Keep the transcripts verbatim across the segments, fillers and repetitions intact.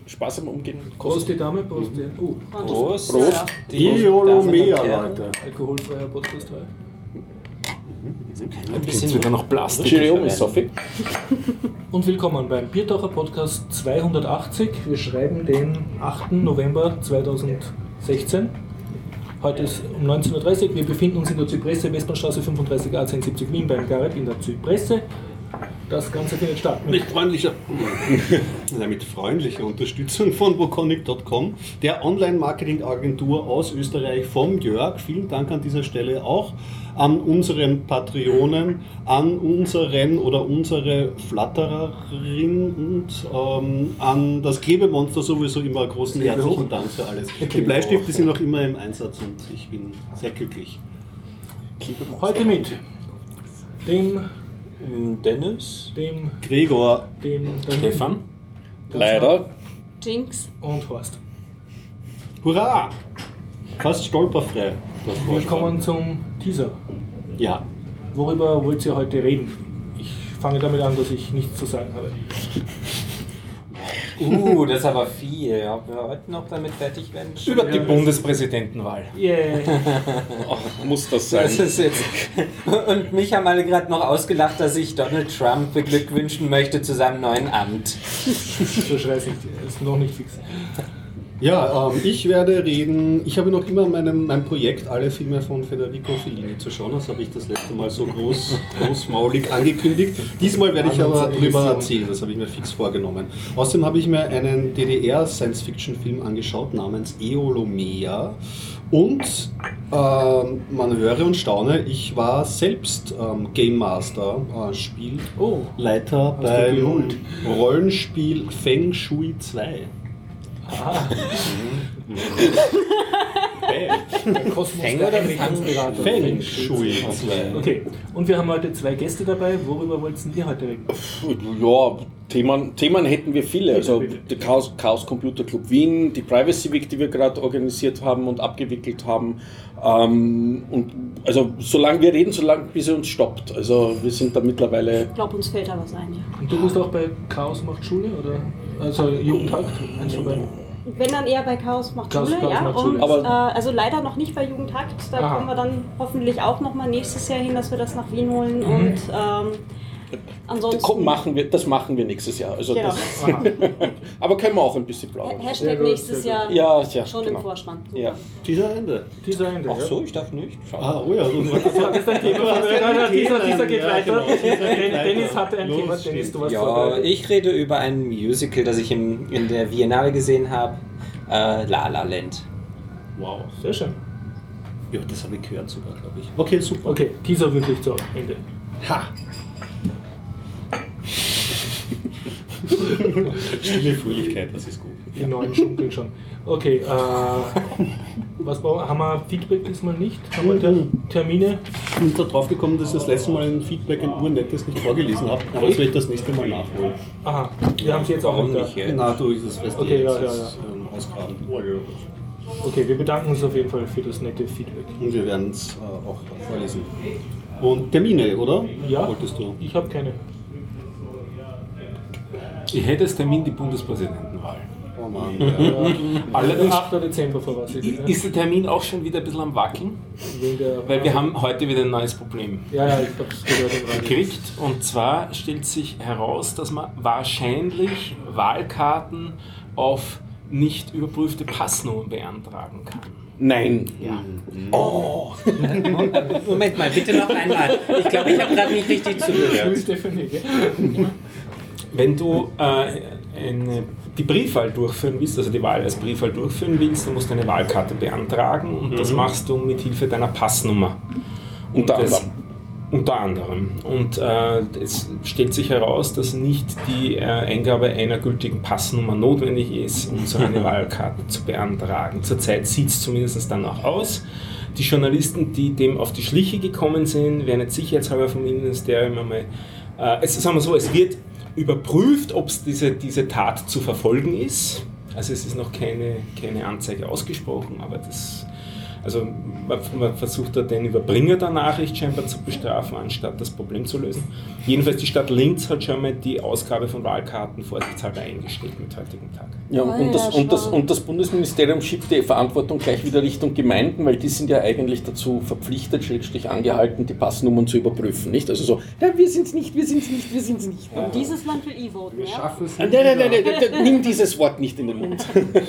Spaß am Umgehen. Prost die Dame, Prost die... Uh. Prost. Prost. Iolomea, Leute. Alkoholfreier Podcast heute. Ein bisschen wieder noch Plastik. Cheerio, Miss Sophie. Und willkommen beim Biertaucher Podcast zweihundertachtzig. Wir schreiben den achten November zweitausendsechzehn. Heute ist um neunzehn Uhr dreißig. Wir befinden uns in der Zypresse, Westbahnstraße fünfunddreißig A zehnhundertsiebzig Wien beim Garrett in der Zypresse. Das Ganze findet statt mit, mit freundlicher, nein, mit freundlicher Unterstützung von woconic punkt com, der Online-Marketing-Agentur aus Österreich vom Jörg. Vielen Dank an dieser Stelle auch an unseren Patreonen, an unseren oder unsere Flattererin und ähm, an das Klebemonster sowieso immer großen herzlichen Dank für alles. Die Bleistifte sind noch immer im Einsatz und ich bin sehr glücklich. Heute mit dem Dennis, dem Gregor, dem Stefan, leider, Jinx und Horst. Hurra! Fast stolperfrei. Wir kommen zum Teaser. Ja. Worüber wollt ihr heute reden? Ich fange damit an, dass ich nichts zu sagen habe. Uh, das ist aber viel. Ob wir heute noch damit fertig werden? Über die Bundespräsidentenwahl. Yeah. Oh, muss das sein? Das ist jetzt. Und mich haben alle gerade noch ausgelacht, dass ich Donald Trump beglückwünschen möchte zu seinem neuen Amt. So scheiße, ist noch nicht fix. Ja, ähm, ich werde reden, ich habe noch immer meinem, mein Projekt, alle Filme von Federico Fellini zu schauen. Das habe ich das letzte Mal so groß, großmaulig angekündigt. Diesmal werde ich aber darüber erzählen, das habe ich mir fix vorgenommen. Außerdem habe ich mir einen D D R-Science-Fiction-Film angeschaut namens Iolomea. Und ähm, man höre und staune, ich war selbst ähm, Game Master, äh, Spielleiter oh, beim Rollenspiel Feng Shui zwei. Ah. Feng oder Fang? Feng Shui. Okay, und wir haben heute zwei Gäste dabei. Worüber wollten ihr heute reden? Ja, Themen, Themen hätten wir viele. Also der Chaos, Chaos Computer Club Wien, die Privacy Week, die wir gerade organisiert haben und abgewickelt haben. Ähm, und also solange wir reden, solange bis er uns stoppt. Also wir sind da mittlerweile. Ich glaube, uns fällt da was ein, ja. Und du bist auch bei Chaos macht Schule oder also Jugendhakt? Eins von beiden? Wenn dann eher bei Chaos macht Chaos, Schule, Chaos ja. macht Und, Schule. Aber äh, also leider noch nicht bei Jugendhakt. Da Aha. kommen wir dann hoffentlich auch nochmal nächstes Jahr hin, dass wir das nach Wien holen. Mhm. Und ähm, ansonsten. Komm, machen wir, das machen wir nächstes Jahr. Also Genau. das, aber können wir auch ein bisschen plaudern. Hashtag nächstes Jahr Ja, ja, schon genau. im Vorstand. Ja. Dieser Ende. Dieser Ende. Ach so, ich darf nicht. Schau. Ah, oh ja, du Das ist ein Thema. ja Dieser, dieser geht ja, weiter. genau, dieser geht weiter. Dennis hatte ein Los, Thema. Dennis, du warst Ja, vorbereitet. ich rede über ein Musical, das ich im, in der Biennale gesehen habe. Äh, La La Land. Wow. Sehr schön. Ja, das habe ich gehört sogar, glaube ich. Okay, super. Okay, Teaser wirklich zu Ende. Ha! Stille Fröhlichkeit, das ist gut. Die neuen schunkeln schon. Okay, äh, was brauchen, haben wir Feedback diesmal nicht? Haben wir Ter Termine? Ich bin da drauf gekommen, dass ich das letzte Mal ein Feedback ein urnettes nicht vorgelesen habe, aber das werde ich das nächste Mal nachholen. Aha, wir haben es jetzt auch Warum noch nicht, da. ja? Na, du, das weißt du, Okay, ja, das ja, ist, ähm, ausgraben. Okay, wir bedanken uns auf jeden Fall für das nette Feedback. Und wir werden es äh, auch vorlesen. Und Termine, oder? Ja, Wolltest du? ich habe keine. Ich hätte als Termin die Bundespräsidentenwahl. Oh Mann, ja. Allerdings achter Dezember voraussichtlich. ne? ist der Termin auch schon wieder ein bisschen am Wackeln, Wegen der weil wir haben heute wieder ein neues Problem Ja, ja, ich habe es gehört im Radio. gekriegt. Und zwar stellt sich heraus, dass man wahrscheinlich Wahlkarten auf nicht überprüfte Passnummern beantragen kann. Nein. Ja. Oh! Moment mal, bitte noch einmal. Ich glaube, ich habe gerade nicht richtig zugehört. Stephanie, gell? Wenn du äh, eine, die Briefwahl durchführen willst, also die Wahl als Briefwahl durchführen willst, dann musst du eine Wahlkarte beantragen und mhm. das machst du mit Hilfe deiner Passnummer. Und Unter das, anderem. Unter anderem. Und äh, es stellt sich heraus, dass nicht die äh, Eingabe einer gültigen Passnummer notwendig ist, um so eine Wahlkarte zu beantragen. Zurzeit sieht es zumindest danach aus. Die Journalisten, die dem auf die Schliche gekommen sind, werden jetzt sicherheitshalber vom Innenministerium einmal, äh, es, sagen wir so, es wird überprüft, ob es diese, diese Tat zu verfolgen ist. Also es ist noch keine, keine Anzeige ausgesprochen, aber das Also man, man versucht da den Überbringer der Nachricht scheinbar zu bestrafen, anstatt das Problem zu lösen. Jedenfalls die Stadt Linz hat schon mal die Ausgabe von Wahlkarten vorsichtshalber eingestellt mit heutigem Tag. Ja, Oh, und, das, ja, und, das, schon. und das Bundesministerium schiebt die Verantwortung gleich wieder Richtung Gemeinden, weil die sind ja eigentlich dazu verpflichtet, schrägstrich angehalten, die Passnummern zu überprüfen. Nicht? Also so, ja, wir sind's nicht, wir sind's nicht, wir sind's nicht. Und dieses Land will E-Voten, Wir ja? schaffen es Nein, nicht. nein, nein, nein, nein, nimm dieses Wort nicht in den Mund.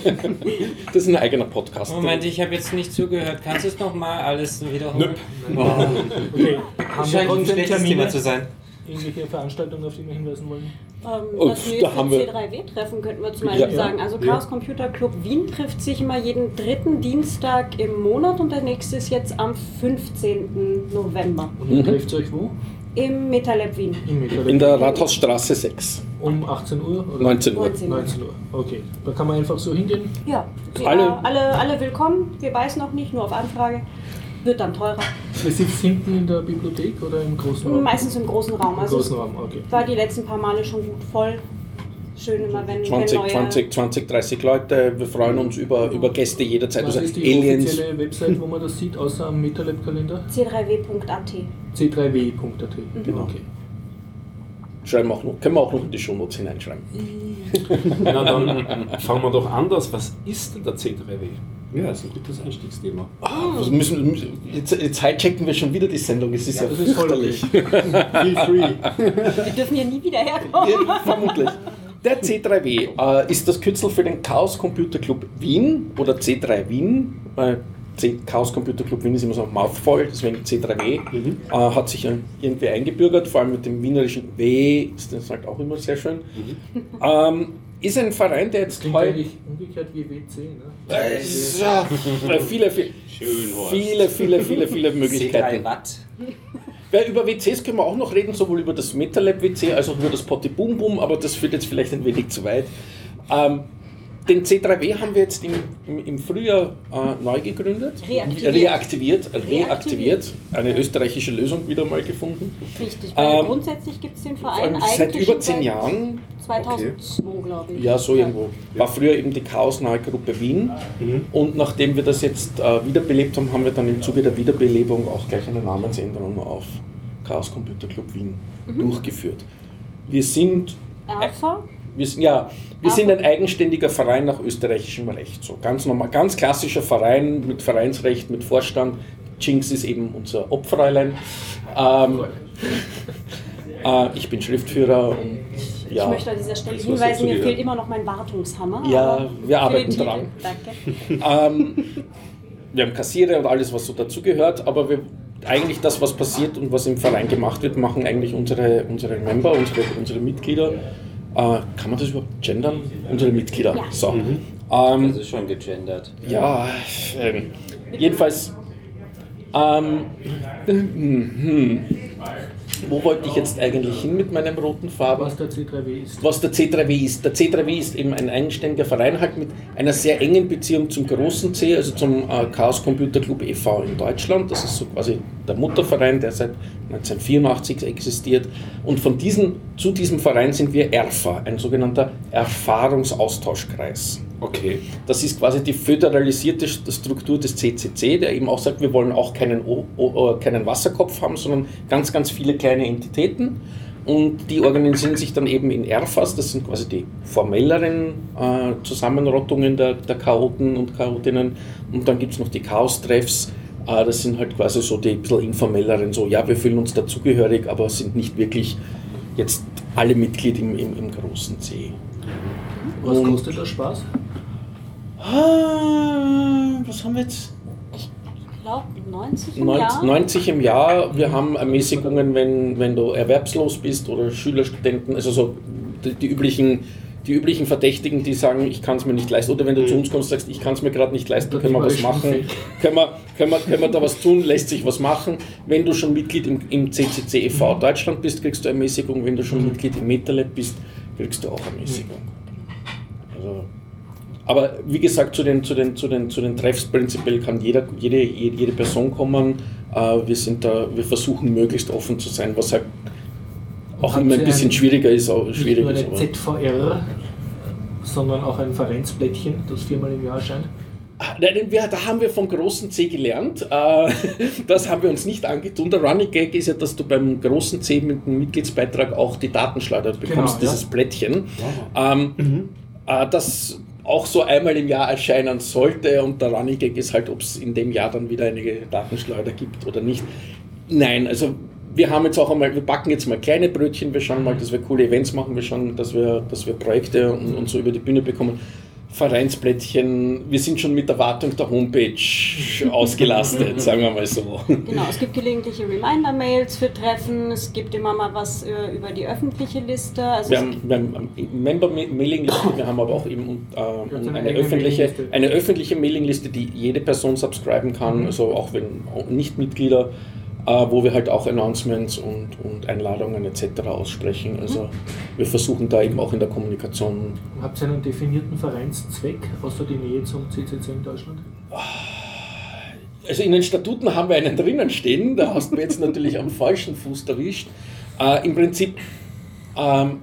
Das ist ein eigener Podcast. Moment, ich habe jetzt nicht zugehört. Kannst du es nochmal alles wiederholen? Nö. Oh, Okay, haben wir scheint ein trotzdem schlechtes Thema Termine? zu sein. Irgendwelche Veranstaltungen, auf die wir hinweisen wollen? Ähm, Oh, das da nächste haben wir- C drei W-Treffen könnten wir zum Beispiel Ja. sagen. Also Chaos Computer Club Wien trifft sich immer jeden dritten Dienstag im Monat und der nächste ist jetzt am fünfzehnten November Und ihr trefft ihr euch wo? im MetaLab Wien. Im Mittag. In der Rathausstraße sechs, Um achtzehn Uhr? Oder? neunzehn Uhr. neunzehn Uhr. neunzehn Uhr, okay. Da kann man einfach so hingehen. Ja, Sie, Alle- alle, alle, alle willkommen. Wir weiß noch nicht, nur auf Anfrage. Wird dann teurer. Ihr sitzt hinten in der Bibliothek oder im großen Raum? Meistens im großen Raum. Im Also großen es Raum, okay. war die letzten paar Male schon gut voll. Schön immer, wenn, zwanzig, wenn neue... zwanzig, zwanzig, dreißig Leute. Wir freuen uns über, über Gäste jederzeit. Was Also ist die Aliens. offizielle Website, wo man das sieht, außer am MetaLab-Kalender? C drei W Punkt A T. c drei w Punkt a t. Genau. Okay. Schreiben wir auch noch, können wir auch noch in die Shownotes hineinschreiben. Na dann fangen wir doch anders. Was ist denn der C drei W? Ja, das ist ein gutes Einstiegsthema. Was müssen, müssen- jetzt, jetzt hijacken wir schon wieder die Sendung. Es ist ja, Das ist voll okay. fürchterlich. Feel free. Wir dürfen hier nie wieder herkommen. Ja, vermutlich. Der C drei W äh, ist das Kürzel für den Chaos Computer Club Wien oder C drei Wien. Äh, C Chaos Computer Club Wien ist immer so ein Mouthful, deswegen C drei W. Mhm. Äh, hat sich irgendwie eingebürgert, vor allem mit dem wienerischen W, ist das halt auch immer sehr schön. Mhm. Ähm, ist ein Verein, der jetzt Klingt heute. eigentlich umgekehrt wie W C, ne? Äh, ja, viele, viele, Schön, Horst. viele, viele, viele, viele C drei Möglichkeiten. Watt. Ja, über W Cs können wir auch noch reden, sowohl über das MetaLab W C als auch über das Potty Boom Boom, aber das führt jetzt vielleicht ein wenig zu weit. Ähm, den C drei W haben wir jetzt im, im, im Frühjahr äh, neu gegründet. Reaktiviert. Reaktiviert, reaktiviert. Reaktiviert. Eine österreichische Lösung wieder mal gefunden. Richtig, weil Ähm, grundsätzlich gibt es den Verein Seit eigentlich über schon zehn seit Jahren. zweitausendzwei, glaube ich. Ja, so irgendwo. War früher eben die Chaosnahe Gruppe Wien. Und nachdem wir das jetzt äh, wiederbelebt haben, haben wir dann im Zuge der Wiederbelebung auch gleich eine Namensänderung auf Chaos Computer Club Wien durchgeführt. Wir sind, Alpha. wir sind, ja, wir sind ein eigenständiger Verein nach österreichischem Recht. So ganz normal, ganz klassischer Verein mit Vereinsrecht, mit Vorstand. Jinx ist eben unser Obfräulein. Ähm, äh, ich bin Schriftführer und ja. Ich möchte an dieser Stelle Das muss hinweisen, mir dazugehören. fehlt immer noch mein Wartungshammer. Ja, aber wir für arbeiten den Titel. dran. Danke. Ähm, wir haben Kassiere und alles, was so dazugehört, aber wir, eigentlich das, was passiert und was im Verein gemacht wird, machen eigentlich unsere, unsere Member, unsere, unsere Mitglieder. Äh, kann man das überhaupt gendern? Unsere Mitglieder. Ja. So. Mhm. Ähm, Das ist schon gegendert. ja, ähm, jedenfalls. Ähm, hm, wo wollte ich jetzt eigentlich hin mit meinem roten Faden? Was der C drei W ist. Was der C drei W ist. Der C drei W ist eben ein eigenständiger Verein halt mit einer sehr engen Beziehung zum großen C, also zum äh, Chaos Computer Club e V in Deutschland. Das ist so quasi der Mutterverein, der seit neunzehnhundertvierundachtzig existiert. Und von diesem, zu diesem Verein sind wir E R F A, ein sogenannter Erfahrungsaustauschkreis. Okay. Das ist quasi die föderalisierte Struktur des C C C, der eben auch sagt, wir wollen auch keinen, o o keinen Wasserkopf haben, sondern ganz, ganz viele kleine Entitäten. Und die organisieren sich dann eben in E R F As, das sind quasi die formelleren äh, Zusammenrottungen der, der Chaoten und Chaotinnen. Und dann gibt es noch die Chaos-Treffs, äh, das sind halt quasi so die bisschen informelleren, so ja, wir fühlen uns dazugehörig, aber sind nicht wirklich jetzt alle Mitglied im, im, im großen C. Was Und- kostet der Spaß? Ah, was haben wir jetzt? Ich glaube neunzig im neunzig, Jahr. neunzig im Jahr. Wir haben Ermäßigungen, wenn, wenn du erwerbslos bist oder Schüler, Studenten, also so die, die, üblichen, die üblichen Verdächtigen, die sagen, ich kann es mir nicht leisten. Oder wenn du zu uns kommst und sagst, ich kann es mir gerade nicht leisten, können wir was machen. Können wir, können, wir, können wir da was tun, lässt sich was machen. Wenn du schon Mitglied im, im C C C e V Deutschland bist, kriegst du Ermäßigung. Wenn du schon Mitglied im MetaLab bist, kriegst du auch Ermäßigung. Also, aber wie gesagt, zu den, zu den, zu den, zu den Treffs prinzipiell kann jeder, jede, jede Person kommen. Äh, wir, sind da, wir versuchen möglichst offen zu sein, was halt auch Habt immer ein ihr bisschen ein- schwieriger ist. Auch Nicht schwierig nur ist eine aber. Z V R, sondern auch ein Vereinsblättchen, das viermal im Jahr erscheint. Nein, wir, da haben wir vom großen C gelernt. Äh, das haben wir uns nicht angetun. Der Running Gag ist ja, dass du beim großen C mit dem Mitgliedsbeitrag auch die Datenschleuder bekommst, genau, dieses ja. Plättchen. Ähm, mhm. äh, das auch so einmal im Jahr erscheinen sollte und der Running Gag ist halt, ob es in dem Jahr dann wieder eine Datenschleuder gibt oder nicht. Nein, also wir haben jetzt auch einmal, wir backen jetzt mal kleine Brötchen, wir schauen mal, dass wir coole Events machen, wir schauen, dass wir, dass wir Projekte und, und so über die Bühne bekommen. Vereinsplättchen, wir sind schon mit der Wartung der Homepage ausgelastet, sagen wir mal so. Genau, es gibt gelegentliche Reminder-Mails für Treffen, es gibt immer mal was äh, über die öffentliche Liste. Also wir, haben, wir haben Member-Mailing-Liste, wir haben aber auch eben äh, eine, eine, öffentliche, eine öffentliche Mailing-Liste, die jede Person subscriben kann, mhm. also auch wenn Nicht-Mitglieder, Uh, wo wir halt auch Announcements und, und Einladungen et cetera aussprechen. Also mhm. wir versuchen da eben auch in der Kommunikation... Habt ihr einen definierten Vereinszweck, außer die Nähe zum C C C in Deutschland? Also in den Statuten haben wir einen drinnen stehen, da hast du mir jetzt natürlich am falschen Fuß erwischt. Uh, Im Prinzip ähm,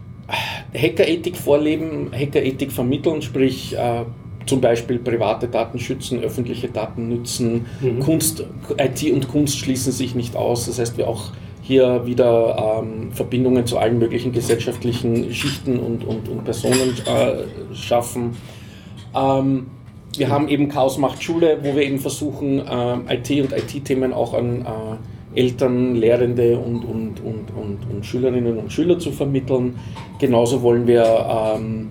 Hackerethik vorleben, Hackerethik vermitteln, sprich uh, zum Beispiel private Daten schützen, öffentliche Daten nützen, mhm. Kunst, I T und Kunst schließen sich nicht aus. Das heißt, wir auch hier wieder ähm, Verbindungen zu allen möglichen gesellschaftlichen Schichten und, und, und Personen äh, schaffen. Ähm, wir haben eben Chaos macht Schule, wo wir eben versuchen, ähm, I T und I T-Themen auch an äh, Eltern, Lehrende und, und, und, und, und Schülerinnen und Schüler zu vermitteln. Genauso wollen wir ähm,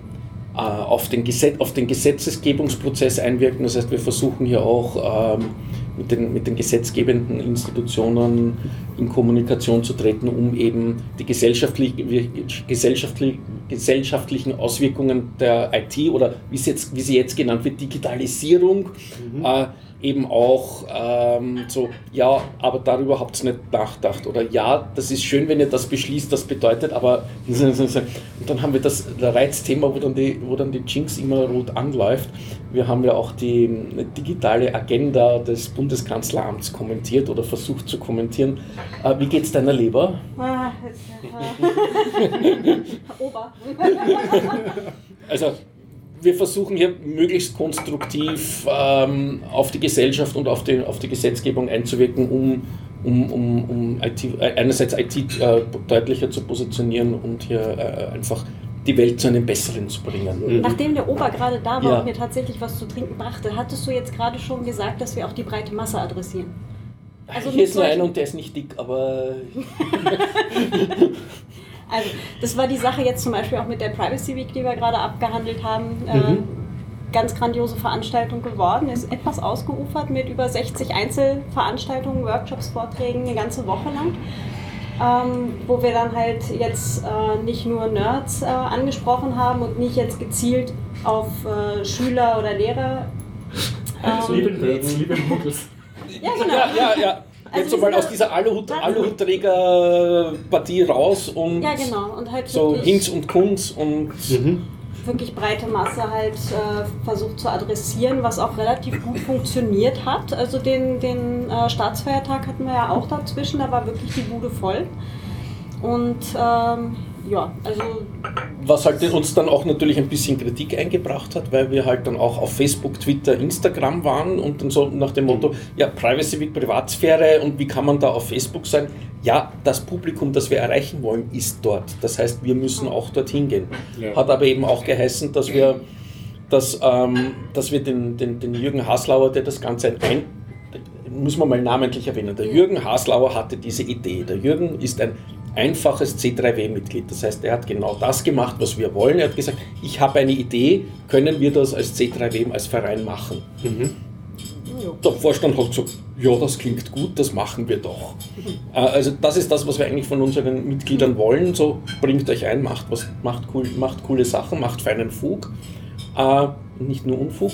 Auf den, Gesetz, auf den Gesetzgebungsprozess einwirken. Das heißt, wir versuchen hier auch ähm, mit, den, mit den gesetzgebenden Institutionen in Kommunikation zu treten, um eben die gesellschaftlich, gesellschaftlich, gesellschaftlichen Auswirkungen der I T oder wie, jetzt, wie sie jetzt genannt wird, Digitalisierung, mhm. äh, eben auch ähm, so, ja, aber darüber habt ihr nicht nachgedacht oder ja, das ist schön, wenn ihr das beschließt, das bedeutet, aber und dann haben wir das, das Reizthema, wo dann, die, wo dann die Jinx immer rot anläuft. Wir haben ja auch die digitale Agenda des Bundeskanzleramts kommentiert oder versucht zu kommentieren. Äh, wie geht's deiner Leber? Ah, äh, Ober. Also wir versuchen hier möglichst konstruktiv ähm, auf die Gesellschaft und auf die, auf die Gesetzgebung einzuwirken, um, um, um, um I T, äh, einerseits I T äh, deutlicher zu positionieren und hier äh, einfach die Welt zu einem Besseren zu bringen. Mhm. Nachdem der Ober gerade da war ja. und mir tatsächlich was zu trinken brachte, hattest du jetzt gerade schon gesagt, dass wir auch die breite Masse adressieren. Also hier ist nur einer und der ist nicht dick, aber... Also das war die Sache jetzt zum Beispiel auch mit der Privacy Week, die wir gerade abgehandelt haben. Mhm. Äh, ganz grandiose Veranstaltung geworden, ist etwas ausgeufert mit über sechzig Einzelveranstaltungen, Workshops, Vorträgen, eine ganze Woche lang. Ähm, wo wir dann halt jetzt äh, nicht nur Nerds äh, angesprochen haben und nicht jetzt gezielt auf äh, Schüler oder Lehrer. Ähm, liebe Nerds, liebe Muggels. Ja, genau. Ja, ja, ja. Jetzt also mal aus dieser Aluhut, Aluhutträger-Partie raus und, ja, genau. Und halt so Hinz und Kunz und mhm. wirklich breite Masse halt äh, versucht zu adressieren, was auch relativ gut funktioniert hat. Also den, den äh, Staatsfeiertag hatten wir ja auch dazwischen, da war wirklich die Bude voll. Und ähm, ja, also... Was halt uns dann auch natürlich ein bisschen Kritik eingebracht hat, weil wir halt dann auch auf Facebook, Twitter, Instagram waren und dann so nach dem Motto, ja, Privacy Week, Privatsphäre und wie kann man da auf Facebook sein? Ja, das Publikum, das wir erreichen wollen, ist dort. Das heißt, wir müssen auch dorthin gehen. Ja. Hat aber eben auch geheißen, dass wir, dass, ähm, dass wir den, den, den Jürgen Haslauer, der das Ganze ein, muss man mal namentlich erwähnen, der Jürgen Haslauer hatte diese Idee. Der Jürgen ist ein einfaches C drei W-Mitglied. Das heißt, er hat genau das gemacht, was wir wollen. Er hat gesagt, ich habe eine Idee, können wir das als C drei W, als Verein machen? Mhm. Der Vorstand hat gesagt, ja, das klingt gut, das machen wir doch. Also das ist das, was wir eigentlich von unseren Mitgliedern wollen. So, bringt euch ein, macht, was, macht, cool, macht coole Sachen, macht feinen Fug, äh, nicht nur Unfug.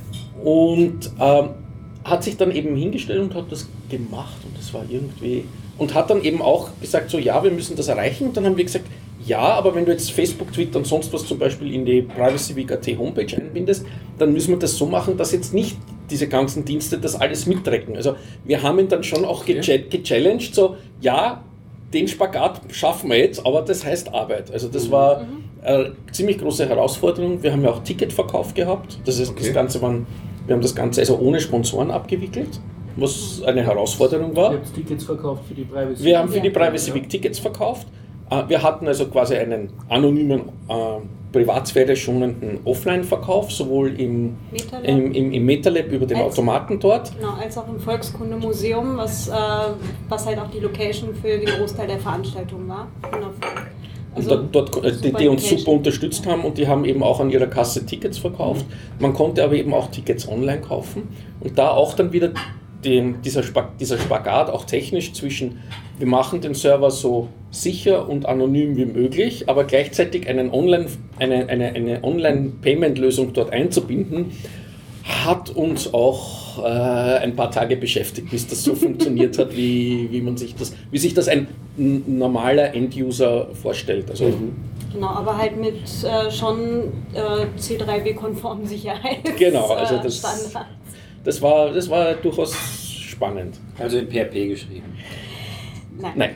Und äh, hat sich dann eben hingestellt und hat das gemacht und das war irgendwie... Und hat dann eben auch gesagt, so ja, wir müssen das erreichen. Und dann haben wir gesagt, ja, aber wenn du jetzt Facebook, Twitter und sonst was zum Beispiel in die Privacy Week Punkt at Homepage einbindest, dann müssen wir das so machen, dass jetzt nicht diese ganzen Dienste das alles mittracken. Also wir haben ihn dann schon auch okay. gechallenged, so ja, den Spagat schaffen wir jetzt, aber das heißt Arbeit. Also das war eine ziemlich große Herausforderung. Wir haben ja auch Ticketverkauf gehabt. Das heißt, okay. das Ganze waren Wir haben das Ganze also ohne Sponsoren abgewickelt, was eine Herausforderung war. Ihr habt Tickets verkauft für die Privacy Week. Wir haben für die Privacy Week Tickets verkauft. Wir hatten also quasi einen anonymen, äh, Privatsphäre schonenden Offline-Verkauf, sowohl im MetaLab, im, im, im MetaLab über den als, Automaten dort. Genau, als auch im Volkskundemuseum, was, äh, was halt auch die Location für den Großteil der Veranstaltung war. Also und dort, dort, die, die uns super unterstützt haben und die haben eben auch an ihrer Kasse Tickets verkauft. Man konnte aber eben auch Tickets online kaufen und da auch dann wieder den, dieser, Spag, dieser Spagat auch technisch zwischen, wir machen den Server so sicher und anonym wie möglich, aber gleichzeitig einen Online, eine, eine, eine Online-Payment-Lösung dort einzubinden, hat uns auch äh, ein paar Tage beschäftigt, bis das so funktioniert hat, wie, wie, man sich das, wie sich das ein n- normaler End-User vorstellt. Also, mhm. Genau, aber halt mit äh, schon äh, C drei W-konformen Sicherheit. Genau, also das, das, war, das war durchaus spannend. Also in P H P geschrieben. Nein. Nein.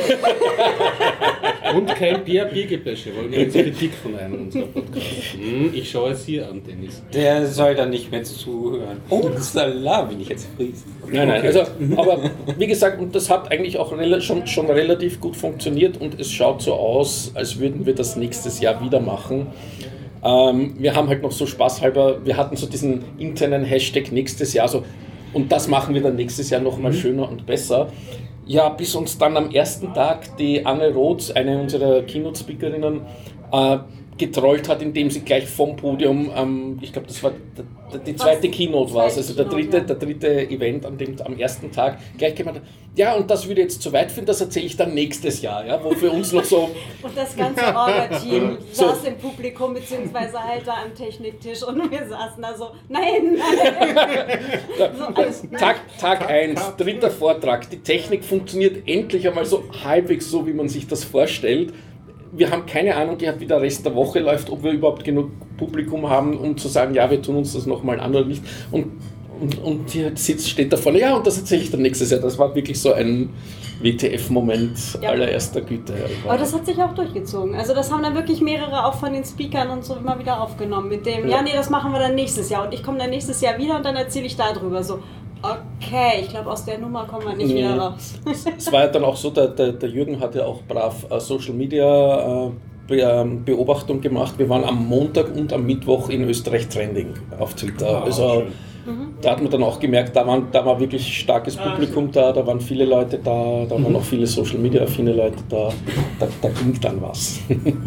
Und kein P H P-Gebäsche, weil wir jetzt Kritik von einem unserer Podcasts. Hm, ich schaue es hier an, Dennis. Der soll dann nicht mehr zuhören. Oh, Salah, bin ich jetzt fries. Nein, nein, also, aber wie gesagt, und das hat eigentlich auch rela- schon, schon relativ gut funktioniert und es schaut so aus, als würden wir das nächstes Jahr wieder machen. Ähm, wir haben halt noch so spaßhalber, wir hatten so diesen internen Hashtag nächstes Jahr so, und das machen wir dann nächstes Jahr noch mal mhm. schöner und besser. Ja, bis uns dann am ersten Tag die Anne Roth, eine unserer Keynote-Speakerinnen, äh, getrollt hat, indem sie gleich vom Podium, ähm, ich glaube, das war d- d- die zweite Was? Keynote war es, also der dritte, der dritte Event an dem, am ersten Tag, gleich gemeint hat, ja, und das würde jetzt zu weit führen, das erzähle ich dann nächstes Jahr, ja, wo für uns noch so... Und das ganze Orga-Team so. saß im Publikum, beziehungsweise halt da am Techniktisch und wir saßen da so, nein, nein. so, alles, Tag, Tag eins, dritter Vortrag, die Technik funktioniert endlich einmal so halbwegs so, wie man sich das vorstellt. Wir haben keine Ahnung gehabt, wie der Rest der Woche läuft, ob wir überhaupt genug Publikum haben, um zu sagen, ja, wir tun uns das nochmal an oder nicht. Und, und, und die sitzt, steht da vorne, ja, und das erzähle ich dann nächstes Jahr. Das war wirklich so ein W T F-Moment ja. allererster Güte. Aber das hat sich auch durchgezogen. Also das haben dann wirklich mehrere auch von den Speakern und so immer wieder aufgenommen. Mit dem, ja, ja nee, das machen wir dann nächstes Jahr. Und ich komme dann nächstes Jahr wieder und dann erzähle ich darüber so. Okay, ich glaube, aus der Nummer kommen wir nicht nee. wieder raus. Es war ja dann auch so, der, der, der Jürgen hat ja auch brav äh, Social Media äh, Be- äh, Beobachtung gemacht. Wir waren am Montag und am Mittwoch in Österreich trending auf Twitter. Oh, also mhm. da hat man dann auch gemerkt, da, waren, da war wirklich starkes Publikum da, da waren viele Leute da, da mhm. waren auch viele Social Media affine Leute da. Da, da ging dann was. Ja,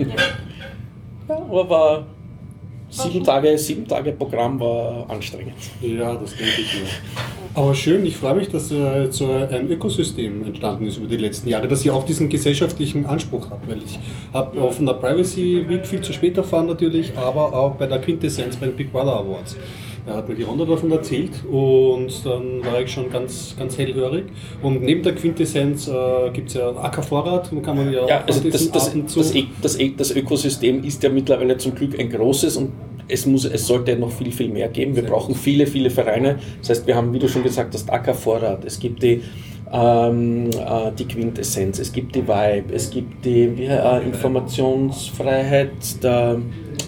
ja aber war... Sieben Tage, sieben Tage Programm war anstrengend. Ja, das denke ich mir. Aber schön, ich freue mich, dass äh, so ein Ökosystem entstanden ist über die letzten Jahre, dass ihr auch diesen gesellschaftlichen Anspruch habt, weil ich habe auf einer Privacy Week viel zu spät erfahren natürlich, aber auch bei der Quintessenz bei den Big Brother Awards. Da hat mir die Honda davon erzählt und dann war ich schon ganz, ganz hellhörig. Und neben der Quintessenz äh, gibt es ja A K Vorrat, da kann man ja, ja also das, das, das, das, das Ökosystem ist ja mittlerweile zum Glück ein großes und es, muss, es sollte noch viel, viel mehr geben. Wir Sehr brauchen gut. viele, viele Vereine. Das heißt, wir haben, wie du schon gesagt hast, A K Vorrat, es gibt die Ähm, äh, die Quintessenz, es gibt die Vibe, es gibt die wie, äh, Informationsfreiheit, der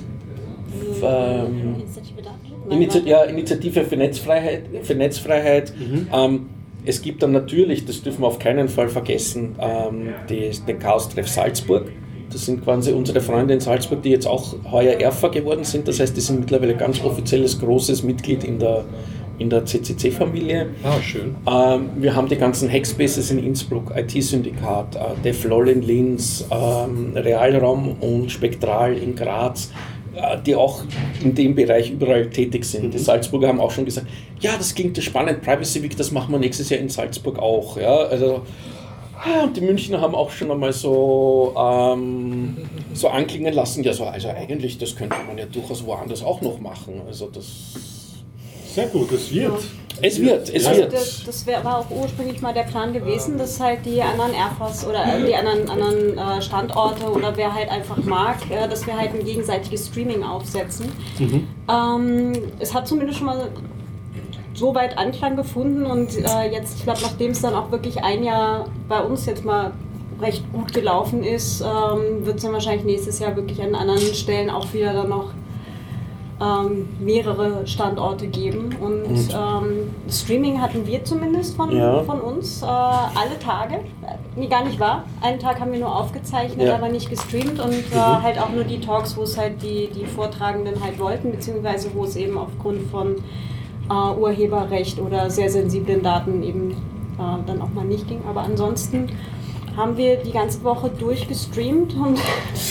ähm, Initiative, ja, Initiative für Netzfreiheit. Für Netzfreiheit. Mhm. Ähm, es gibt dann natürlich, das dürfen wir auf keinen Fall vergessen, ähm, die, den Chaos-Treff Salzburg. Das sind quasi unsere Freunde in Salzburg, die jetzt auch heuer ERFA geworden sind. Das heißt, die sind mittlerweile ganz offizielles, großes Mitglied in der in der C C C-Familie. Ah, schön. Ähm, wir haben die ganzen Hackspaces in Innsbruck, I T-Syndikat, äh, DevLol in Linz, ähm, Realraum und Spektral in Graz, äh, die auch in dem Bereich überall tätig sind. Mhm. Die Salzburger haben auch schon gesagt, ja, das klingt ja spannend, Privacy Week, das machen wir nächstes Jahr in Salzburg auch. Ja, also, und die Münchner haben auch schon einmal so, ähm, so anklingen lassen, ja, so, also eigentlich, das könnte man ja durchaus woanders auch noch machen. Also das... Sehr gut, es wird. Ja. Es wird, es also wird. Das, das wär, war auch ursprünglich mal der Plan gewesen, dass halt die anderen Airfas oder die anderen, anderen äh, Standorte oder wer halt einfach mag, äh, dass wir halt ein gegenseitiges Streaming aufsetzen. Mhm. Ähm, es hat zumindest schon mal so weit Anklang gefunden und äh, jetzt, ich glaube, nachdem es dann auch wirklich ein Jahr bei uns jetzt mal recht gut gelaufen ist, ähm, wird es dann wahrscheinlich nächstes Jahr wirklich an anderen Stellen auch wieder dann noch ähm, mehrere Standorte geben. Und, und ähm, Streaming hatten wir zumindest von, ja. von uns äh, alle Tage. Nee, gar nicht wahr. Einen Tag haben wir nur aufgezeichnet, ja. aber nicht gestreamt und äh, mhm. halt auch nur die Talks, wo es halt die, die Vortragenden halt wollten, beziehungsweise wo es eben aufgrund von äh, Urheberrecht oder sehr sensiblen Daten eben äh, dann auch mal nicht ging. Aber ansonsten haben wir die ganze Woche durchgestreamt und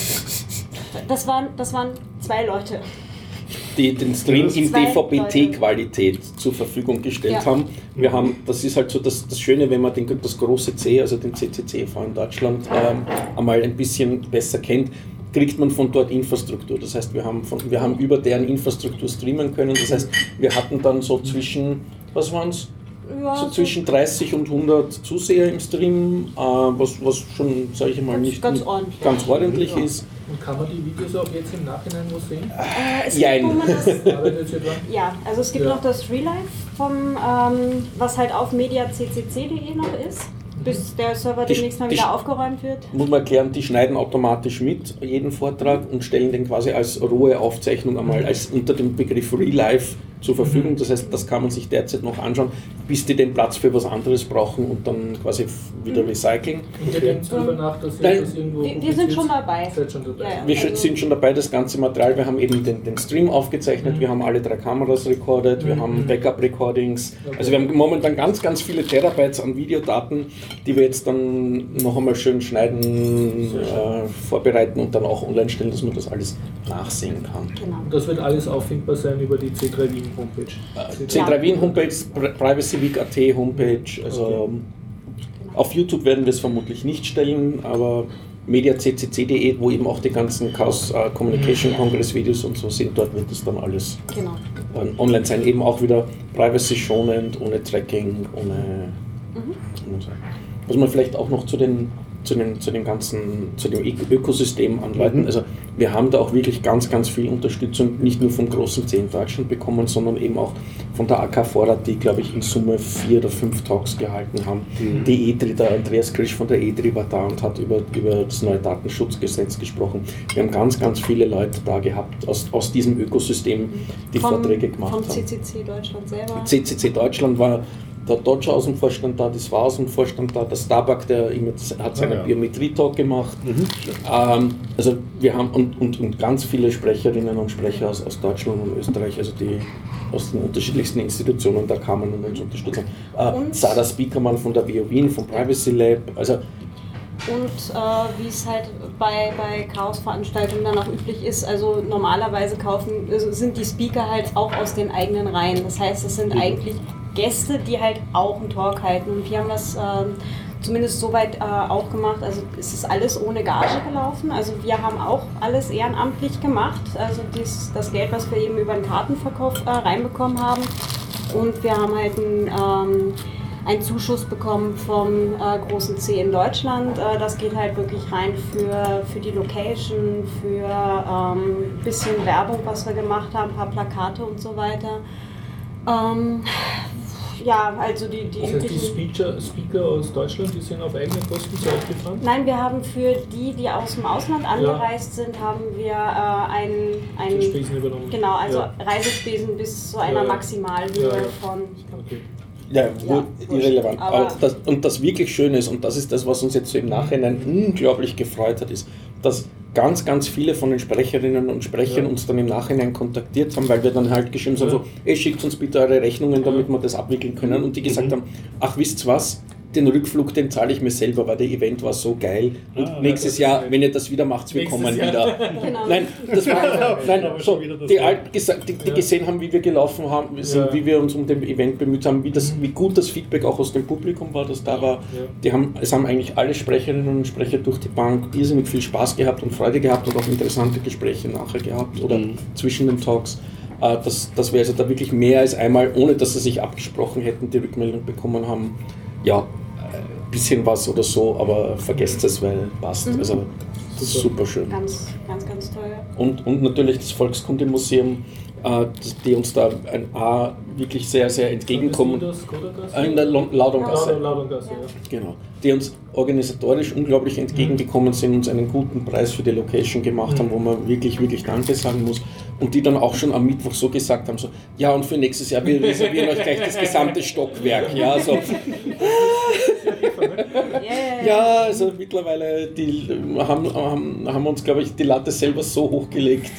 das waren, das waren zwei Leute. Die den Stream in D V B T-Qualität zur Verfügung gestellt ja. haben. Wir haben, das ist halt so das, das Schöne, wenn man den, das große C, also den C C C V in Deutschland, ähm, einmal ein bisschen besser kennt, kriegt man von dort Infrastruktur. Das heißt, wir haben, von, wir haben über deren Infrastruktur streamen können. Das heißt, wir hatten dann so zwischen, was waren es? Ja, so zwischen dreißig und hundert Zuseher im Stream, äh, was, was schon, sage ich mal, nicht ganz ordentlich, ganz ordentlich ja. ist. Und kann man die Videos auch jetzt im Nachhinein wo sehen? Äh, es Jein. Gibt, das, ja, also es gibt ja. noch das Real Life, vom, ähm, was halt auf media c c c punkt d e noch ist, bis der Server die, demnächst mal die, wieder aufgeräumt wird. Muss man erklären, die schneiden automatisch mit, jeden Vortrag, und stellen den quasi als rohe Aufzeichnung einmal als unter dem Begriff Real Life zur Verfügung. Das heißt, das kann man sich derzeit noch anschauen, bis die den Platz für was anderes brauchen und dann quasi wieder recyceln. Und ihr denkt darüber nach, dass ihr das irgendwo... Wir, wir sind schon dabei. Seid schon dabei. Ja, ja. Wir also sind schon dabei, das ganze Material. Wir haben eben den, den Stream aufgezeichnet, mhm. wir haben alle drei Kameras recorded, wir mhm. haben Backup-Recordings. Okay. Also wir haben momentan ganz, ganz viele Terabytes an Videodaten, die wir jetzt dann noch einmal schön schneiden, äh, vorbereiten und dann auch online stellen, dass man das alles nachsehen kann. Genau. Und das wird alles auffindbar sein über die C drei Wien Homepage. C drei Wien Homepage, Privacy Week Punkt A T Homepage, also okay. Auf YouTube werden wir es vermutlich nicht stellen, aber media c c c punkt d e, wo eben auch die ganzen Chaos uh, Communication Congress Videos und so sind, dort wird es dann alles genau. uh, online sein, eben auch wieder privacy schonend, ohne Tracking, ohne, mhm. ohne so. Was man vielleicht auch noch zu den Zu den, zu den ganzen, zu dem Ökosystem an Leuten. Also wir haben da auch wirklich ganz, ganz viel Unterstützung, nicht nur vom großen C in Deutschland bekommen, sondern eben auch von der A K Vorrat, die, glaube ich, in Summe vier oder fünf Talks gehalten haben. Mhm. Die E D R I, der Andreas Krisch von der E D R I war da und hat über, über das neue Datenschutzgesetz gesprochen. Wir haben ganz, ganz viele Leute da gehabt aus, aus diesem Ökosystem, die vom, Vorträge gemacht vom haben. Vom C C C Deutschland selber? C C C Deutschland war der Dodger aus dem Vorstand da, das war aus dem Vorstand da, der Starbuck, der hat seinen ah, ja. Biometrie-Talk gemacht. Mhm. Ähm, also wir haben und, und, und ganz viele Sprecherinnen und Sprecher aus, aus Deutschland und Österreich, also die aus den unterschiedlichsten Institutionen da kamen, um uns zu unterstützen. Äh, Sarah Spiekermann von der W O Wien, vom Privacy Lab. Also und äh, wie es halt bei, bei Chaos-Veranstaltungen dann auch üblich ist, also normalerweise kaufen, also sind die Speaker halt auch aus den eigenen Reihen. Das heißt, es sind mhm. eigentlich Gäste, die halt auch einen Talk halten. Und wir haben das ähm, zumindest soweit äh, auch gemacht. Also es ist alles ohne Gage gelaufen. Also wir haben auch alles ehrenamtlich gemacht. Also dies, das Geld, was wir eben über den Kartenverkauf äh, reinbekommen haben. Und wir haben halt ein ähm, einen Zuschuss bekommen vom äh, großen C in Deutschland. Äh, das geht halt wirklich rein für, für die Location, für ein ähm, bisschen Werbung, was wir gemacht haben, ein paar Plakate und so weiter. Ähm, ja, also die, die das heißt, die Speaker, Speaker aus Deutschland, die sind auf eigene Kosten zu euch gefahren? Nein, wir haben für die, die aus dem Ausland angereist ja. sind, haben wir äh, einen, einen Spesen übernommen. Genau, also ja. Reisespesen bis zu einer ja, Maximalhöhe ja, ja. von. Okay. Ja, ja irrelevant. Aber aber das, und das wirklich Schöne ist, und das ist das, was uns jetzt so im Nachhinein unglaublich gefreut hat, ist, dass ganz, ganz viele von den Sprecherinnen und Sprechern ja. uns dann im Nachhinein kontaktiert haben, weil wir dann halt geschrieben haben, ja. so, ey, schickt uns bitte eure Rechnungen, damit wir das abwickeln können. Und die gesagt mhm. haben, ach, wisst ihr was? Den Rückflug, den zahle ich mir selber, weil der Event war so geil. Und ah, nächstes ja, Jahr, wenn ihr das wieder macht, wir kommen Jahr. wieder. Genau. Nein, das war, nein, so, die, Alt, die, die ja. gesehen haben, wie wir gelaufen haben, sind, ja. wie wir uns um den Event bemüht haben, wie, das, wie gut das Feedback auch aus dem Publikum war, das da war. Ja. Die haben, es haben eigentlich alle Sprecherinnen und Sprecher durch die Bank irrsinnig viel Spaß gehabt und Freude gehabt und auch interessante Gespräche nachher gehabt oder mhm. zwischen den Talks. Dass, dass wir also da wirklich mehr als einmal, ohne dass sie sich abgesprochen hätten, die Rückmeldung bekommen haben, ja, ein bisschen was oder so, aber vergesst es, weil passt. Mhm. Also das ist super schön. Ganz, ganz, ganz toll. Und, und natürlich das Volkskundemuseum, äh, die uns da ein A wirklich sehr, sehr entgegenkommen. In der Laudongasse. Laudongasse, ja. Genau. Die uns organisatorisch unglaublich entgegengekommen sind, uns einen guten Preis für die Location gemacht haben, wo man wirklich, wirklich Danke sagen muss. und die dann auch schon am Mittwoch so gesagt haben, so, ja und für nächstes Jahr, wir reservieren euch gleich das gesamte Stockwerk. Ja, so. Ja, also mittlerweile die haben, haben, haben uns, glaube ich, die Latte selber so hochgelegt.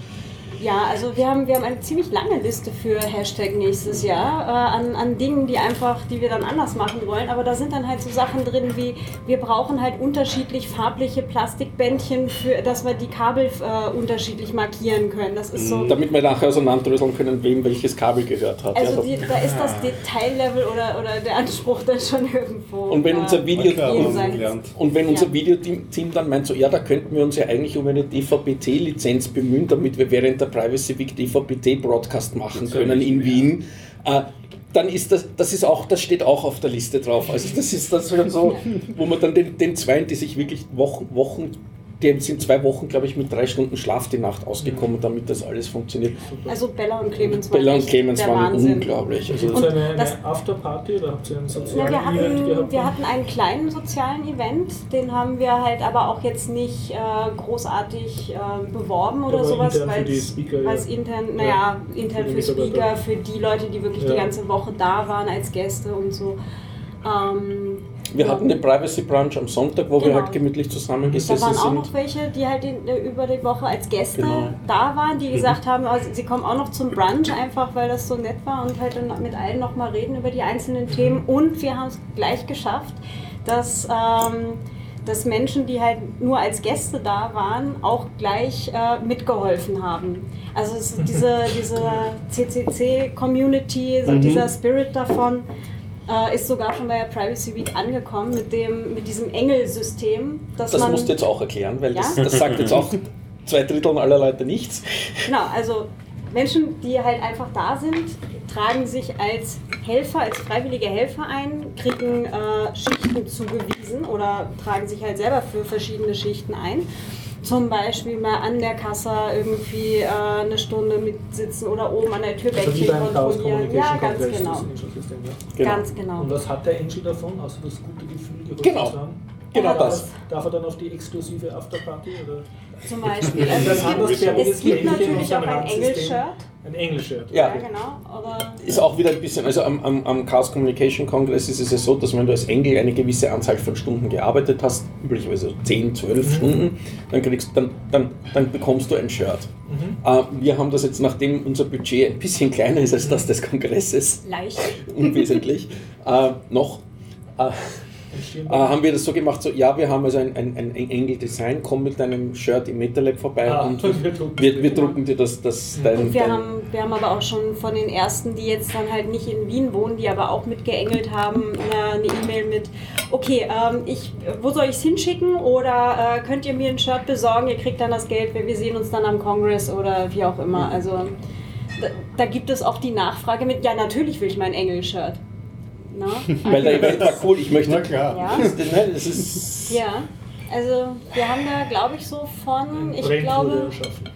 Ja, also wir haben, wir haben eine ziemlich lange Liste für Hashtag nächstes Jahr äh, an, an Dingen, die einfach, die wir dann anders machen wollen, aber da sind dann halt so Sachen drin wie, wir brauchen halt unterschiedlich farbliche Plastikbändchen, für, dass wir die Kabel äh, unterschiedlich markieren können. Das ist so, damit wir nachher auseinanderdröseln können, wem welches Kabel gehört hat. Also ja, die, da ist das Detaillevel oder, oder der Anspruch dann schon irgendwo. Und wenn unser Video äh, und wenn unser ja. Videoteam dann meint, so ja, da könnten wir uns ja eigentlich um eine D V B T-Lizenz bemühen, damit wir während der Privacy Week D V B T-Broadcast machen können in Wien, äh, dann ist das, das ist auch, das steht auch auf der Liste drauf. Also das ist das schon so, wo man dann den, den Zweien, die sich wirklich Wochen, Wochen die sind zwei Wochen, glaube ich, mit drei Stunden Schlaf die Nacht ausgekommen, damit das alles funktioniert. Also Bella und Clemens waren, Bella und Clemens der waren Wahnsinn. Unglaublich. Also und eine, eine Afterparty oder habt ihr einen sozialen ja, wir hatten, Event gehabt? Wir hatten einen kleinen sozialen Event, den haben wir halt aber auch jetzt nicht äh, großartig äh, beworben oder aber sowas, weil es ja. intern, naja, ja, intern für, für Speaker, für die Leute, die wirklich ja. die ganze Woche da waren als Gäste und so. Ähm, Wir hatten den Privacy Brunch am Sonntag, wo genau. wir halt gemütlich zusammengesessen sind. Da waren auch sind. noch welche, die halt in, über die Woche als Gäste genau. da waren, die gesagt mhm. haben, also sie kommen auch noch zum Brunch, einfach weil das so nett war und halt dann mit allen nochmal reden über die einzelnen Themen. Und wir haben es gleich geschafft, dass, ähm, dass Menschen, die halt nur als Gäste da waren, auch gleich äh, mitgeholfen haben. Also es ist diese, diese C C C-Community, so mhm. dieser Spirit davon, Uh, ist sogar schon bei der Privacy Week angekommen mit, dem, mit diesem Engel-System. Das man, musst du jetzt auch erklären, weil ja? das, das sagt jetzt auch zwei Drittel aller Leute nichts. Genau, also Menschen, die halt einfach da sind, tragen sich als Helfer, als freiwillige Helfer ein, kriegen äh, Schichten zugewiesen oder tragen sich halt selber für verschiedene Schichten ein. Zum Beispiel mal an der Kasse irgendwie äh, eine Stunde mitsitzen oder oben an der Tür Bändchen kontrollieren. Ja, ganz genau. genau. Ganz genau. Und was hat der Angel davon, außer das gute Gefühl, gerückt genau. zu haben? Genau darf, das. Darf er dann auf die exklusive Afterparty? Oder? Zum Beispiel. Also es gibt, es gibt natürlich auch ein Engel-Shirt. Ein Engel-Shirt. Ja, ja, genau. Aber ist auch wieder ein bisschen, also am, am, am Chaos Communication Congress ist es ja so, dass wenn du als Engel eine gewisse Anzahl von Stunden gearbeitet hast, üblicherweise zehn, zwölf mhm. Stunden, dann, kriegst, dann, dann, dann bekommst du ein Shirt. Mhm. Uh, wir haben das jetzt, nachdem unser Budget ein bisschen kleiner ist als das des Kongresses, leicht, unwesentlich, uh, noch, uh, Uh, haben wir das so gemacht, so ja, wir haben also ein, ein, ein Engel-Design, komm mit deinem Shirt im MetaLab vorbei ah, und wir drucken, wir, wir drucken dir das, das dein, und wir, dein haben, wir haben aber auch schon von den ersten, die jetzt dann halt nicht in Wien wohnen, die aber auch mitgeengelt haben, eine E-Mail mit, okay, ähm, ich, wo soll ich es hinschicken oder äh, könnt ihr mir ein Shirt besorgen, ihr kriegt dann das Geld, wir sehen uns dann am Kongress oder wie auch immer. Also da, da gibt es auch die Nachfrage mit, ja natürlich will ich mein Engel-Shirt. No? Weil der Event war cool, ich möchte. Na klar. Ja, das ist ja. Also wir haben da, glaube ich, so von, ich glaube,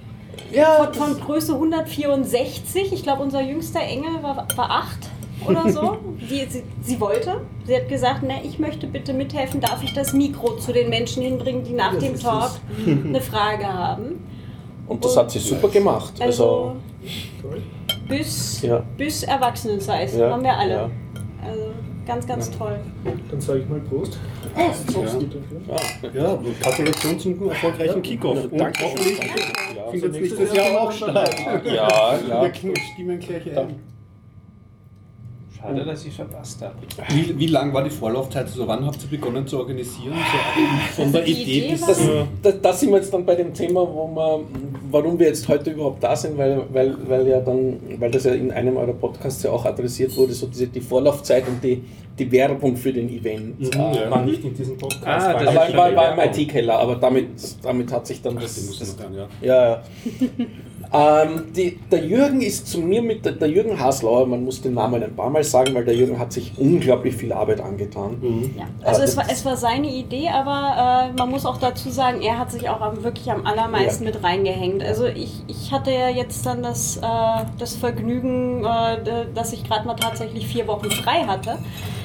ja, von, von Größe hundertvierundsechzig, ich glaube unser jüngster Engel war, war acht oder so. Die, sie, sie wollte, sie hat gesagt, ne, ich möchte bitte mithelfen, darf ich das Mikro zu den Menschen hinbringen, die nach ja, dem Talk eine Frage haben. Und das Und, hat sie super gemacht. Also, also bis, ja. bis Erwachsenen-Size ja. haben wir alle. Ja. Also ganz, ganz ja. toll. Dann sage ich mal Prost. Prost. Ja, ja, Gratulation zum erfolgreichen ja. Kickoff. Und danke. Hoffentlich ja. findet also nächstes Jahr auch statt. Ja, ja. Wir stimmen gleich ein. Schade, dass ich verpasst habe. Wie, wie lang war die Vorlaufzeit? Also wann habt ihr begonnen zu organisieren? So von der also Idee, Idee bis... Das, das, das sind wir jetzt dann bei dem Thema, wo wir, warum wir jetzt heute überhaupt da sind, weil, weil, weil, ja dann, weil das ja in einem eurer Podcasts ja auch adressiert wurde, so diese, die Vorlaufzeit und die, die Werbung für den Event. Mhm, äh, ja. War nicht in diesem Podcast. Ah, das war, war, war im I T-Keller, aber damit, damit hat sich dann Ach, das... das dann, ja. ja, Ähm, die, der Jürgen ist zu mir mit, der, der Jürgen Haslauer, man muss den Namen ein paar Mal sagen, weil der Jürgen hat sich unglaublich viel Arbeit angetan. Mhm. Ja. Also äh, es, war, es war seine Idee, aber äh, man muss auch dazu sagen, er hat sich auch am, wirklich am allermeisten ja. mit reingehängt. Also ich, ich hatte ja jetzt dann das, äh, das Vergnügen, äh, dass ich gerade mal tatsächlich vier Wochen frei hatte.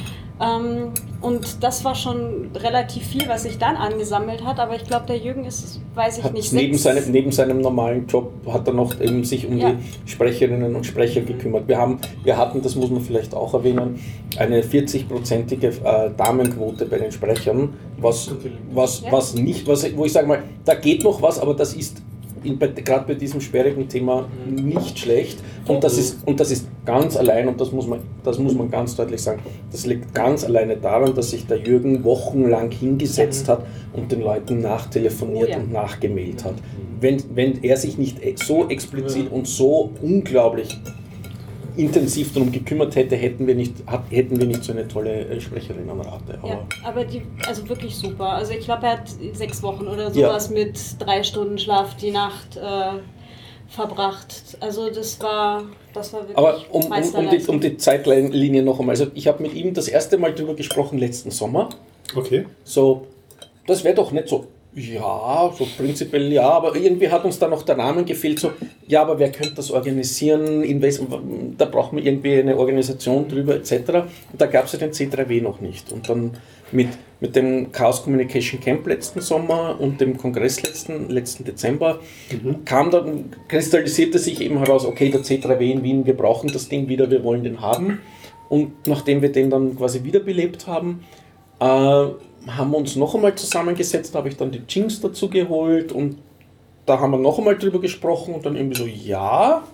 Ähm, und das war schon relativ viel, was sich dann angesammelt hat, aber ich glaube, der Jürgen ist, weiß ich hat nicht, neben seinem, neben seinem normalen Job hat er noch eben sich um ja. die Sprecherinnen und Sprecher gekümmert. Wir haben, wir hatten, das muss man vielleicht auch erwähnen, eine vierzig-prozentige äh, Damenquote bei den Sprechern, was, was, ja. was nicht, was, wo ich sage mal, da geht noch was, aber das ist gerade bei diesem sperrigen Thema nicht schlecht und das ist, und das ist ganz allein, und das muss man, das muss man ganz deutlich sagen, das liegt ganz alleine daran, dass sich der Jürgen wochenlang hingesetzt hat und den Leuten nachtelefoniert oh ja. und nachgemailt hat. Wenn, wenn er sich nicht so explizit und so unglaublich intensiv darum gekümmert hätte, hätten wir nicht, hätten wir nicht so eine tolle Sprecherinnenrate. Aber, ja, aber die, also wirklich super. Also ich glaube, er hat sechs Wochen oder sowas ja. mit drei Stunden Schlaf die Nacht äh, verbracht. Also das war, das war wirklich Aber um, um, um, die, um die Zeitlinie noch einmal. Also ich habe mit ihm das erste Mal darüber gesprochen letzten Sommer. Okay. So, das wäre doch nicht so. Ja, so prinzipiell ja, aber irgendwie hat uns da noch der Name gefehlt, so, ja, aber wer könnte das organisieren, in welchem, da brauchen wir irgendwie eine Organisation drüber, et cetera. Und da gab es ja den C drei W noch nicht. Und dann mit, mit dem Chaos Communication Camp letzten Sommer und dem Kongress letzten, letzten Dezember mhm. kam dann, kristallisierte sich eben heraus, okay, der C drei W in Wien, wir brauchen das Ding wieder, wir wollen den haben. Und nachdem wir den dann quasi wiederbelebt haben, äh, haben wir uns noch einmal zusammengesetzt, da habe ich dann die Jinx dazu geholt und da haben wir noch einmal drüber gesprochen und dann irgendwie so, ja.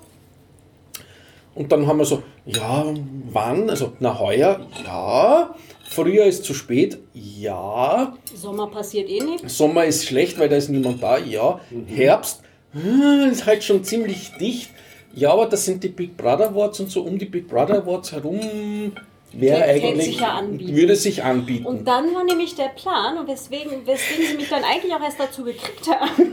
Und dann haben wir so, ja, wann? Also, na heuer? Ja. Frühjahr ist zu spät? Ja. Sommer passiert eh nicht. Sommer ist schlecht, weil da ist niemand da? Ja. Mhm. Herbst? Hm, ist halt schon ziemlich dicht. Ja, aber das sind die Big Brother Awards und so um die Big Brother Awards herum wäre eigentlich, sich ja anbieten. würde sich anbieten. Und dann war nämlich der Plan, und weswegen, weswegen sie mich dann eigentlich auch erst dazu gekriegt haben,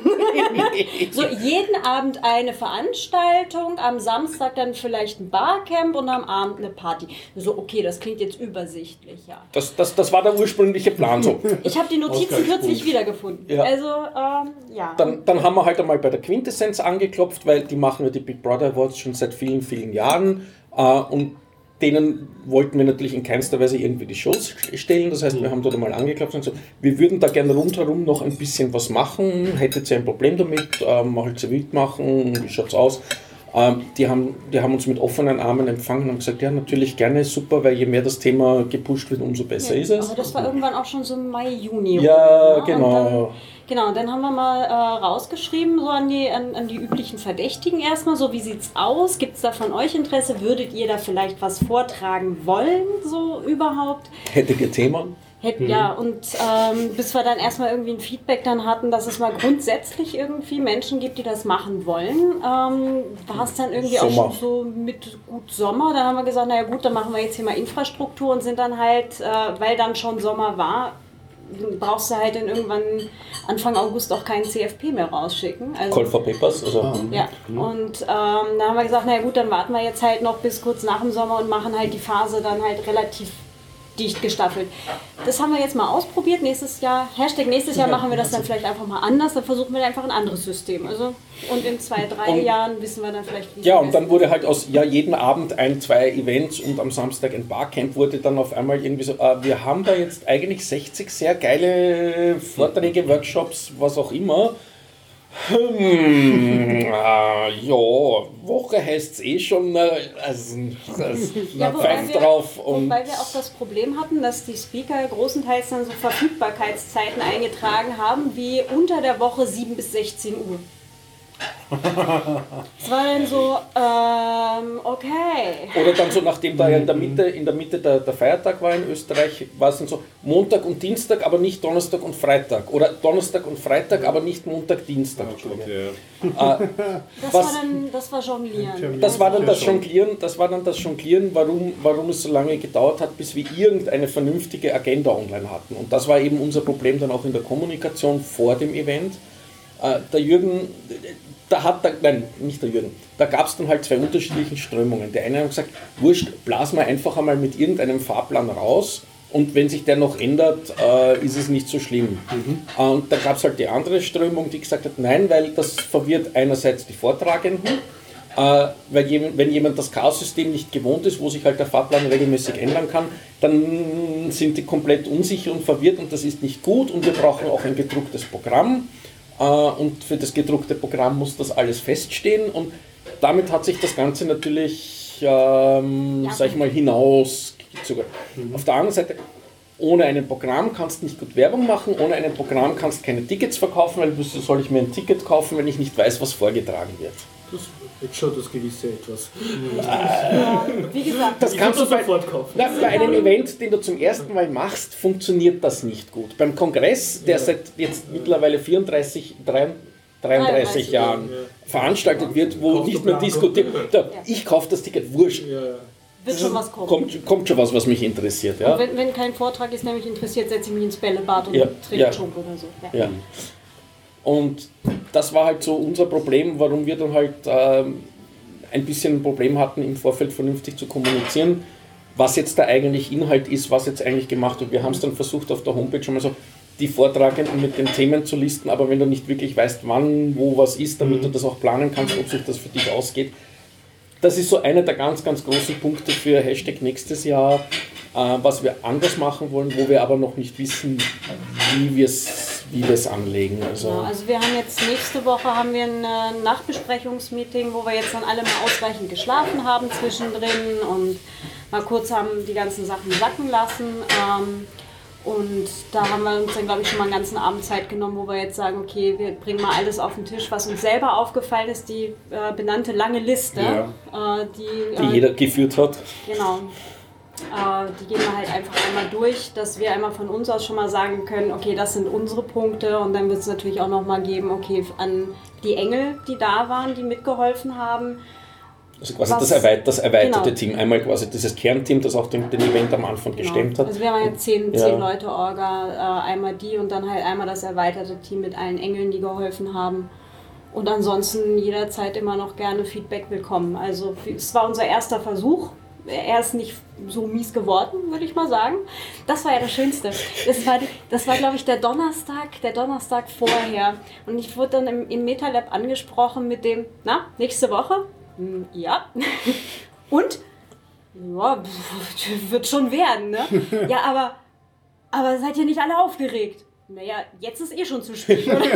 so jeden Abend eine Veranstaltung, am Samstag dann vielleicht ein Barcamp und am Abend eine Party. So, okay, das klingt jetzt übersichtlich, ja. Das, das, das war der ursprüngliche Plan so. Ich habe die Notizen kürzlich wiedergefunden. Ja. Also, ähm, ja. Dann, dann haben wir halt einmal bei der Quintessenz angeklopft, weil die machen ja die Big Brother Awards schon seit vielen, vielen Jahren äh, und denen wollten wir natürlich in keinster Weise irgendwie die Shows stellen. Das heißt, wir haben dort einmal angeklopft und gesagt, wir würden da gerne rundherum noch ein bisschen was machen. Hättet ihr ein Problem damit? Ähm, halt sie mitmachen. Wie schaut's aus? Ähm, die, haben, die haben uns mit offenen Armen empfangen und haben gesagt, ja, natürlich gerne, super, weil je mehr das Thema gepusht wird, umso besser ja, ist es. Aber das war irgendwann auch schon so Mai, Juni. Ja, oder? Genau. Dann, genau, dann haben wir mal äh, rausgeschrieben, so an die, an, an die üblichen Verdächtigen erstmal, so wie sieht's aus? Gibt es da von euch Interesse? Würdet ihr da vielleicht was vortragen wollen, so überhaupt? Hättet ihr Themen? Hätt, mhm. Ja, und ähm, bis wir dann erstmal irgendwie ein Feedback dann hatten, dass es mal grundsätzlich irgendwie Menschen gibt, die das machen wollen, ähm, war es dann irgendwie Sommer. Auch schon so mit gut Sommer. Dann haben wir gesagt, naja gut, dann machen wir jetzt hier mal Infrastruktur und sind dann halt, äh, weil dann schon Sommer war, brauchst du halt dann irgendwann Anfang August auch keinen C F P mehr rausschicken. Also, Call for Papers? Also. Ja, und ähm, da haben wir gesagt, naja gut, dann warten wir jetzt halt noch bis kurz nach dem Sommer und machen halt die Phase dann halt relativ dicht gestaffelt. Das haben wir jetzt mal ausprobiert. Nächstes Jahr, Hashtag nächstes Jahr machen wir das dann vielleicht einfach mal anders. Dann versuchen wir einfach ein anderes System. Also, und in zwei, drei und, Jahren wissen wir dann vielleicht, wie ja, und dann wurde halt aus ja, jeden Abend ein, zwei Events und am Samstag ein Barcamp wurde dann auf einmal irgendwie so, äh, wir haben da jetzt eigentlich sechzig sehr geile Vorträge, Workshops, was auch immer. Hm, äh, ja, Woche heißt es eh schon, äh, also, also ja, pfeift drauf. Und wobei wir auch das Problem hatten, dass die Speaker großenteils dann so Verfügbarkeitszeiten eingetragen haben, wie unter der Woche sieben bis sechzehn Uhr. Es war dann so, ähm, okay. Oder dann so, nachdem da ja in der Mitte, in der, Mitte der, der Feiertag war in Österreich, war es dann so Montag und Dienstag, aber nicht Donnerstag und Freitag. Oder Donnerstag und Freitag, aber nicht Montag, Dienstag. Okay. Äh, das, was, war dann, das war Jonglieren. Das war dann das Jonglieren, das war dann das Jonglieren, warum, warum es so lange gedauert hat, bis wir irgendeine vernünftige Agenda online hatten. Und das war eben unser Problem dann auch in der Kommunikation vor dem Event. Äh, der Jürgen, da hat der, nein, nicht der Jürgen, da gab es dann halt zwei unterschiedliche Strömungen. Der eine hat gesagt, wurscht, blasen wir einfach einmal mit irgendeinem Fahrplan raus und wenn sich der noch ändert, äh, ist es nicht so schlimm. Mhm. Und da gab es halt die andere Strömung, die gesagt hat, nein, weil das verwirrt einerseits die Vortragenden Äh, weil jemand, wenn jemand das Chaos-System nicht gewohnt ist, wo sich halt der Fahrplan regelmäßig ändern kann, dann sind die komplett unsicher und verwirrt und das ist nicht gut und wir brauchen auch ein gedrucktes Programm äh, und für das gedruckte Programm muss das alles feststehen und damit hat sich das Ganze natürlich, ähm, ja. sag ich mal, hinausgezögert. Mhm. Auf der anderen Seite, ohne ein Programm kannst du nicht gut Werbung machen, ohne ein Programm kannst du keine Tickets verkaufen, weil wieso soll ich mir ein Ticket kaufen, wenn ich nicht weiß, was vorgetragen wird. Das jetzt schon das gewisse Etwas. Ja, wie gesagt, das kannst du bei, na, bei einem Event, den du zum ersten Mal machst, funktioniert das nicht gut. Beim Kongress, der ja. seit jetzt mittlerweile vierunddreißig, dreiunddreißig Jahren ja. veranstaltet wird, wo Kauf nicht mehr diskutiert wird, ja. ich kaufe das Ticket, wurscht. Ja. Wird schon was kommen. Kommt, kommt schon was, was mich interessiert. Ja. Und wenn, wenn kein Vortrag ist, nämlich interessiert, setze ich mich ins Bällebad und ja. trinke ja. Schunk oder so. Ja. Ja. Und das war halt so unser Problem, warum wir dann halt ähm, ein bisschen ein Problem hatten, im Vorfeld vernünftig zu kommunizieren, was jetzt der eigentliche Inhalt ist, was jetzt eigentlich gemacht wird. Wir haben es dann versucht auf der Homepage schon mal so die Vortragenden mit den Themen zu listen, aber wenn du nicht wirklich weißt, wann, wo was ist, damit du das auch planen kannst, ob sich das für dich ausgeht. Das ist so einer der ganz, ganz großen Punkte für Hashtag nächstes Jahr, äh, was wir anders machen wollen, wo wir aber noch nicht wissen, wie wir es wie wir es anlegen. Also. Ja, also wir haben jetzt nächste Woche haben wir ein äh, Nachbesprechungsmeeting, wo wir jetzt dann alle mal ausreichend geschlafen haben zwischendrin und mal kurz haben die ganzen Sachen sacken lassen. Ähm, und da haben wir uns dann, glaube ich, schon mal einen ganzen Abend Zeit genommen, wo wir jetzt sagen, okay, wir bringen mal alles auf den Tisch, was uns selber aufgefallen ist, die äh, benannte lange Liste, ja. äh, die, die äh, jeder geführt hat. Genau. Äh, die gehen wir halt einfach einmal durch, dass wir einmal von uns aus schon mal sagen können, okay, das sind unsere Punkte und dann wird es natürlich auch nochmal geben, okay, an die Engel, die da waren, die mitgeholfen haben. Also quasi was, das, erweit- das erweiterte genau. Team, einmal quasi dieses Kernteam, das auch den, den Event am Anfang genau. gestemmt hat. Also wir haben jetzt zehn, ja. zehn Leute Orga, äh, einmal die und dann halt einmal das erweiterte Team mit allen Engeln, die geholfen haben. Und ansonsten jederzeit immer noch gerne Feedback willkommen. Also es war unser erster Versuch. Er ist nicht so mies geworden, würde ich mal sagen. Das war ja das Schönste. Das war, das war glaube ich, der Donnerstag, der Donnerstag vorher. Und ich wurde dann im, im MetaLab angesprochen mit dem, na, nächste Woche? Hm, ja. Und? Ja, wird schon werden, ne? Ja, aber, aber seid ihr nicht alle aufgeregt? Naja, jetzt ist eh schon zu spät, oder?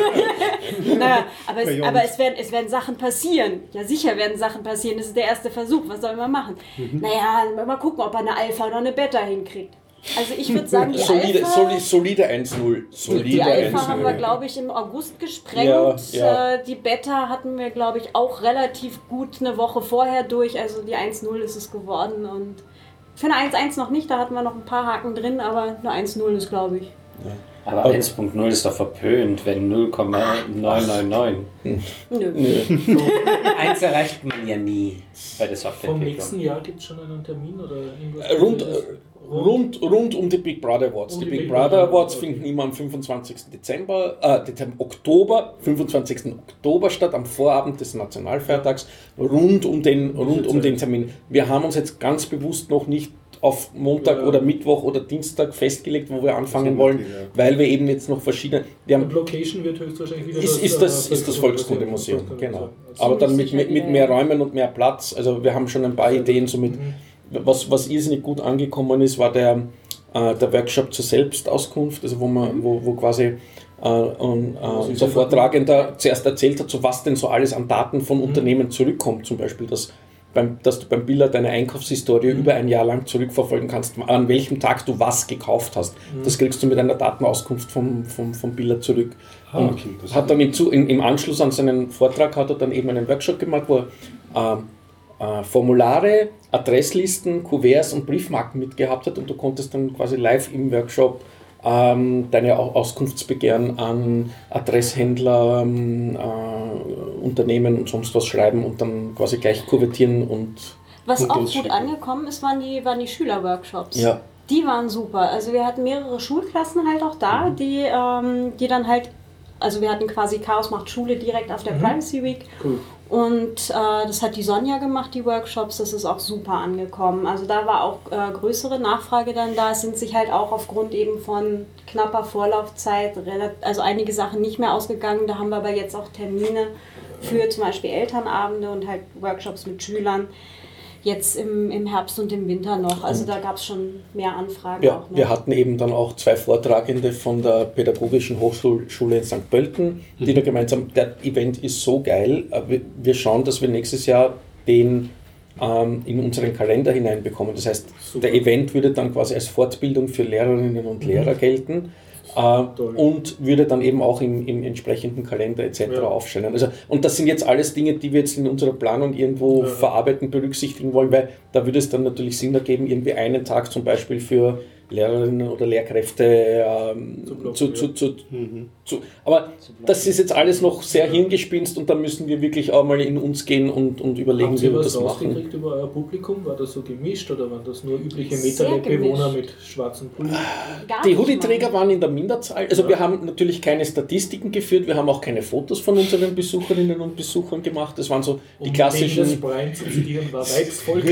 naja, aber, es, aber es, werden, es werden Sachen passieren. Ja, sicher werden Sachen passieren. Das ist der erste Versuch. Was sollen wir machen? Mhm. Naja, mal gucken, ob er eine Alpha oder eine Beta hinkriegt. Also ich würde sagen, die solide, Alpha... Solide, solide eins null. Solide die Alpha eins null. haben wir, glaube ich, im August gesprengt. Ja, ja. Die Beta hatten wir, glaube ich, auch relativ gut eine Woche vorher durch. Also die eins null ist es geworden. Und für eine eins eins noch nicht, da hatten wir noch ein paar Haken drin, aber eine eins null ist, glaube ich. Ja. Aber eins Punkt null ist doch verpönt, wenn null Komma neun neun neun. Nö. Nö. eins erreicht man ja nie bei der Softwareentwicklung. Vom nächsten Jahr gibt es schon einen Termin? Oder irgendwas? Rund, rund, rund um die Big Brother Awards. Um die, die Big, Big Brother, Brother Awards okay. finden immer am fünfundzwanzigsten Dezember, äh, Dezember, Oktober, fünfundzwanzigsten Oktober statt, am Vorabend des Nationalfeiertags, rund um den, rund um den Termin. Wir haben uns jetzt ganz bewusst noch nicht auf Montag ja. oder Mittwoch oder Dienstag festgelegt, wo wir anfangen wollen, ja. weil wir eben jetzt noch verschiedene... Wir haben, und Location wird höchstwahrscheinlich wieder ist, das... Ist das, ist das Volkskundemuseum, genau. Aber dann mit, mit, mit mehr Räumen und mehr Platz. Also wir haben schon ein paar Ideen, so mit, mhm. was, was irrsinnig gut angekommen ist, war der, äh, der Workshop zur Selbstauskunft, also wo, man, wo, wo quasi äh, und, äh, unser Vortragender zuerst erzählt hat, so was denn so alles an Daten von mhm. Unternehmen zurückkommt, zum Beispiel das Beim, dass du beim Biller deine Einkaufshistorie mhm. über ein Jahr lang zurückverfolgen kannst, an welchem Tag du was gekauft hast. Mhm. Das kriegst du mit einer Datenauskunft vom, vom, vom Biller zurück. Ah, okay. Und hat dann im, im, im Anschluss an seinen Vortrag hat er dann eben einen Workshop gemacht, wo er äh, äh, Formulare, Adresslisten, Kuverts und Briefmarken mitgehabt hat und du konntest dann quasi live im Workshop ähm, deine Auskunftsbegehren an Adresshändler, ähm, äh, Unternehmen und sonst was schreiben und dann quasi gleich kuvertieren und... Was und auch gut schicken. Angekommen ist, waren die, waren die Schülerworkshops. Ja. Die waren super. Also wir hatten mehrere Schulklassen halt auch da, mhm. die, ähm, die dann halt, also wir hatten quasi Chaos macht Schule direkt auf der mhm. Privacy Week. Cool. Und äh, das hat die Sonja gemacht, die Workshops, das ist auch super angekommen. Also da war auch äh, größere Nachfrage dann da. Es sind sich halt auch aufgrund eben von knapper Vorlaufzeit, also einige Sachen nicht mehr ausgegangen. Da haben wir aber jetzt auch Termine für zum Beispiel Elternabende und halt Workshops mit Schülern. Jetzt im, im Herbst und im Winter noch. Also da gab es schon mehr Anfragen. Ja, auch noch. Wir hatten eben dann auch zwei Vortragende von der Pädagogischen Hochschule in Sankt Pölten, die mhm. da gemeinsam, der Event ist so geil, wir schauen, dass wir nächstes Jahr den ähm, in unseren Kalender hineinbekommen. Das heißt, Super. Der Event würde dann quasi als Fortbildung für Lehrerinnen und Lehrer mhm. gelten. Uh, und würde dann eben auch im, im entsprechenden Kalender et cetera ja. aufstellen. Also, und das sind jetzt alles Dinge, die wir jetzt in unserer Planung irgendwo ja. verarbeiten, berücksichtigen wollen, weil da würde es dann natürlich Sinn ergeben, irgendwie einen Tag zum Beispiel für Lehrerinnen oder Lehrkräfte ähm, zu, blocken, zu, ja. zu, zu, mhm. zu. Aber das ist jetzt alles noch sehr ja. hirngespinst und da müssen wir wirklich auch mal in uns gehen und, und überlegen, wie wir das machen. Habt ihr was rausgekriegt über euer Publikum? War das so gemischt oder waren das nur übliche Metalab-Bewohner mit schwarzen Pulli? Die Hoodie-Träger waren in der Minderzahl. Also ja. wir haben natürlich keine Statistiken geführt, wir haben auch keine Fotos von unseren Besucherinnen und Besuchern gemacht. Das waren so die um klassischen... Das Brian zu zitieren, war Weibsvolk.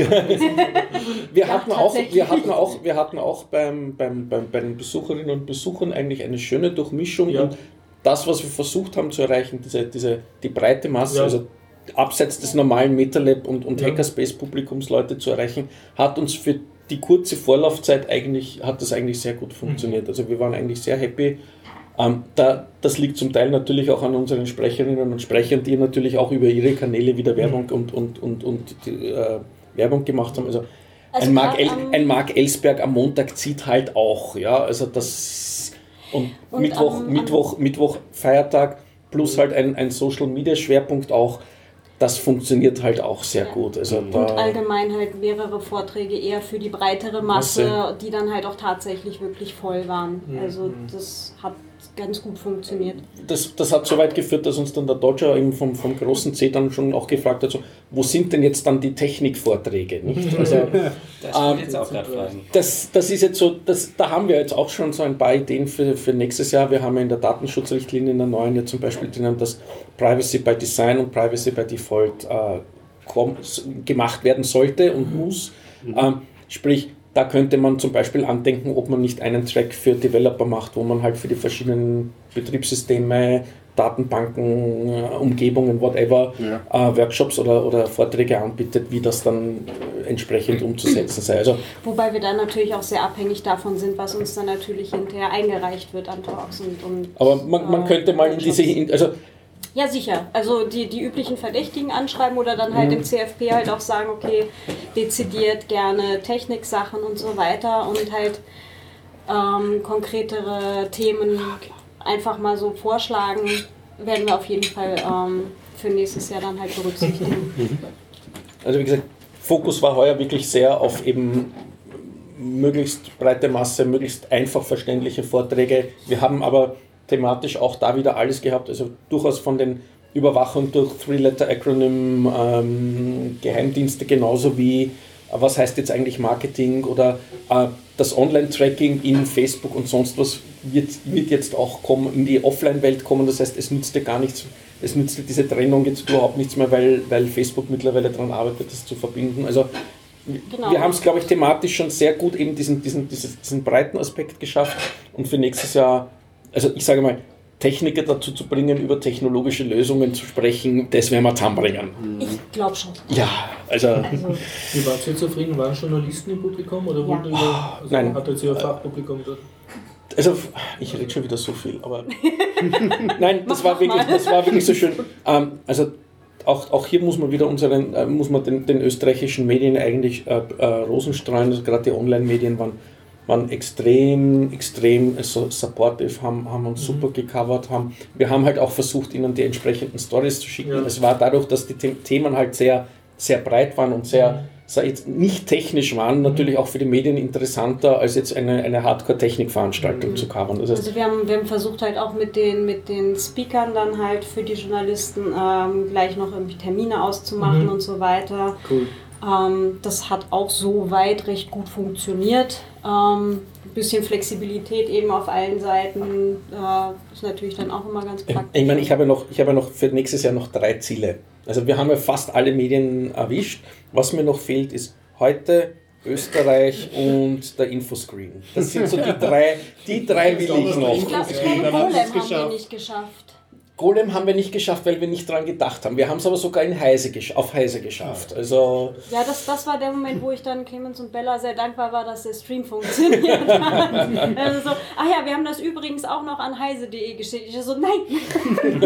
wir, hatten auch, wir hatten auch, wir hatten auch bei Beim, beim, bei den Besucherinnen und Besuchern eigentlich eine schöne Durchmischung ja. und das, was wir versucht haben zu erreichen, diese, diese, die breite Masse, ja. also abseits des normalen MetaLab und, und ja. Hackerspace-Publikums Leute zu erreichen, hat uns für die kurze Vorlaufzeit eigentlich, hat das eigentlich sehr gut funktioniert. Also wir waren eigentlich sehr happy. Ähm, da, das liegt zum Teil natürlich auch an unseren Sprecherinnen und Sprechern, die natürlich auch über ihre Kanäle wieder Werbung mhm. und, und, und, und die, äh, Werbung gemacht haben. Also Also ein, Mark El, ein Mark Ellsberg am Montag zieht halt auch, ja, also das und, und Mittwoch, um, Mittwoch, um, Mittwoch Feiertag plus halt ein, ein Social Media Schwerpunkt auch, das funktioniert halt auch sehr ja. gut. Also und da allgemein halt mehrere Vorträge eher für die breitere Masse, Masse, die dann halt auch tatsächlich wirklich voll waren. Mhm. Also das hat ganz gut funktioniert. Das, das hat so weit geführt, dass uns dann der Dodger eben vom, vom großen C dann schon auch gefragt hat, so, wo sind denn jetzt dann die Technikvorträge? Nicht? Also, das ähm, jetzt auch gerade fragen. Das, das ist jetzt so, das, da haben wir jetzt auch schon so ein paar Ideen für, für nächstes Jahr. Wir haben ja in der Datenschutzrichtlinie in der neuen ja zum Beispiel drinnen, dass Privacy by Design und Privacy by Default äh, kom- gemacht werden sollte und muss. Mhm. Ähm, sprich, da könnte man zum Beispiel andenken, ob man nicht einen Track für Developer macht, wo man halt für die verschiedenen Betriebssysteme, Datenbanken, Umgebungen, whatever, ja. äh, Workshops oder, oder Vorträge anbietet, wie das dann entsprechend umzusetzen sei. Also, wobei wir dann natürlich auch sehr abhängig davon sind, was uns dann natürlich hinterher eingereicht wird an Talks. Und, und, aber man, man könnte mal in diese... Also, ja, sicher. Also die, die üblichen Verdächtigen anschreiben oder dann halt mhm. im C F P halt auch sagen, okay, dezidiert gerne Techniksachen und so weiter und halt ähm, konkretere Themen einfach mal so vorschlagen, werden wir auf jeden Fall ähm, für nächstes Jahr dann halt berücksichtigen. Also wie gesagt, Fokus war heuer wirklich sehr auf eben möglichst breite Masse, möglichst einfach verständliche Vorträge. Wir haben aber thematisch auch da wieder alles gehabt, also durchaus von den Überwachung durch Three-Letter-Acronym, ähm, Geheimdienste genauso wie, äh, was heißt jetzt eigentlich Marketing oder äh, das Online-Tracking in Facebook und sonst was wird, wird jetzt auch kommen, in die Offline-Welt kommen, das heißt, es nützt ja gar nichts, es nützt diese Trennung jetzt überhaupt nichts mehr, weil, weil Facebook mittlerweile daran arbeitet, das zu verbinden, also genau. Wir haben es, glaube ich, thematisch schon sehr gut eben diesen, diesen, diesen, diesen breiten Aspekt geschafft und für nächstes Jahr, also ich sage mal, Techniker dazu zu bringen, über technologische Lösungen zu sprechen, das werden wir zusammenbringen. Ich glaube schon. Ja, also... also wie wart ihr zufrieden? Waren Journalisten im Publikum oder ja. ihr, also Nein. Hat jetzt Ihr Fachpublikum dort? Also, ich rede schon wieder so viel, aber... Nein, das war, wirklich, das war wirklich so schön. Ähm, also, auch, auch hier muss man wieder unseren, äh, muss man den, den österreichischen Medien eigentlich äh, äh, Rosen streuen, also gerade die Online-Medien waren waren extrem, extrem also supportive, haben, haben uns super gecovert, haben, wir haben halt auch versucht, ihnen die entsprechenden Stories zu schicken. Ja. Es war dadurch, dass die Themen halt sehr, sehr breit waren und sehr, sehr jetzt nicht technisch waren, natürlich auch für die Medien interessanter, als jetzt eine, eine Hardcore-Technik-Veranstaltung mhm. zu covern. Das heißt, also wir haben, wir haben versucht halt auch mit den, mit den Speakern dann halt für die Journalisten ähm, gleich noch irgendwie Termine auszumachen mhm. und so weiter. Cool. Ähm, das hat auch so weit recht gut funktioniert. Ähm, ein bisschen Flexibilität eben auf allen Seiten äh, ist natürlich dann auch immer ganz praktisch. Ich meine, ich habe noch, ich habe noch für nächstes Jahr noch drei Ziele. Also wir haben ja fast alle Medien erwischt. Was mir noch fehlt, ist heute Österreich und der Infoscreen. Das sind so die drei, die drei will ich noch. Ich glaube, Golem haben wir nicht geschafft. Golem haben wir nicht geschafft, weil wir nicht dran gedacht haben. Wir haben es aber sogar in Heise gesch- auf Heise geschafft. Also ja, das, das war der Moment, wo ich dann Clemens und Bella sehr dankbar war, dass der Stream funktioniert hat. Also so, ach ja, wir haben das übrigens auch noch an heise punkt de geschickt. Ich so, nein!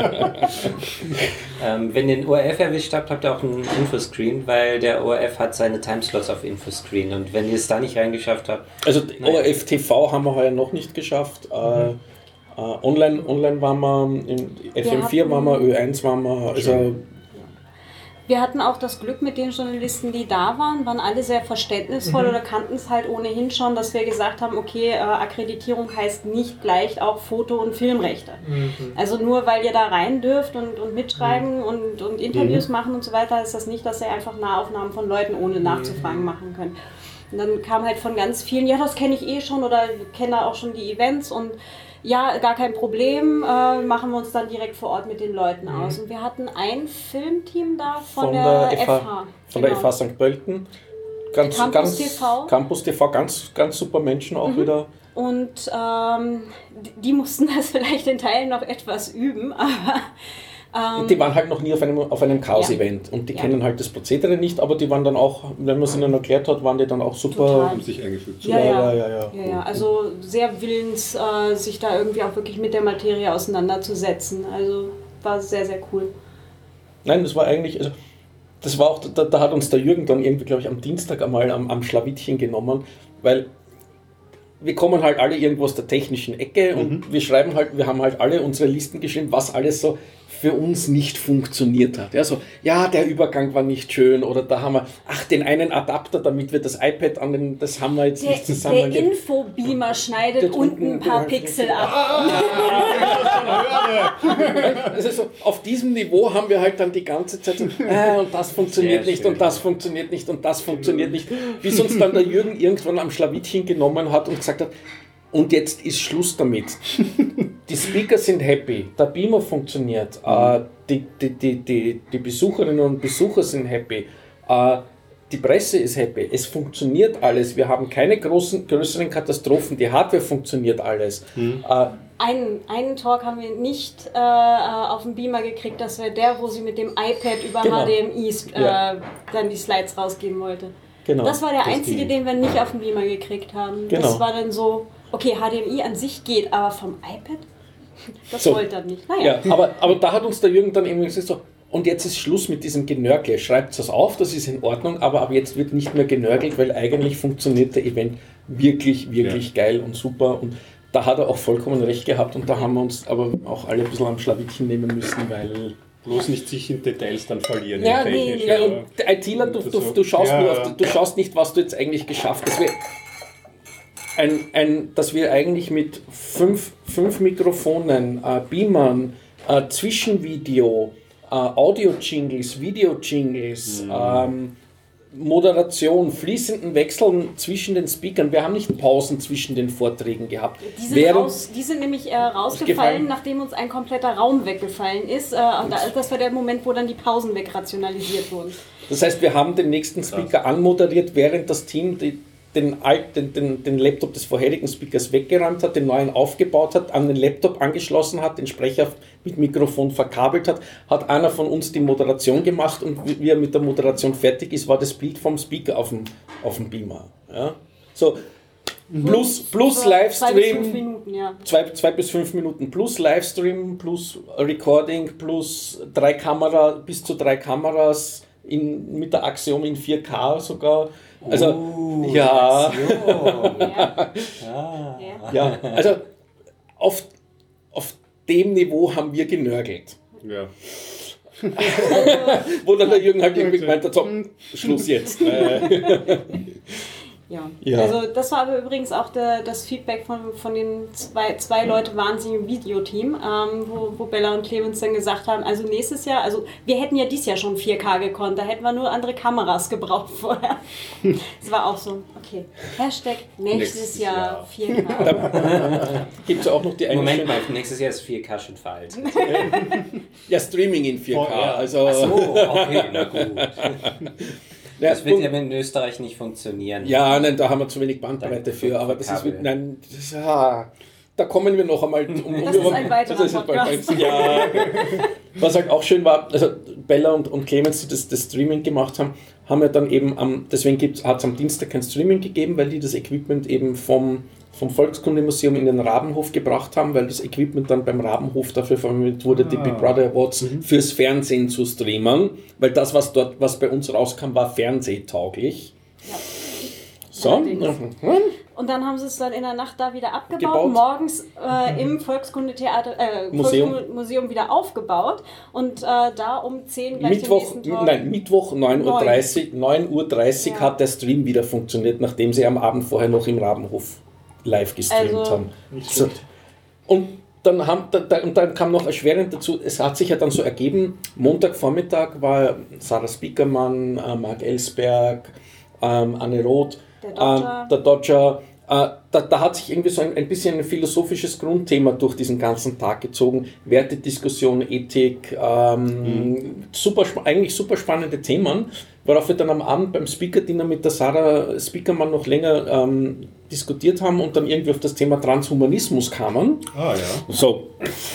ähm, wenn ihr den O R F erwischt habt, habt ihr auch einen Infoscreen, weil der O R F hat seine Timeslots auf Infoscreen und wenn ihr es da nicht reingeschafft habt... Also O R F T V haben wir heuer noch nicht geschafft. Mhm. Äh, Uh, online, online waren wir, in F M vier waren wir, Ö eins waren wir, also... Wir hatten auch das Glück mit den Journalisten, die da waren, waren alle sehr verständnisvoll mhm. oder kannten es halt ohnehin schon, dass wir gesagt haben, okay, äh, Akkreditierung heißt nicht gleich auch Foto- und Filmrechte. Mhm. Also nur weil ihr da rein dürft und, und mitschreiben mhm. und, und Interviews mhm. machen und so weiter, ist das nicht, dass ihr einfach Nahaufnahmen von Leuten ohne nachzufragen machen könnt. Und dann kam halt von ganz vielen, ja, das kenne ich eh schon oder kenne auch schon die Events und ja, gar kein Problem, äh, machen wir uns dann direkt vor Ort mit den Leuten mhm. aus. Und wir hatten ein Filmteam da von, von der, der F H. Von genau. der F H Sankt Pölten. Ganz, Campus ganz, T V. Campus T V, ganz, ganz super Menschen auch mhm. wieder. Und ähm, die, die mussten das vielleicht in Teilen noch etwas üben, aber... Ähm, die waren halt noch nie auf einem, auf einem Chaos-Event ja. und die ja. kennen halt das Prozedere nicht, aber die waren dann auch, wenn man es ihnen erklärt hat, waren die dann auch super... Total. Haben sich eingefügt. Ja, ja, ja. ja, ja. ja, ja. Also sehr willens, äh, sich da irgendwie auch wirklich mit der Materie auseinanderzusetzen. Also war sehr, sehr cool. Nein, das war eigentlich... Also, das war auch, da, da hat uns der Jürgen dann irgendwie, glaube ich, am Dienstag einmal am, am Schlawittchen genommen, weil wir kommen halt alle irgendwo aus der technischen Ecke und mhm. wir schreiben halt, wir haben halt alle unsere Listen geschrieben, was alles so für uns nicht funktioniert hat. Ja, so, ja, der Übergang war nicht schön oder da haben wir, ach, den einen Adapter, damit wir das iPad an den, das haben wir jetzt der, nicht zusammen. Der Infobeamer schneidet unten ein paar Pixel ab. Also so, auf diesem Niveau haben wir halt dann die ganze Zeit so, äh, und das funktioniert Sehr nicht schön. und das funktioniert nicht und das funktioniert nicht, bis uns dann der Jürgen irgendwann am Schlawittchen genommen hat und gesagt hat, und jetzt ist Schluss damit. Die Speaker sind happy, der Beamer funktioniert, mhm. äh, die, die, die, die, die Besucherinnen und Besucher sind happy, äh, die Presse ist happy, es funktioniert alles, wir haben keine großen, größeren Katastrophen, die Hardware funktioniert alles. Mhm. Äh, Einen, einen Talk haben wir nicht äh, auf dem Beamer gekriegt, das wäre der, wo sie mit dem iPad über genau. H D M I äh, ja. dann die Slides rausgeben wollte. Genau. Das war der das einzige, ging. den wir nicht auf dem Beamer gekriegt haben. Genau. Das war dann so... Okay, H D M I an sich geht, aber vom iPad? Das so. wollte er nicht. Naja. Ja, aber, aber da hat uns der Jürgen dann irgendwie gesagt, so, und jetzt ist Schluss mit diesem Genörgle. Schreibt das auf, das ist in Ordnung, aber ab jetzt wird nicht mehr genörgelt, weil eigentlich funktioniert der Event wirklich, wirklich ja. geil und super. Und da hat er auch vollkommen recht gehabt und da haben wir uns aber auch alle ein bisschen am Schlawittchen nehmen müssen, weil... Bloß nicht sich in Details dann verlieren. Ja, nee, ja, und der ITler, du, du, du, schaust ja, nur auf, du schaust nicht, was du jetzt eigentlich geschafft hast. Ein, ein, dass wir eigentlich mit fünf, fünf Mikrofonen, äh, Beamern, äh, Zwischenvideo, äh, Audio-Jingles, Video-Jingles, mhm. ähm, Moderation, fließenden Wechseln zwischen den Speakern. Wir haben nicht Pausen zwischen den Vorträgen gehabt. Die sind, raus, die sind nämlich äh, rausgefallen, nachdem uns ein kompletter Raum weggefallen ist. Äh, das war der Moment, wo dann die Pausen wegrationalisiert wurden. Das heißt, wir haben den nächsten Speaker anmoderiert, während das Team die Den, alten, den, den Laptop des vorherigen Speakers weggeräumt hat, den neuen aufgebaut hat, an den Laptop angeschlossen hat, den Sprecher mit Mikrofon verkabelt hat, hat einer von uns die Moderation gemacht und wie er mit der Moderation fertig ist, war das Bild vom Speaker auf dem, auf dem Beamer. Ja? So, plus, plus Livestream, zwei bis fünf Minuten, ja. zwei, zwei bis fünf Minuten, plus Livestream, plus Recording, plus drei Kamera, bis zu drei Kameras in, mit der Axiom in vier K sogar. Also, uh, ja. ja. ja. ja. Also, auf, auf dem Niveau haben wir genörgelt. Ja. Wo dann der Jürgen halt irgendwie gemeint hat, so, Schluss jetzt. Ja. ja, also das war aber übrigens auch der, das Feedback von, von den zwei, zwei Leute waren sie im Videoteam, ähm, wo, wo Bella und Clemens dann gesagt haben, also nächstes Jahr, also wir hätten ja dieses Jahr schon vier K gekonnt, da hätten wir nur andere Kameras gebraucht vorher. Das war auch so, okay, Hashtag nächstes, nächstes Jahr, Jahr vier K. Da gibt es auch noch die eine Moment mal, nächstes Jahr ist vier K schon veraltet. Ja, Streaming in vier K. Oh, ja. Also ach so, okay, na gut. Das wird ja in Österreich nicht funktionieren. Ja, nein, da haben wir zu wenig Bandbreite für, aber das ist, nein, das, ja, da kommen wir noch einmal um. Das ist ein weiterer das ist Podcast. Ja, was halt auch schön war, also Bella und, und Clemens, die das, das Streaming gemacht haben, haben ja dann eben am, deswegen hat es am Dienstag kein Streaming gegeben, weil die das Equipment eben vom, vom Volkskundemuseum in den Rabenhof gebracht haben, weil das Equipment dann beim Rabenhof dafür verwendet wurde, ah. die Big Brother Awards mhm. fürs Fernsehen zu streamen, weil das, was dort, was bei uns rauskam, war fernsehtauglich. Ja. So. Und dann haben sie es dann in der Nacht da wieder abgebaut, Gebaut. morgens äh, im Volkskundetheater, äh, Museum. Volkskundemuseum wieder aufgebaut und äh, da um zehn gleich Mittwoch, den nächsten Tag. Nein, Mittwoch neun Uhr dreißig, neun Uhr dreißig ja. hat der Stream wieder funktioniert, nachdem sie am Abend vorher noch im Rabenhof live gestreamt also, haben. So. Und dann, haben, da, da, und dann kam noch erschwerend dazu, es hat sich ja dann so ergeben, Montagvormittag war Sarah Spiekermann, äh, Marc Ellsberg, ähm, Anne Roth, der Dodger, äh, der Dodger äh, da, da hat sich irgendwie so ein, ein bisschen ein philosophisches Grundthema durch diesen ganzen Tag gezogen. Wertediskussion, Ethik, ähm, mhm. super, eigentlich super spannende Themen, worauf wir dann am Abend beim Speaker-Dinner mit der Sarah Spiekermann noch länger ähm, diskutiert haben und dann irgendwie auf das Thema Transhumanismus kamen. Ah ja. So,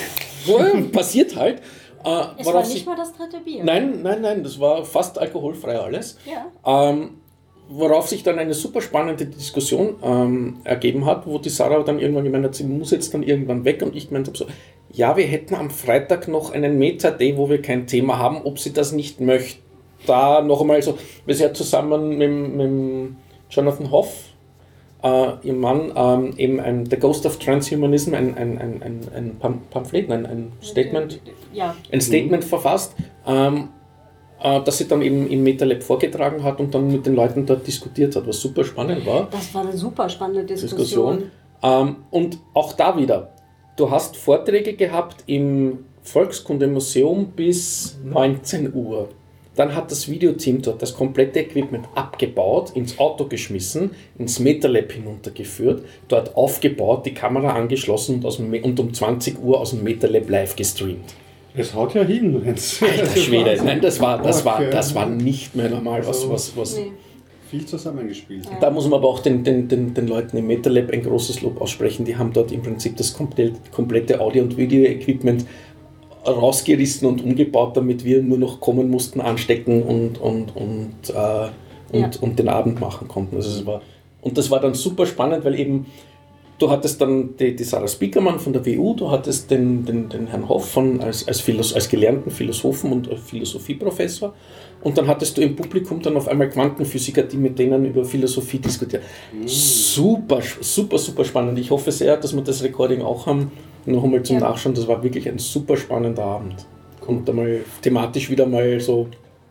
passiert halt. Äh, es war nicht mal das dritte Bier. Nein, nein, nein, das war fast alkoholfrei alles. Ja. Ähm, worauf sich dann eine super spannende Diskussion ähm, ergeben hat, wo die Sarah dann irgendwann gemeint hat, sie muss jetzt dann irgendwann weg und ich gemeint habe so, ja, wir hätten am Freitag noch einen Meta-Day, wo wir kein Thema haben, ob sie das nicht möchte. Da noch einmal so, wir sind ja zusammen mit, mit Jonathan Hoff, äh, ihr Mann, ähm, eben ein The Ghost of Transhumanism, ein, ein, ein, ein, ein Pamphlet, ein, ein Statement, ja. ein Statement mhm. verfasst, ähm, das sie dann eben im MetaLab vorgetragen hat und dann mit den Leuten dort diskutiert hat, was super spannend war. Das war eine super spannende Diskussion. Diskussion. Ähm, und auch da wieder, du hast Vorträge gehabt im Volkskundemuseum bis neunzehn Uhr. Dann hat das Videoteam dort das komplette Equipment abgebaut, ins Auto geschmissen, ins MetaLab hinuntergeführt, dort aufgebaut, die Kamera angeschlossen und, aus dem, und um zwanzig Uhr aus dem MetaLab live gestreamt. Es haut ja hin, Lenz. Alter Schwede, nein, das war, das war, das war nicht mehr normal. Was, was, was. Nee. Viel zusammengespielt. Da muss man aber auch den, den, den, den Leuten im MetaLab ein großes Lob aussprechen. Die haben dort im Prinzip das komplette Audio- und Video-Equipment rausgerissen und umgebaut, damit wir nur noch kommen mussten, anstecken und, und, und, äh, und, ja. und den Abend machen konnten. Also es war, und das war dann super spannend, weil eben du hattest dann die, die Sarah Spiekermann von der W U, du hattest den, den, den Herrn Hoff von, als, als, Philos, als gelernten Philosophen und Philosophieprofessor und dann hattest du im Publikum dann auf einmal Quantenphysiker, die mit denen über Philosophie diskutieren. Mhm. Super, super, super spannend. Ich hoffe sehr, dass wir das Recording auch haben. Noch einmal zum ja. Nachschauen, das war wirklich ein super spannender Abend. Kommt einmal thematisch wieder mal so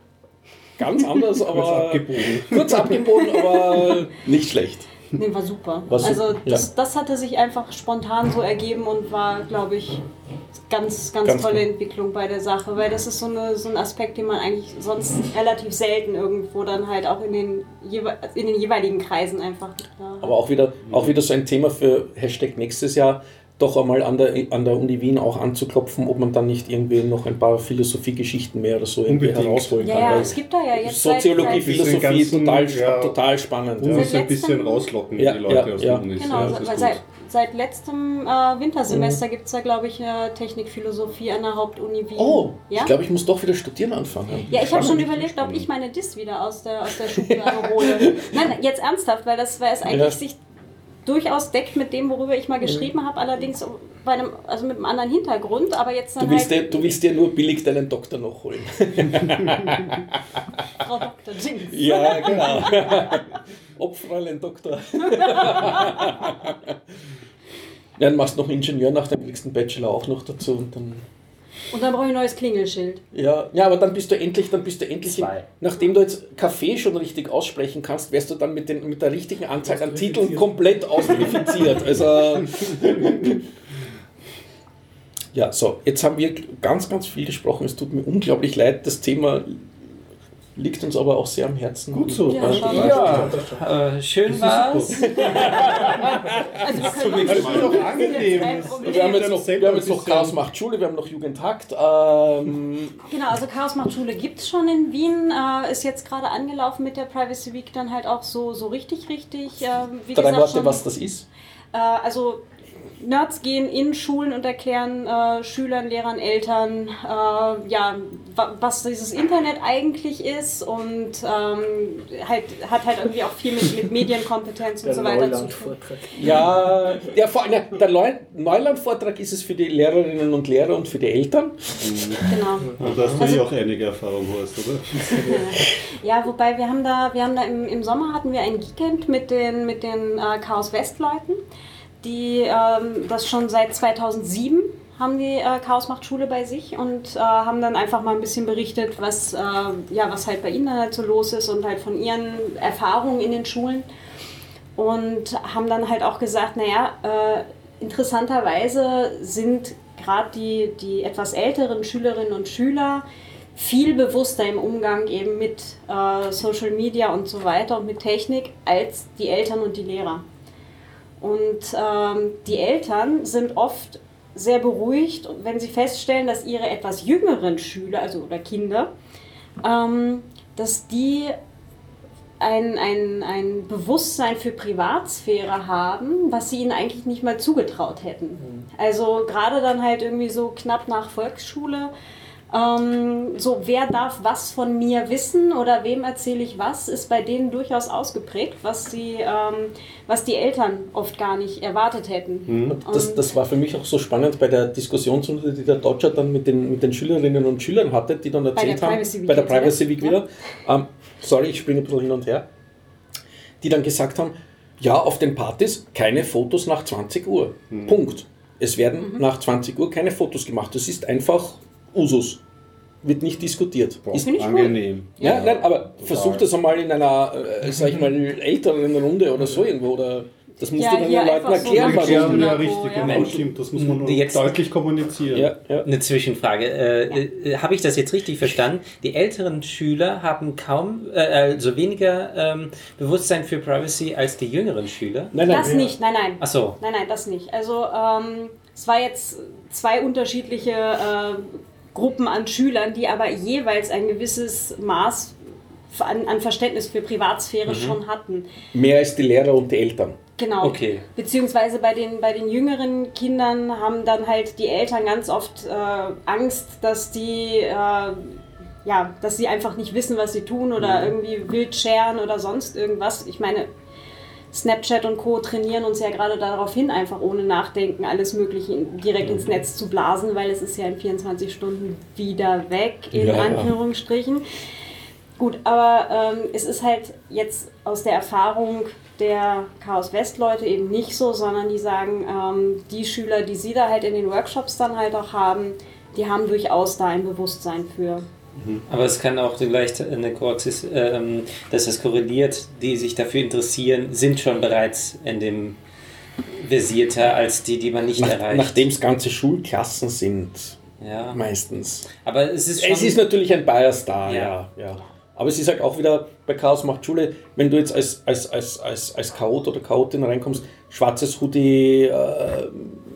ganz anders, aber kurz abgebogen. kurz abgebogen, aber nicht schlecht. Nee, war super. War super. Also das, ja. das hatte sich einfach spontan so ergeben und war, glaube ich, ganz, ganz, ganz tolle gut. Entwicklung bei der Sache, weil das ist so, eine, so ein Aspekt, den man eigentlich sonst relativ selten irgendwo dann halt auch in den, in den jeweiligen Kreisen einfach... Ja. Aber auch wieder, auch wieder so ein Thema für Hashtag nächstes Jahr, doch einmal an der, an der Uni Wien auch anzuklopfen, ob man dann nicht irgendwie noch ein paar Philosophiegeschichten mehr oder so irgendwie herausholen ja, kann. Ja, es gibt da ja jetzt Soziologie, seit, Philosophie, ganzen, total, ja, total spannend. Man muss ja. ein bisschen rauslocken, ja, die Leute ja, aus ja. den Unis. Genau, ja, weil seit, seit letztem äh, Wintersemester mhm. gibt es da, glaube ich, eine Technikphilosophie an der Hauptuni Wien. Oh, ja? ich glaube, ich muss doch wieder studieren anfangen. Ja, ich habe schon überlegt, ob ich meine Dis wieder aus der, aus der Schublade hole. Nein, jetzt ernsthaft, weil das, weil es eigentlich ja. sich durchaus deckt mit dem, worüber ich mal geschrieben habe, allerdings bei einem, also mit einem anderen Hintergrund, aber jetzt dann du willst, halt dir, du willst dir nur billig deinen Doktor noch holen. Frau Doktor Jinx. Ja, genau. Ob Fräulein Doktor. Ja, dann machst du noch Ingenieur nach dem nächsten Bachelor auch noch dazu und dann... Und dann brauche ich ein neues Klingelschild. Ja, ja, aber dann bist du endlich, dann bist du endlich, in, nachdem du jetzt Kaffee schon richtig aussprechen kannst, wärst du dann mit, den, mit der richtigen Anzahl an Titeln komplett austrifiziert. Also, ja, so, jetzt haben wir ganz, ganz viel gesprochen. Es tut mir unglaublich leid, das Thema liegt uns aber auch sehr am Herzen. Gut so. Ja, ja. ja. Äh, schön war's. Also wir können das ist doch angenehm. Wir haben jetzt noch, wir haben jetzt noch Chaos macht Schule, wir haben noch Jugendhakt. Ähm genau, also Chaos macht Schule gibt es schon in Wien, äh, ist jetzt gerade angelaufen mit der Privacy Week dann halt auch so, so richtig, richtig. Äh, wie Drei gesagt, Worte, schon, was das ist? Äh, also Nerds gehen in Schulen und erklären äh, Schülern, Lehrern, Eltern, äh, ja, wa- was dieses Internet eigentlich ist und ähm, halt, hat halt irgendwie auch viel mit, mit Medienkompetenz und Der so weiter zu tun. Neuland-Vortrag. Ja, der, Vor- ne, der Leu- Neuland-Vortrag ist es für die Lehrerinnen und Lehrer und für die Eltern. Genau. Und da hast du also, ja auch einige Erfahrung, Horst, oder? Ja, wobei wir haben da, wir haben da im, im Sommer hatten wir ein Weekend mit den, mit den äh, Chaos West-Leuten, die ähm, das schon seit zweitausendsieben haben die äh, Chaos macht Schule bei sich und äh, haben dann einfach mal ein bisschen berichtet, was, äh, ja, was halt bei ihnen halt so los ist und halt von ihren Erfahrungen in den Schulen und haben dann halt auch gesagt, naja, äh, interessanterweise sind gerade die, die etwas älteren Schülerinnen und Schüler viel bewusster im Umgang eben mit äh, Social Media und so weiter und mit Technik als die Eltern und die Lehrer. Und ähm, die Eltern sind oft sehr beruhigt, wenn sie feststellen, dass ihre etwas jüngeren Schüler, also oder Kinder, ähm, dass die ein, ein, ein Bewusstsein für Privatsphäre haben, was sie ihnen eigentlich nicht mal zugetraut hätten. Also gerade dann halt irgendwie so knapp nach Volksschule, Ähm, so, wer darf was von mir wissen oder wem erzähle ich was, ist bei denen durchaus ausgeprägt, was, sie, ähm, was die Eltern oft gar nicht erwartet hätten. Mhm. Das, das war für mich auch so spannend bei der Diskussionsrunde, die der Dodger dann mit den, mit den Schülerinnen und Schülern hatte, die dann erzählt haben, bei der Privacy Week wieder, ja. ähm, sorry, ich springe ein bisschen hin und her, die dann gesagt haben, ja, auf den Partys keine Fotos nach zwanzig Uhr. Mhm. Punkt. Es werden mhm. nach zwanzig Uhr keine Fotos gemacht. Das ist einfach Usus. Wird nicht diskutiert. Boah, ist angenehm. Ja, ja, nein, aber total. Versuch das einmal in einer, äh, sag ich mal, älteren Runde oder so irgendwo. Oder das musst ja, du dann den Leuten erklären. So warum. Ja, richtig, ja. Genau, stimmt. Das muss man jetzt deutlich kommunizieren. Ja, ja. Eine Zwischenfrage. Äh, äh, Habe ich das jetzt richtig verstanden? Die älteren Schüler haben kaum, äh, also weniger ähm, Bewusstsein für Privacy als die jüngeren Schüler? Nein, nein. Das ja. nicht, nein, nein. Ach so. Nein, nein, das nicht. Also ähm, es war jetzt zwei unterschiedliche äh, Gruppen an Schülern, die aber jeweils ein gewisses Maß an, an Verständnis für Privatsphäre mhm. schon hatten. Mehr als die Lehrer und die Eltern. Genau. Okay. Beziehungsweise bei den, bei den jüngeren Kindern haben dann halt die Eltern ganz oft äh, Angst, dass die, äh, ja, dass sie einfach nicht wissen, was sie tun oder mhm. irgendwie wild sharen oder sonst irgendwas. Ich meine, Snapchat und Co. trainieren uns ja gerade darauf hin, einfach ohne Nachdenken alles Mögliche direkt ins Netz zu blasen, weil es ist ja in vierundzwanzig Stunden wieder weg, in ja, Anführungsstrichen. Ja. Gut, aber ähm, es ist halt jetzt aus der Erfahrung der Chaos West-Leute eben nicht so, sondern die sagen, ähm, die Schüler, die sie da halt in den Workshops dann halt auch haben, die haben durchaus da ein Bewusstsein für. Aber es kann auch vielleicht eine Koaxis, ähm, dass es korreliert, die sich dafür interessieren, sind schon bereits in dem versierter als die, die man nicht Nach, erreicht. Nachdem es ganze Schulklassen sind, ja. meistens. Aber es ist schon es ist natürlich ein Bias da, ja. ja, ja. Aber es ist halt auch wieder bei Chaos macht Schule, wenn du jetzt als, als, als, als, als Chaot oder Chaotin reinkommst, schwarzes Hoodie, äh,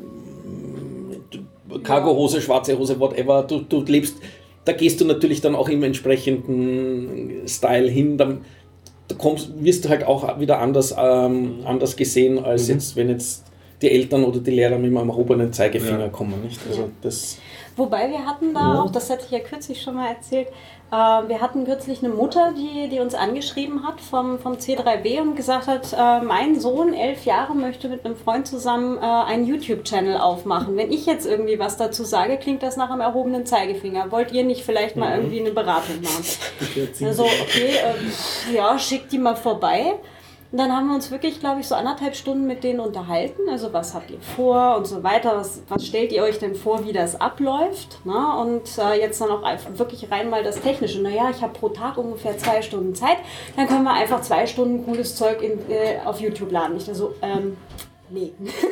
Cargohose, schwarze Hose, whatever, du, du lebst. Da gehst du natürlich dann auch im entsprechenden Style hin, dann da kommst, wirst du halt auch wieder anders, ähm, anders gesehen, als mhm. jetzt, wenn jetzt die Eltern oder die Lehrer mit einem erhobenen Zeigefinger ja. kommen. Nicht? Also das Wobei wir hatten da ja. auch, das hatte ich ja kürzlich schon mal erzählt, äh, wir hatten kürzlich eine Mutter, die, die uns angeschrieben hat vom, vom C drei W und gesagt hat, äh, mein Sohn, elf Jahre, möchte mit einem Freund zusammen äh, einen YouTube-Channel aufmachen. Wenn ich jetzt irgendwie was dazu sage, klingt das nach einem erhobenen Zeigefinger. Wollt ihr nicht vielleicht mal mhm. irgendwie eine Beratung machen? Also, okay, äh, ja, schickt die mal vorbei. Und dann haben wir uns wirklich, glaube ich, so anderthalb Stunden mit denen unterhalten. Also was habt ihr vor und so weiter. Was, was stellt ihr euch denn vor, wie das abläuft? Na, und äh, jetzt dann auch wirklich rein mal das Technische. Naja, ich habe pro Tag ungefähr zwei Stunden Zeit. Dann können wir einfach zwei Stunden cooles Zeug in, äh, auf YouTube laden. Ich da so, ähm, nee.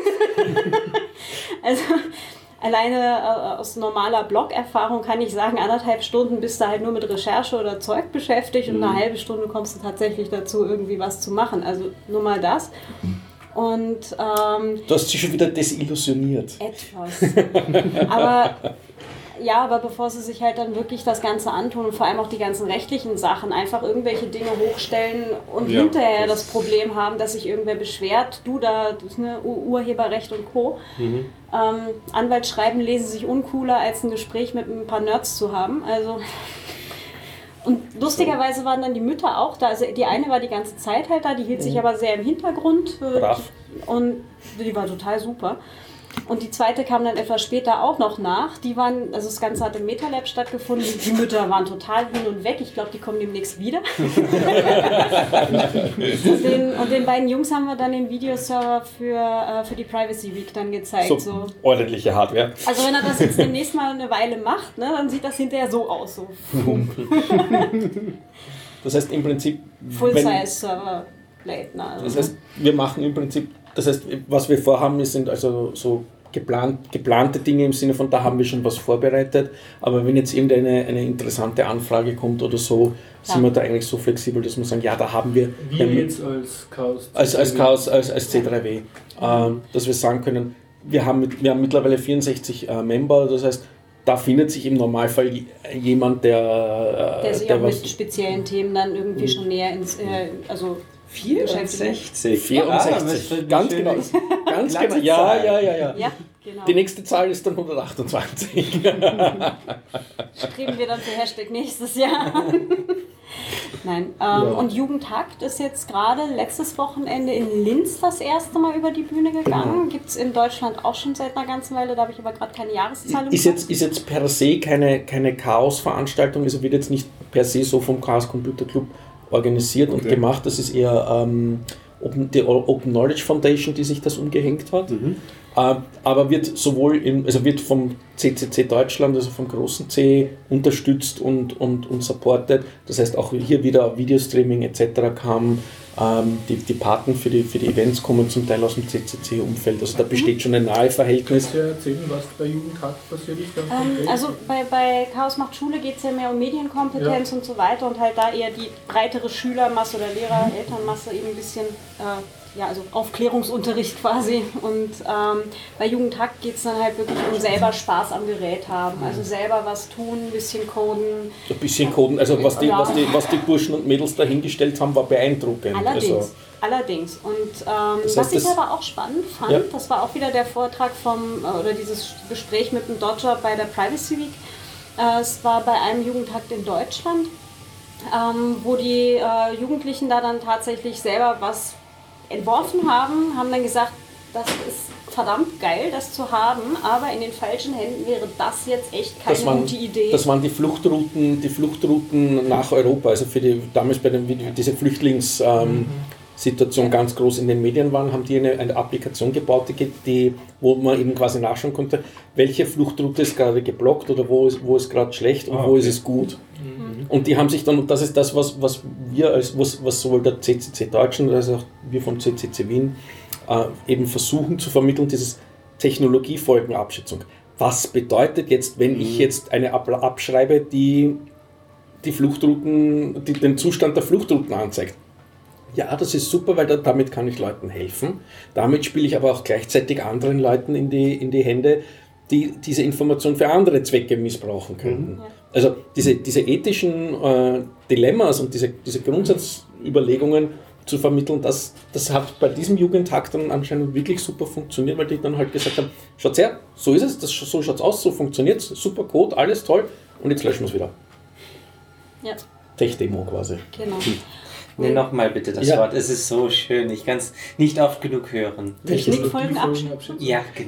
Also alleine äh, aus normaler Blog-Erfahrung kann ich sagen, anderthalb Stunden bist du halt nur mit Recherche oder Zeug beschäftigt und mhm. eine halbe Stunde kommst du tatsächlich dazu, irgendwie was zu machen. Also nur mal das. Und, ähm, du hast dich schon wieder desillusioniert. Etwas. Aber Ja, aber bevor sie sich halt dann wirklich das Ganze antun und vor allem auch die ganzen rechtlichen Sachen, einfach irgendwelche Dinge hochstellen und ja, hinterher das, das Problem haben, dass sich irgendwer beschwert, du da, das ist ne, Urheberrecht und Co. Mhm. Ähm, Anwaltsschreiben lesen sich uncooler, als ein Gespräch mit ein paar Nerds zu haben. Also und lustigerweise waren dann die Mütter auch da. Also die eine war die ganze Zeit halt da, die hielt sich aber sehr im Hintergrund. Brav. Und die war total super. Und die zweite kam dann etwas später auch noch nach. Die waren, also das Ganze hat im MetaLab stattgefunden. Die Mütter waren total hin und weg. Ich glaube, die kommen demnächst wieder. und, den, und den beiden Jungs haben wir dann den Videoserver für, äh, für die Privacy Week dann gezeigt. So, so ordentliche Hardware. Also wenn er das jetzt demnächst mal eine Weile macht, ne, dann sieht das hinterher so aus. So. Das heißt im Prinzip... Full-Size-Server Blade. Ne, also. Das heißt, wir machen im Prinzip... Das heißt, was wir vorhaben, sind also so geplant, geplante Dinge im Sinne von, da haben wir schon was vorbereitet, aber wenn jetzt irgendeine eine interessante Anfrage kommt oder so, ja. sind wir da eigentlich so flexibel, dass wir sagen, ja, da haben wir... Wir jetzt als Chaos... Als, als Chaos, als, als C drei W, ja. ähm, dass wir sagen können, wir haben, mit, wir haben mittlerweile vierundsechzig äh, Member, das heißt, da findet sich im Normalfall jemand, der... Äh, der sich der auch was, mit speziellen Themen dann irgendwie schon näher ins... Äh, also vierundsechzig. vierundsechzig. Ah, ganz genau. Ganz genau. Ja, ja, ja, ja. ja genau. Die nächste Zahl ist dann hundertachtundzwanzig. Streben wir dann für Hashtag nächstes Jahr. Nein. Ähm, ja. Und Jugendhakt ist jetzt gerade letztes Wochenende in Linz das erste Mal über die Bühne gegangen. Genau. Gibt es in Deutschland auch schon seit einer ganzen Weile, da habe ich aber gerade keine Jahreszahl. Ist jetzt, ist jetzt per se keine, keine Chaos-Veranstaltung, also wird jetzt nicht per se so vom Chaos Computer Club organisiert okay. und gemacht. Das ist eher ähm, Open, die Open Knowledge Foundation, die sich das umgehängt hat. Mhm. Äh, aber wird sowohl in, also wird vom C C C Deutschland, also vom großen C, unterstützt und, und, und supported. Das heißt, auch hier wieder Videostreaming et cetera kam. Ähm, die, die Paten für die, für die Events kommen zum Teil aus dem C C C-Umfeld. Also da besteht schon ein nahe Verhältnis. Kannst du erzählen, was bei Jugendhakt passiert ist? Ähm, also bei, bei Chaos macht Schule geht es ja mehr um Medienkompetenz ja. und so weiter und halt da eher die breitere Schülermasse oder Lehrer, mhm. Elternmasse eben ein bisschen... Äh, ja, also Aufklärungsunterricht quasi. Und ähm, bei Jugendhakt geht es dann halt wirklich um selber Spaß am Gerät haben. Also selber was tun, ein bisschen coden. Ein bisschen coden, also was die, ja. was die, was die Burschen und Mädels dahingestellt haben, war beeindruckend. Allerdings, also, allerdings. Und ähm, das heißt, was ich aber auch spannend fand, ja. das war auch wieder der Vortrag vom, oder dieses Gespräch mit dem Dodger bei der Privacy Week. Äh, es war bei einem Jugendhakt in Deutschland, ähm, wo die äh, Jugendlichen da dann tatsächlich selber was entworfen haben, haben dann gesagt, das ist verdammt geil, das zu haben, aber in den falschen Händen wäre das jetzt echt keine das waren, gute Idee. Das waren die Fluchtrouten, die Fluchtrouten nach Europa, also für die damals bei den, diese Flüchtlingssituation ähm, mhm. ganz groß in den Medien waren, haben die eine, eine Applikation gebaut, die, die, wo man eben quasi nachschauen konnte, welche Fluchtroute ist gerade geblockt oder wo ist, wo ist gerade schlecht und ah, okay. wo ist es gut. Mhm. Und die haben sich dann, und das ist das, was, was wir als, was, was sowohl der C C C Deutschland als auch wir vom C C C Wien äh, eben versuchen zu vermitteln, dieses Technologiefolgenabschätzung. Was bedeutet jetzt, wenn mhm. ich jetzt eine Ab- abschreibe, die die Fluchtrouten, die den Zustand der Fluchtrouten anzeigt? Ja, das ist super, weil da, damit kann ich Leuten helfen. Damit spiele ich aber auch gleichzeitig anderen Leuten in die, in die Hände, die diese Information für andere Zwecke missbrauchen können. Mhm. Also diese, diese ethischen äh, Dilemmas und diese, diese Grundsatzüberlegungen zu vermitteln, das, das hat bei diesem Jugendhakt dann anscheinend wirklich super funktioniert, weil die dann halt gesagt haben, schaut her, so ist es, das, so schaut es aus, so funktioniert es, super Code, alles toll und jetzt löschen wir es wieder. Ja. Tech-Demo quasi. Genau. Nee, nochmal bitte das ja. Wort. Es ist so schön. Ich kann es nicht oft genug hören. Technikfolgenabschätzung. Ja, genau.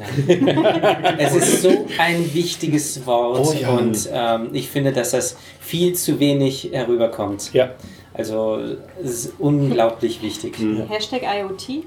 Es ist so ein wichtiges Wort oh, ja. und ähm, ich finde, dass das viel zu wenig herüberkommt. Ja. Also es ist unglaublich wichtig. Mhm. Hashtag IoT.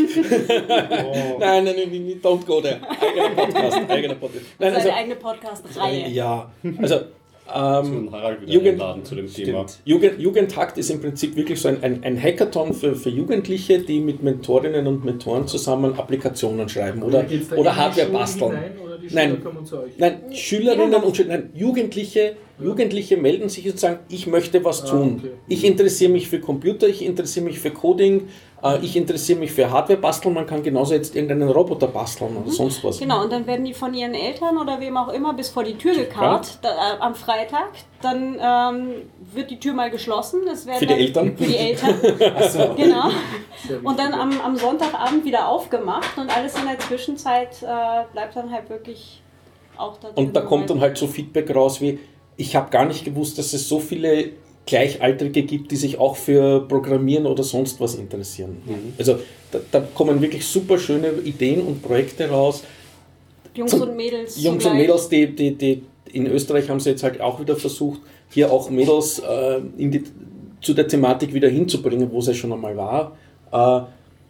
oh. Nein, nein, nein, don't go there. Eigener Podcast. Eigener Podcast. Nein, also, eine eigene Podcast-Reihe. Ja, also Ähm, Jugend, zu dem Thema. Jugend, Jugendhakt ist im Prinzip wirklich so ein, ein, ein Hackathon für, für Jugendliche, die mit Mentorinnen und Mentoren zusammen Applikationen schreiben oder, oder Hardware basteln. die Schüler nein, kommen zu euch? Nein, Schülerinnen und Schüler, nein, Jugendliche, ja. Jugendliche melden sich und sagen, ich möchte was tun. Ah, okay. Ich interessiere mich für Computer, ich interessiere mich für Coding, äh, ich interessiere mich für Hardware basteln, man kann genauso jetzt irgendeinen Roboter basteln oder mhm. sonst was. Genau, und dann werden die von ihren Eltern oder wem auch immer bis vor die Tür gekarrt, ja. da, äh, am Freitag. Dann ähm, wird die Tür mal geschlossen. Das für die Eltern? Für die Eltern. Ach so. Genau. Und dann am, am Sonntagabend wieder aufgemacht und alles in der Zwischenzeit äh, bleibt dann halt wirklich auch da drin. Und da kommt dann halt so Feedback raus wie, ich habe gar nicht gewusst, dass es so viele Gleichaltrige gibt, die sich auch für Programmieren oder sonst was interessieren. Mhm. Also da, da kommen wirklich super schöne Ideen und Projekte raus. Jungs Zum, und Mädels. Jungs zugleich. und Mädels, die, die, die in Österreich haben sie jetzt halt auch wieder versucht, hier auch Mädels äh, in die, zu der Thematik wieder hinzubringen, wo sie schon einmal war. Äh,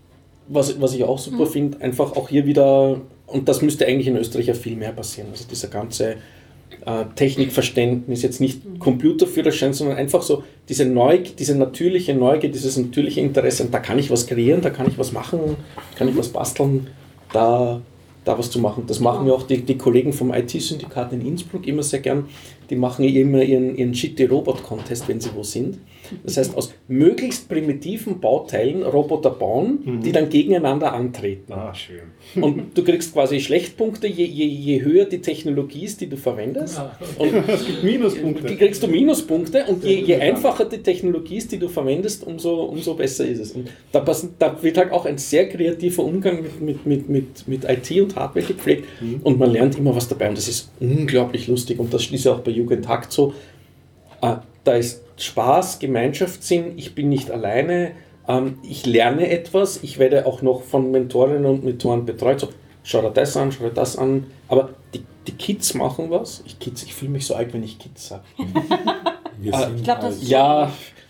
was, was ich auch super mhm. finde, einfach auch hier wieder, und das müsste eigentlich in Österreich ja viel mehr passieren, also dieser ganze äh, Technikverständnis, jetzt nicht mhm. Computerführerschein, sondern einfach so diese, Neug diese natürliche Neugier, dieses natürliche Interesse, und da kann ich was kreieren, da kann ich was machen, kann ich was basteln, da... da was zu machen. Das machen ja auch die, die Kollegen vom I T-Syndikat in Innsbruck immer sehr gern. Die machen immer ihren, ihren Shitty-Robot-Contest, wenn sie wo sind. Das heißt, aus möglichst primitiven Bauteilen Roboter bauen, mhm. die dann gegeneinander antreten. Ah, schön. Und du kriegst quasi Schlechtpunkte, je, je, je höher die Technologie ist, die du verwendest. Ja. Und es gibt Minuspunkte. Die kriegst du Minuspunkte und je, je einfacher die Technologie ist, die du verwendest, umso, umso besser ist es. Und da, passen, da wird halt auch ein sehr kreativer Umgang mit, mit, mit, mit I T und Hardware gepflegt mhm. und man lernt immer was dabei und das ist unglaublich lustig und das ist ja auch bei Jugendhakt so. Äh, da ist Spaß, Gemeinschaftssinn, ich bin nicht alleine, ähm, ich lerne etwas, ich werde auch noch von Mentorinnen und Mentoren betreut, so, schau dir das an, schau dir das an, aber die, die Kids machen was, ich Kids, ich fühle mich so alt, wenn ich Kids sage. äh, ich glaube, das ist ja,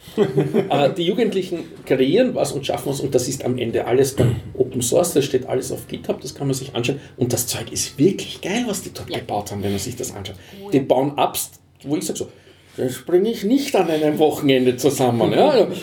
äh, die Jugendlichen kreieren was und schaffen was und das ist am Ende alles dann Open Source, das steht alles auf GitHub, das kann man sich anschauen und das Zeug ist wirklich geil, was die dort ja. gebaut haben, wenn man sich das anschaut. Oh, ja. Die bauen Apps, wo ich sage so, das bringe ich nicht an einem Wochenende zusammen. Ja? Also,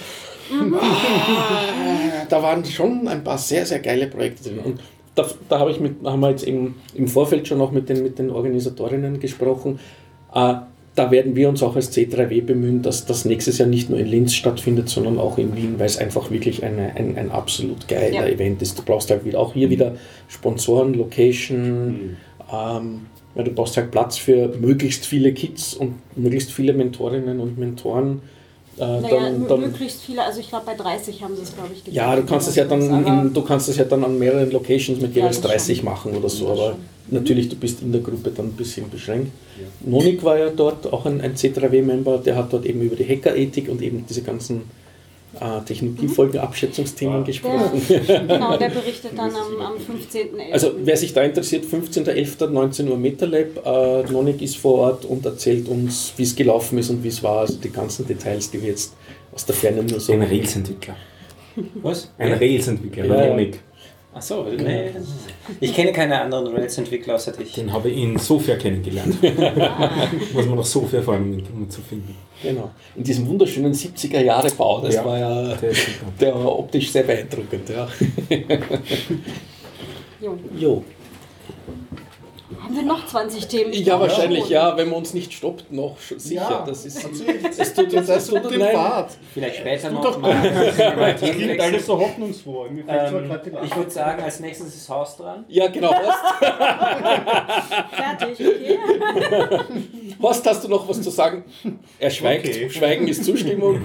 ah, da waren schon ein paar sehr, sehr geile Projekte drin. Und da, da habe ich mit, haben wir jetzt im, im Vorfeld schon noch mit den, mit den Organisatorinnen gesprochen. Äh, da werden wir uns auch als C drei W bemühen, dass das nächstes Jahr nicht nur in Linz stattfindet, sondern auch in Wien, weil es einfach wirklich eine, ein, ein absolut geiler ja. Event ist. Du brauchst halt wieder, auch hier wieder Sponsoren, Location, mhm. ähm, ja, du brauchst halt Platz für möglichst viele Kids und möglichst viele Mentorinnen und Mentoren. Äh, naja, dann, dann, möglichst viele, also ich glaube bei dreißig haben sie es, glaube ich, gesagt. Ja, du kannst es ja dann in, du kannst es ja dann an mehreren Locations mit jeweils ja, dreißig schon. machen oder so, aber mhm. natürlich, du bist in der Gruppe dann ein bisschen beschränkt. Ja. Nonik war ja dort auch ein, ein C drei W-Member, der hat dort eben über die Hackerethik und eben diese ganzen äh, Technologiefolgenabschätzungsthemen mhm. gesprochen. Der, genau, der berichtet dann am, am fünfzehnten elften Also wer sich da interessiert, fünfzehnten elften neunzehn Uhr MetaLab, äh, Nonik ist vor Ort und erzählt uns, wie es gelaufen ist und wie es war, also die ganzen Details, die wir jetzt aus der Ferne nur so... Ein Rails-Entwickler. Was? Ein Rails-Entwickler, ja, Nonik. Achso, nee. Ich kenne keine anderen Rails-Entwickler außer dich. Den habe ich in Sofia kennengelernt. Muss man noch Sofia vor allem um zu finden. Genau. In diesem wunderschönen siebziger-Jahre-Bau, das ja, war ja der, der war optisch sehr beeindruckend. Ja. Jo. jo. Haben wir noch zwanzig Themen? Ja, wahrscheinlich, ja, wenn man uns nicht stoppt, noch sicher. Ja, das ist, es tut uns das tut den Fahrt. Vielleicht später noch doch mal. Das klingt alles so hoffnungsfroh. Ähm, ich würde sagen, als nächstes ist Horst dran. Ja, genau, Horst. Fertig, okay. Horst, hast du noch was zu sagen? Er schweigt. Okay. Schweigen ist Zustimmung.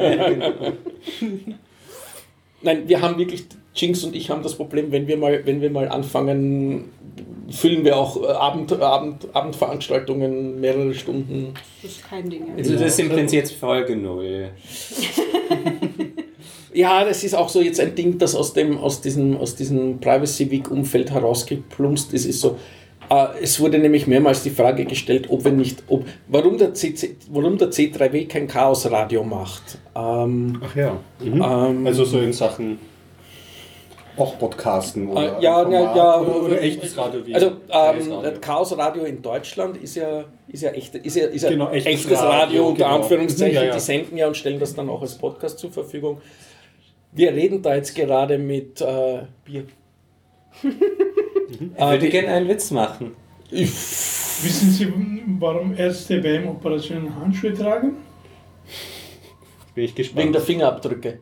Nein, wir haben wirklich, Jinx und ich haben das Problem, wenn wir mal, wenn wir mal anfangen, füllen wir auch Abend, Abend, Abendveranstaltungen mehrere Stunden. Das ist kein Ding. Ja. Also das ist im Prinzip jetzt Folge null. Ja, das ist auch so jetzt ein Ding, das aus dem, aus diesem, aus diesem Privacy Week Umfeld herausgeplumpst ist, ist so, äh, es wurde nämlich mehrmals die Frage gestellt, ob wir nicht, ob, warum der C C, warum der C drei W kein Chaos-Radio macht. Ähm, Ach ja. Mhm. Ähm, also so in Sachen auch Podcasten oder, äh, ja, ja, ja, oder, oder echtes Radio. Wie also ähm, Chaos Radio in Deutschland ist ja, ist ja, echt, ist ja, ist ja genau, echtes, echtes Radio, Radio unter genau. Anführungszeichen. Ja, ja. Die senden ja und stellen das dann auch als Podcast zur Verfügung. Wir reden da jetzt gerade mit äh, Bier. Ich würde gerne einen Witz machen. Ich Wissen Sie, warum Ärzte beim Operationen Handschuhe tragen? Bin ich gespannt. Wegen der Fingerabdrücke.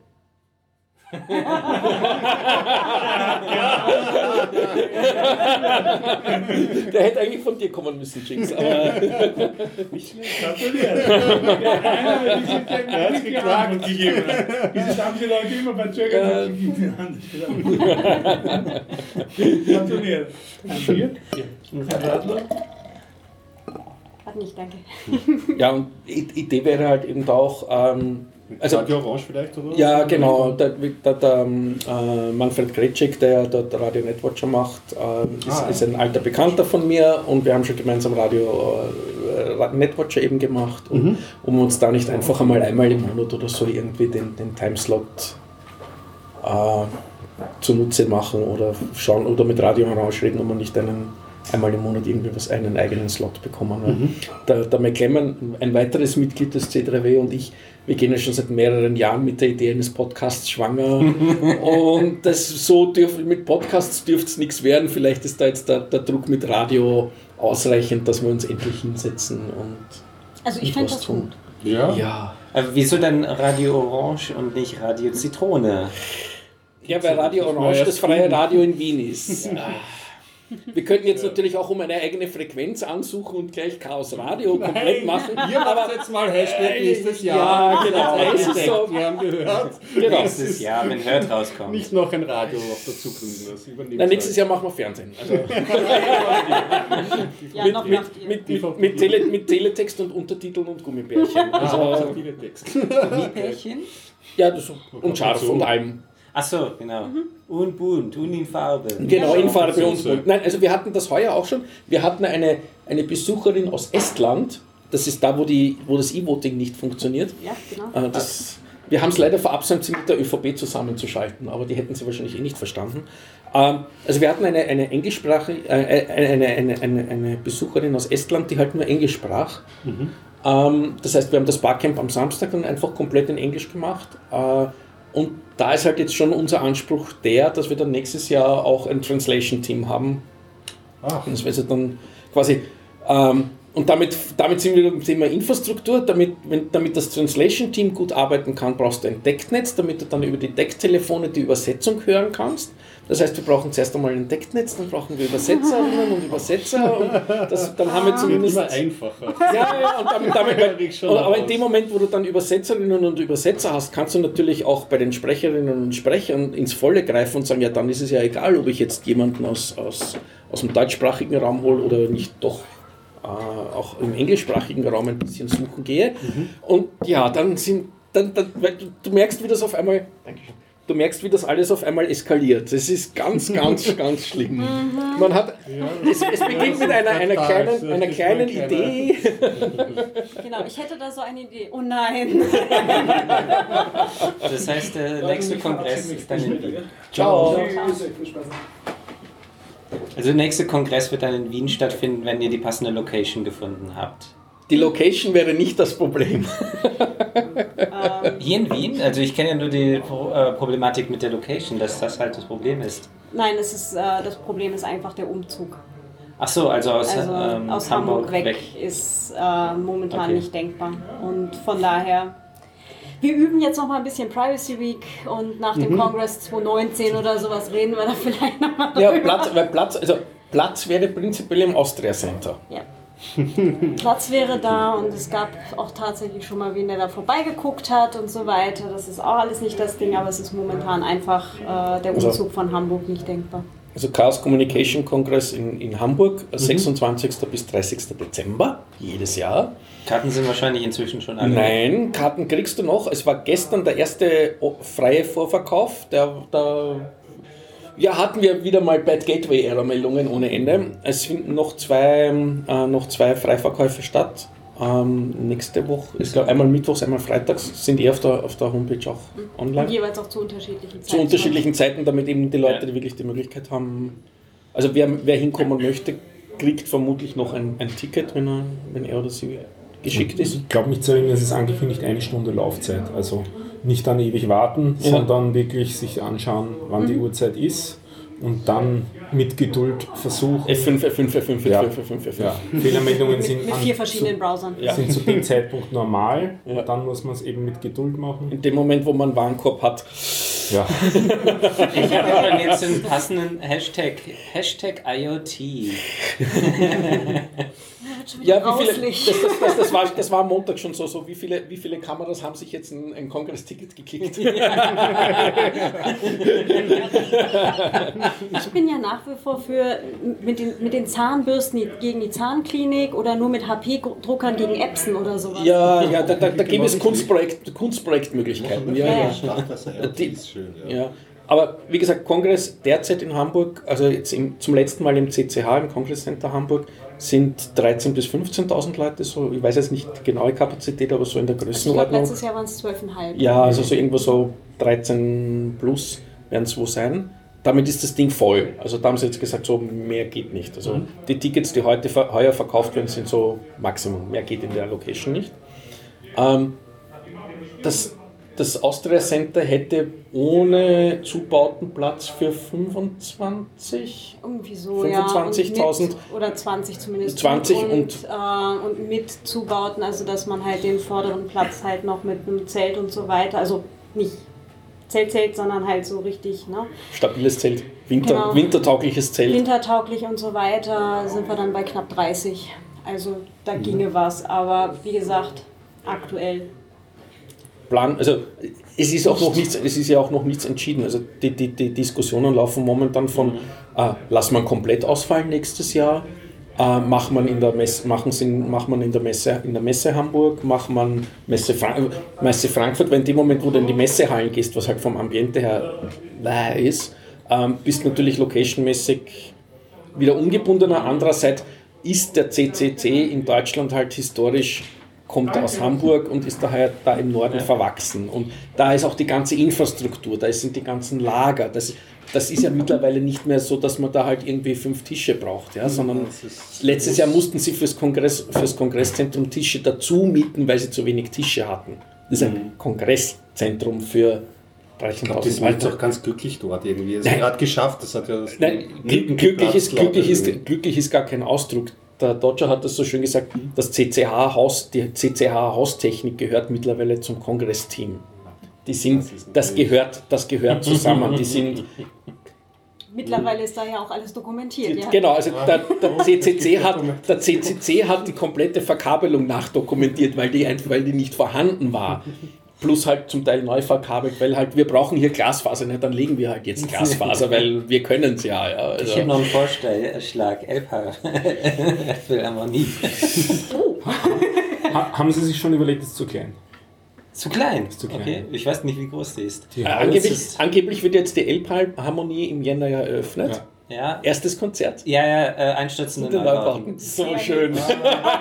Der hätte eigentlich von dir kommen müssen, Jinx. Aber nicht schlecht. Gratuliert. Einer, die sich der nicht die Antwort gegeben hat. Dieses haben die Leute immer bei Zögern die Hand. Gratuliert. Ein Bier? Ein Radler? Hat nicht, danke. ja, und Idee wäre halt eben da auch. Ähm, Also, Radio Orange vielleicht, oder? Ja, genau. Der, der, der äh, Manfred Gretschek, der dort Radio Netwatcher macht, äh, ist, ah, ist ein alter Bekannter von mir und wir haben schon gemeinsam Radio äh, Netwatcher eben gemacht, um, mhm. um uns da nicht einfach einmal einmal im Monat oder so irgendwie den, den Timeslot äh, zunutze machen oder schauen oder mit Radio Orange reden, ob man nicht einen einmal im Monat irgendwie was, einen eigenen Slot bekommen. Mhm. Der, der McClellan, ein weiteres Mitglied des C drei W und ich, wir gehen ja schon seit mehreren Jahren mit der Idee eines Podcasts schwanger und das so dürf, mit Podcasts dürfte es nichts werden. Vielleicht ist da jetzt der, der Druck mit Radio ausreichend, dass wir uns endlich hinsetzen und also ich finde das tun. Gut. Ja. ja. Aber wieso dann Radio Orange und nicht Radio Zitrone? Ja, weil Radio Orange das freie Radio in Wien ist. Ja. Wir könnten jetzt natürlich auch um eine eigene Frequenz ansuchen und gleich Chaos Radio komplett machen. Wir machen jetzt mal Hashtag nächstes Jahr. Ja, genau. Das ist so. Wir haben gehört. Genau. Nächstes Jahr, wenn Hört rauskommt. Nicht noch ein Radio dazu gründen. Nein, nächstes Jahr machen wir Fernsehen. Also ja, mit, noch mit, mit, mit, mit, Tele, mit Teletext und Untertiteln und Gummibärchen. Also ah, Teletext. Gummibärchen? Ja, das, und scharf und allem. Ach so, genau. Mhm. Und bunt und in Farbe. Genau, in Farbe und bunt. Nein, also wir hatten das heuer auch schon. Wir hatten eine, eine Besucherin aus Estland. Das ist da, wo, die, wo das E-Voting nicht funktioniert. Ja, genau. Das, wir haben es leider verabsäumt, sie mit der ÖVP zusammenzuschalten, aber die hätten sie wahrscheinlich eh nicht verstanden. Also wir hatten eine, eine, Englischsprache, äh, eine, eine, eine, eine Besucherin aus Estland, die halt nur Englisch sprach. Mhm. Das heißt, wir haben das Barcamp am Samstag dann einfach komplett in Englisch gemacht. Und da ist halt jetzt schon unser Anspruch der, dass wir dann nächstes Jahr auch ein Translation-Team haben. Ach. Und das wäre dann quasi, ähm, und damit, damit sind wir beim Thema Infrastruktur, damit, wenn, damit das Translation-Team gut arbeiten kann, brauchst du ein Decknetz, damit du dann über die Decktelefone die Übersetzung hören kannst. Das heißt, wir brauchen zuerst einmal ein Decknetz, dann brauchen wir Übersetzerinnen und Übersetzer und das, dann haben wir zumindest... Das wird immer einfacher. Ja, ja, und damit, damit, und, aber in dem Moment, wo du dann Übersetzerinnen und Übersetzer hast, kannst du natürlich auch bei den Sprecherinnen und Sprechern ins Volle greifen und sagen, ja, dann ist es ja egal, ob ich jetzt jemanden aus, aus, aus dem deutschsprachigen Raum hole oder nicht doch äh, auch im englischsprachigen Raum ein bisschen suchen gehe. Mhm. Und ja, dann sind... Dann, dann, du, du merkst, wie das auf einmal... Dankeschön. Du merkst, wie das alles auf einmal eskaliert. Das ist ganz, ganz, ganz schlimm. Man hat, ja, es, es beginnt mit einer, einer kleinen, einer kleinen Idee. Genau, ich hätte da so eine Idee. Oh nein. Das heißt, der nächste Kongress ist dann in Wien. Ciao. Also der nächste Kongress wird dann in Wien stattfinden, wenn ihr die passende Location gefunden habt. Die Location wäre nicht das Problem. Hier in Wien? Also ich kenne ja nur die äh, Problematik mit der Location, dass das halt das Problem ist. Nein, es ist, äh, das Problem ist einfach der Umzug. Ach so, also aus, also ähm, aus Hamburg, Hamburg weg, weg. ist äh, momentan okay. nicht denkbar. Und von daher, wir üben jetzt noch mal ein bisschen Privacy Week und nach dem mhm. Kongress zwanzig neunzehn oder sowas reden wir da vielleicht noch mal Ja, Platz, weil Platz, also Platz wäre prinzipiell im Austria Center. Ja. Platz wäre da und es gab auch tatsächlich schon mal wen, der da vorbeigeguckt hat und so weiter. Das ist auch alles nicht das Ding, aber es ist momentan einfach äh, der Umzug also, von Hamburg nicht denkbar. Also Chaos Communication Kongress in, in Hamburg, mhm. sechsundzwanzigsten bis dreißigsten Dezember, jedes Jahr. Karten sind wahrscheinlich inzwischen schon alle. Nein, Karten kriegst du noch. Es war gestern der erste freie Vorverkauf, der, der Ja, hatten wir wieder mal Bad Gateway-Error-Meldungen ohne Ende. Es finden noch zwei, äh, noch zwei Freiverkäufe statt. Ähm, nächste Woche, ich glaube einmal mittwochs, einmal freitags, sind eh auf der, auf der Homepage auch online. Und jeweils auch zu unterschiedlichen Zeiten. Zu unterschiedlichen Zeiten, damit eben die Leute die wirklich die Möglichkeit haben. Also wer, wer hinkommen möchte, kriegt vermutlich noch ein, ein Ticket, wenn er, wenn er oder sie geschickt ist. Ich glaube mich zu erinnern, es ist angekündigt eine Stunde Laufzeit. Also nicht dann ewig warten, ja. sondern wirklich sich anschauen, wann mhm. die Uhrzeit ist und dann mit Geduld versuchen. F fünf, F fünf, F fünf, ja. F fünf, F fünf, F fünf. Ja. Fehlermeldungen sind, mit vier verschiedenen Browsern. Zu, sind zu dem Zeitpunkt normal, ja. Dann muss man es eben mit Geduld machen. In dem Moment, wo man einen Warenkorb hat. Ja. Ich habe dann jetzt einen passenden Hashtag, Hashtag IoT. Ja, wie viele, das, das, das, das, war, das war am Montag schon so, so wie, viele, wie viele Kameras haben sich jetzt ein, ein Kongress-Ticket geklickt? Ich bin ja nach wie vor für mit den, mit den Zahnbürsten gegen die Zahnklinik oder nur mit H P-Druckern gegen Epson oder sowas. Ja, ja, da, da, da gibt es Kunstprojekt, Kunstprojektmöglichkeiten. Ja, ja. Die, ist schön, ja. Ja. Aber wie gesagt, Kongress derzeit in Hamburg, also jetzt im, zum letzten Mal im C C H, im Kongresscenter Hamburg, sind dreizehntausend bis fünfzehntausend Leute, so, ich weiß jetzt nicht die genaue Kapazität, aber so in der Größenordnung. Ich glaube, letztes Jahr waren es zwölf Komma fünf. Ja, also so irgendwo so dreizehn plus werden es wohl sein. Damit ist das Ding voll. Also da haben sie jetzt gesagt, so mehr geht nicht. Also mhm. die Tickets, die heute heuer verkauft werden, sind so Maximum. Mehr geht in der Location nicht. Ähm, das Das Austria Center hätte ohne Zubauten Platz für fünfundzwanzig? Irgendwie so, fünfundzwanzigtausend. Ja. Oder zwanzig zumindest. zwanzig und, und, äh, und mit Zubauten, also dass man halt den vorderen Platz halt noch mit einem Zelt und so weiter, also nicht Zelt, Zelt, sondern halt so richtig, ne? Stabiles Zelt, Winter, genau. wintertaugliches Zelt. Wintertauglich und so weiter, sind wir dann bei knapp dreißig. Also da mhm. ginge was, aber wie gesagt, aktuell. Plan, also es ist auch noch nichts, es ist ja auch noch nichts entschieden. Also die, die, die Diskussionen laufen momentan von, mhm. äh, lass man komplett ausfallen nächstes Jahr, äh, macht man in der Messe, machen sie, macht man in der Messe, in der Messe Hamburg, macht man Messe, Frank- Messe Frankfurt, weil in dem Moment, wo du in die Messehallen gehst, was halt vom Ambiente her äh, ist, ähm, bist natürlich locationmäßig wieder ungebundener. Andererseits ist der C C C in Deutschland halt historisch, kommt aus Hamburg und ist daher da im Norden ja. verwachsen. Und da ist auch die ganze Infrastruktur, da sind die ganzen Lager. Das, das ist ja mittlerweile nicht mehr so, dass man da halt irgendwie fünf Tische braucht, ja, sondern letztes Jahr mussten sie fürs, Kongress, fürs Kongresszentrum Tische dazu mieten, weil sie zu wenig Tische hatten. Das ist ein Kongresszentrum für dreitausend. Die sind auch ganz glücklich dort irgendwie. Es hat geschafft, das hat ja das Nein, glücklich, ist, glücklich, ist, glücklich ist gar kein Ausdruck. Der Dodger hat das so schön gesagt, das C C H-Haus, die C C H-Haustechnik gehört mittlerweile zum Kongressteam. Die sind, das gehört, das gehört zusammen. Die sind Mittlerweile ist da ja auch alles dokumentiert. Ja. Genau, also der, der, C C C hat, der C C C hat die komplette Verkabelung nachdokumentiert, weil die, weil die nicht vorhanden war. Plus halt zum Teil neu verkabelt, weil halt wir brauchen hier Glasfaser, ne? Dann legen wir halt jetzt Glasfaser, weil wir können es ja. ja also. Ich habe noch einen Vorschlag, Elbphilharmonie. ha, haben Sie sich schon überlegt, es zu klein? Zu klein? Ist zu klein. Okay, ich weiß nicht, wie groß die ist. Die äh, angeblich, ist angeblich wird jetzt die Elbphilharmonie im Jänner ja eröffnet. Ja. Ja. Erstes Konzert? Ja, ja, äh, einstürzende Neubauten. So schön. Das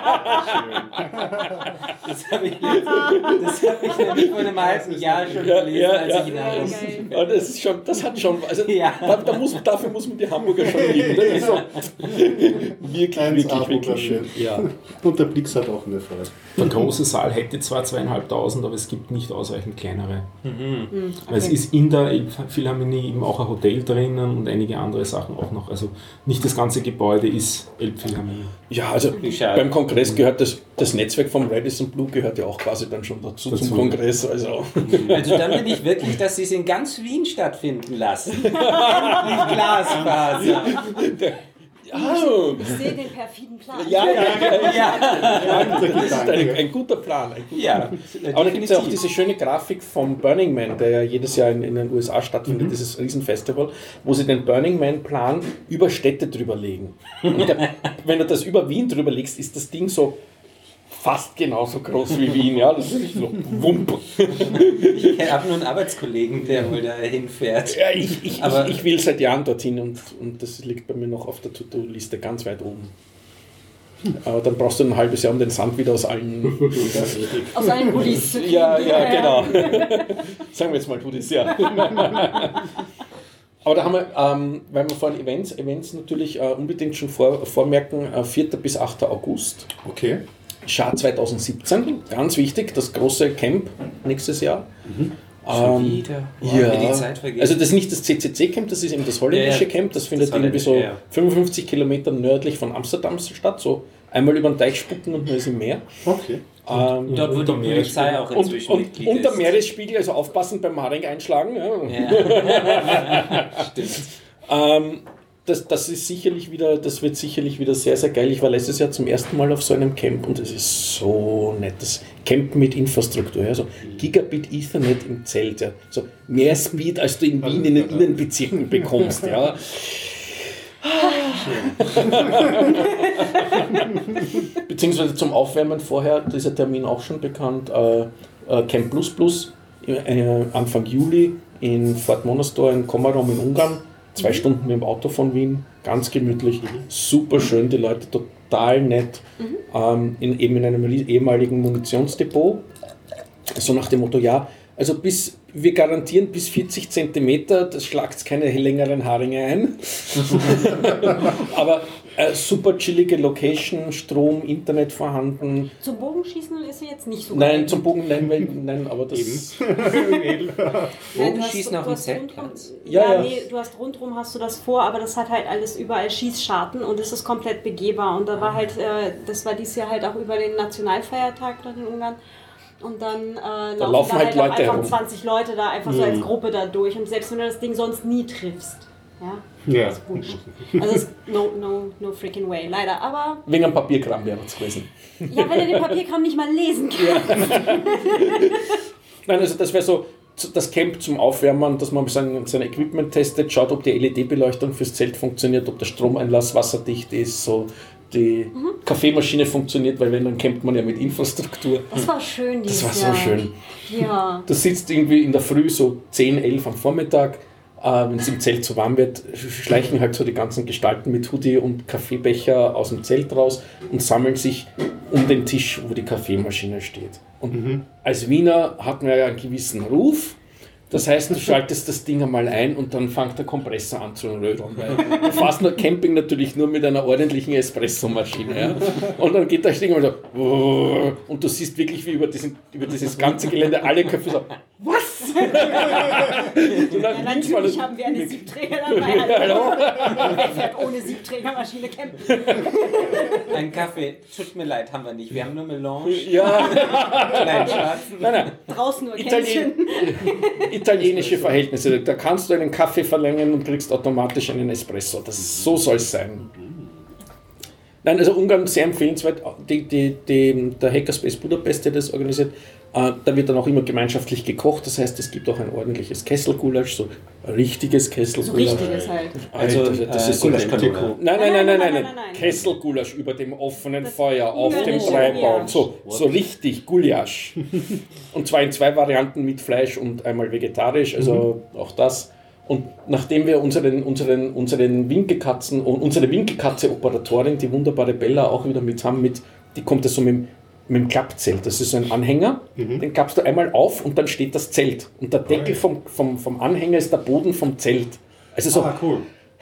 habe ich, das hab ich nämlich vor einem halben Jahr schon ja, gelesen, ja, als ja. ich in Hamburg war. Das ist schon, das hat schon, also ja. da, da muss, dafür muss man die Hamburger schon lieben. Das ist so wirklich, wirklich, wirklich schön. Ja. Und der Blix hat auch eine Freude. Der große Saal hätte zwar zweieinhalbtausend, aber es gibt nicht ausreichend kleinere. Mhm. Okay. Weil es ist in der Elbphilharmonie eben auch ein Hotel drinnen und einige andere Sachen auch noch. Also nicht das ganze Gebäude ist Elbphilharmonie. Ja, also beim Kongress gehört das, das Netzwerk vom Radisson Blu gehört ja auch quasi dann schon dazu, dazu. zum Kongress. Also. also dann will ich wirklich, dass sie es in ganz Wien stattfinden lassen. Endlich Glasfaser. Oh. Ich sehe den perfiden Plan. Ja, ja, ja. ja. Das ist ein, ein guter Plan. Ein guter ja, Plan. Aber da gibt es ja auch diese schöne Grafik vom Burning Man, der ja jedes Jahr in, in den U S A stattfindet, mhm. dieses Riesenfestival, wo sie den Burning Man-Plan über Städte drüber legen. Und der, wenn du das über Wien drüber legst, ist das Ding so fast genauso groß wie Wien. Ja, das ist so wump. Ich habe nur einen Arbeitskollegen, der wohl da hinfährt. Ja, ich, ich, ich, ich will seit Jahren dorthin und, und das liegt bei mir noch auf der To-Do-Liste ganz weit oben. Aber dann brauchst du ein halbes Jahr, um den Sand wieder aus allen... aus allen Hoodies zu kriegen. Ja, ja, genau. Sagen wir jetzt mal Hoodies, ja. Aber da haben wir, ähm, weil wir vorhin Events, Events natürlich äh, unbedingt schon vor, vormerken, äh, vierter bis achter August. Okay. Schar zwanzig siebzehn, ganz wichtig, das große Camp nächstes Jahr. Mhm. Schon ähm, wieder. Wow, ja. Die Zeit also das ist nicht das C C C-Camp, das ist eben das holländische ja, ja. Camp. Das findet das irgendwie so ja. fünfundfünfzig Kilometer nördlich von Amsterdam statt. So einmal über den Teich spucken und man ist im Meer. Okay. Ähm, dort wo die Polizei auch inzwischen und, und, und der Meeresspiegel, also aufpassen beim Haring einschlagen. Ja. Ja. Stimmt. ähm, das, das ist sicherlich wieder, das wird sicherlich wieder sehr, sehr geil. Ich war letztes Jahr zum ersten Mal auf so einem Camp und es ist so nett. Das Camp mit Infrastruktur, also Gigabit Ethernet im Zelt, ja. So mehr Speed, als du in Wien in den Innenbezirken bekommst, ja. Beziehungsweise zum Aufwärmen vorher, dieser Termin auch schon bekannt, äh, äh, Camp Plus Plus, äh, Anfang Juli in Fort Monostor in Komárom in Ungarn. Zwei mhm. Stunden mit dem Auto von Wien, ganz gemütlich, mhm. super schön, die Leute total nett, mhm. ähm, in, eben in einem ehemaligen Munitionsdepot, so nach dem Motto, ja, also bis, wir garantieren bis vierzig Zentimeter, das schlagt keine längeren Haringe ein, aber äh, super chillige Location, Strom, Internet vorhanden. Zum Bogenschießen ist jetzt nicht so Nein, geil. Zum Bogen, nein, weil, nein, aber das... Bogenschießen auf dem Zeltplatz? Ja, ja, ja. Nee, du hast rundherum hast du das vor, aber das hat halt alles überall Schießscharten und es ist komplett begehbar und da war halt, äh, das war dieses Jahr halt auch über den Nationalfeiertag dort in Ungarn. Und dann äh, laufen da, laufen da halt, halt Leute einfach herum. zwanzig Leute da einfach mhm. so als Gruppe da durch. Und selbst wenn du das Ding sonst nie triffst, ja, ja. das ist Bullshit. Also es ist no, no, no freaking way, leider. Aber wegen einem Papierkram wäre es gewesen. Ja, wenn du den Papierkram nicht mal lesen kannst. Ja. Nein, also das wäre so das Camp zum Aufwärmen, dass man sein, sein Equipment testet, schaut, ob die L E D-Beleuchtung fürs Zelt funktioniert, ob der Stromeinlass wasserdicht ist, so die mhm. Kaffeemaschine funktioniert, weil wenn, dann campt man ja mit Infrastruktur. Das war schön dieses Das war Jahr. so schön. Ja. Du sitzt irgendwie in der Früh so zehn, elf am Vormittag, äh, wenn es im Zelt zu warm wird, schleichen halt so die ganzen Gestalten mit Hoodie und Kaffeebecher aus dem Zelt raus und sammeln sich um den Tisch, wo die Kaffeemaschine steht. Und mhm. als Wiener hat man ja einen gewissen Ruf. Das heißt, du schaltest das Ding einmal ein und dann fängt der Kompressor an zu rödeln. Du fährst nur Camping natürlich nur mit einer ordentlichen Espressomaschine. Ja? Und dann geht das Ding mal so und du siehst wirklich, wie über, diesen, über dieses ganze Gelände alle Köpfe so, was? So ja, natürlich haben wir eine Siebträger dabei. Hallo? Wer fährt ohne Siebträgermaschine campen? Ein Kaffee, tut mir leid, haben wir nicht. Wir haben nur Melange. Ja. Nein, Schatz. Nein, nein. Draußen nur Kännchen. Italienische Verhältnisse. Da kannst du einen Kaffee verlängern und kriegst automatisch einen Espresso. Das, so soll es sein. Nein, also Ungarn sehr empfehlenswert. Die, die, die, der Hackerspace Budapest, der das organisiert, äh, da wird dann auch immer gemeinschaftlich gekocht. Das heißt, es gibt auch ein ordentliches Kesselgulasch, so ein richtiges Kesselgulasch. So richtiges halt. Also, also das äh, ist so Gulasch nein, nein, nein, nein, nein, nein, nein, nein. Kesselgulasch über dem offenen das Feuer, auf dem Dreibaum. So, so richtig Gulasch. Und zwar in zwei Varianten mit Fleisch und einmal vegetarisch, also mhm. auch das. Und nachdem wir unseren, unseren, unseren Winkelkatzen und unsere Winkelkatze-Operatorin, die wunderbare Bella, auch wieder mit haben, mit, die kommt ja so mit, mit dem Klappzelt. Das ist so ein Anhänger, mhm. den klappst du einmal auf und dann steht das Zelt. Und der Deckel vom, vom, vom Anhänger ist der Boden vom Zelt. Also so. Ah, cool.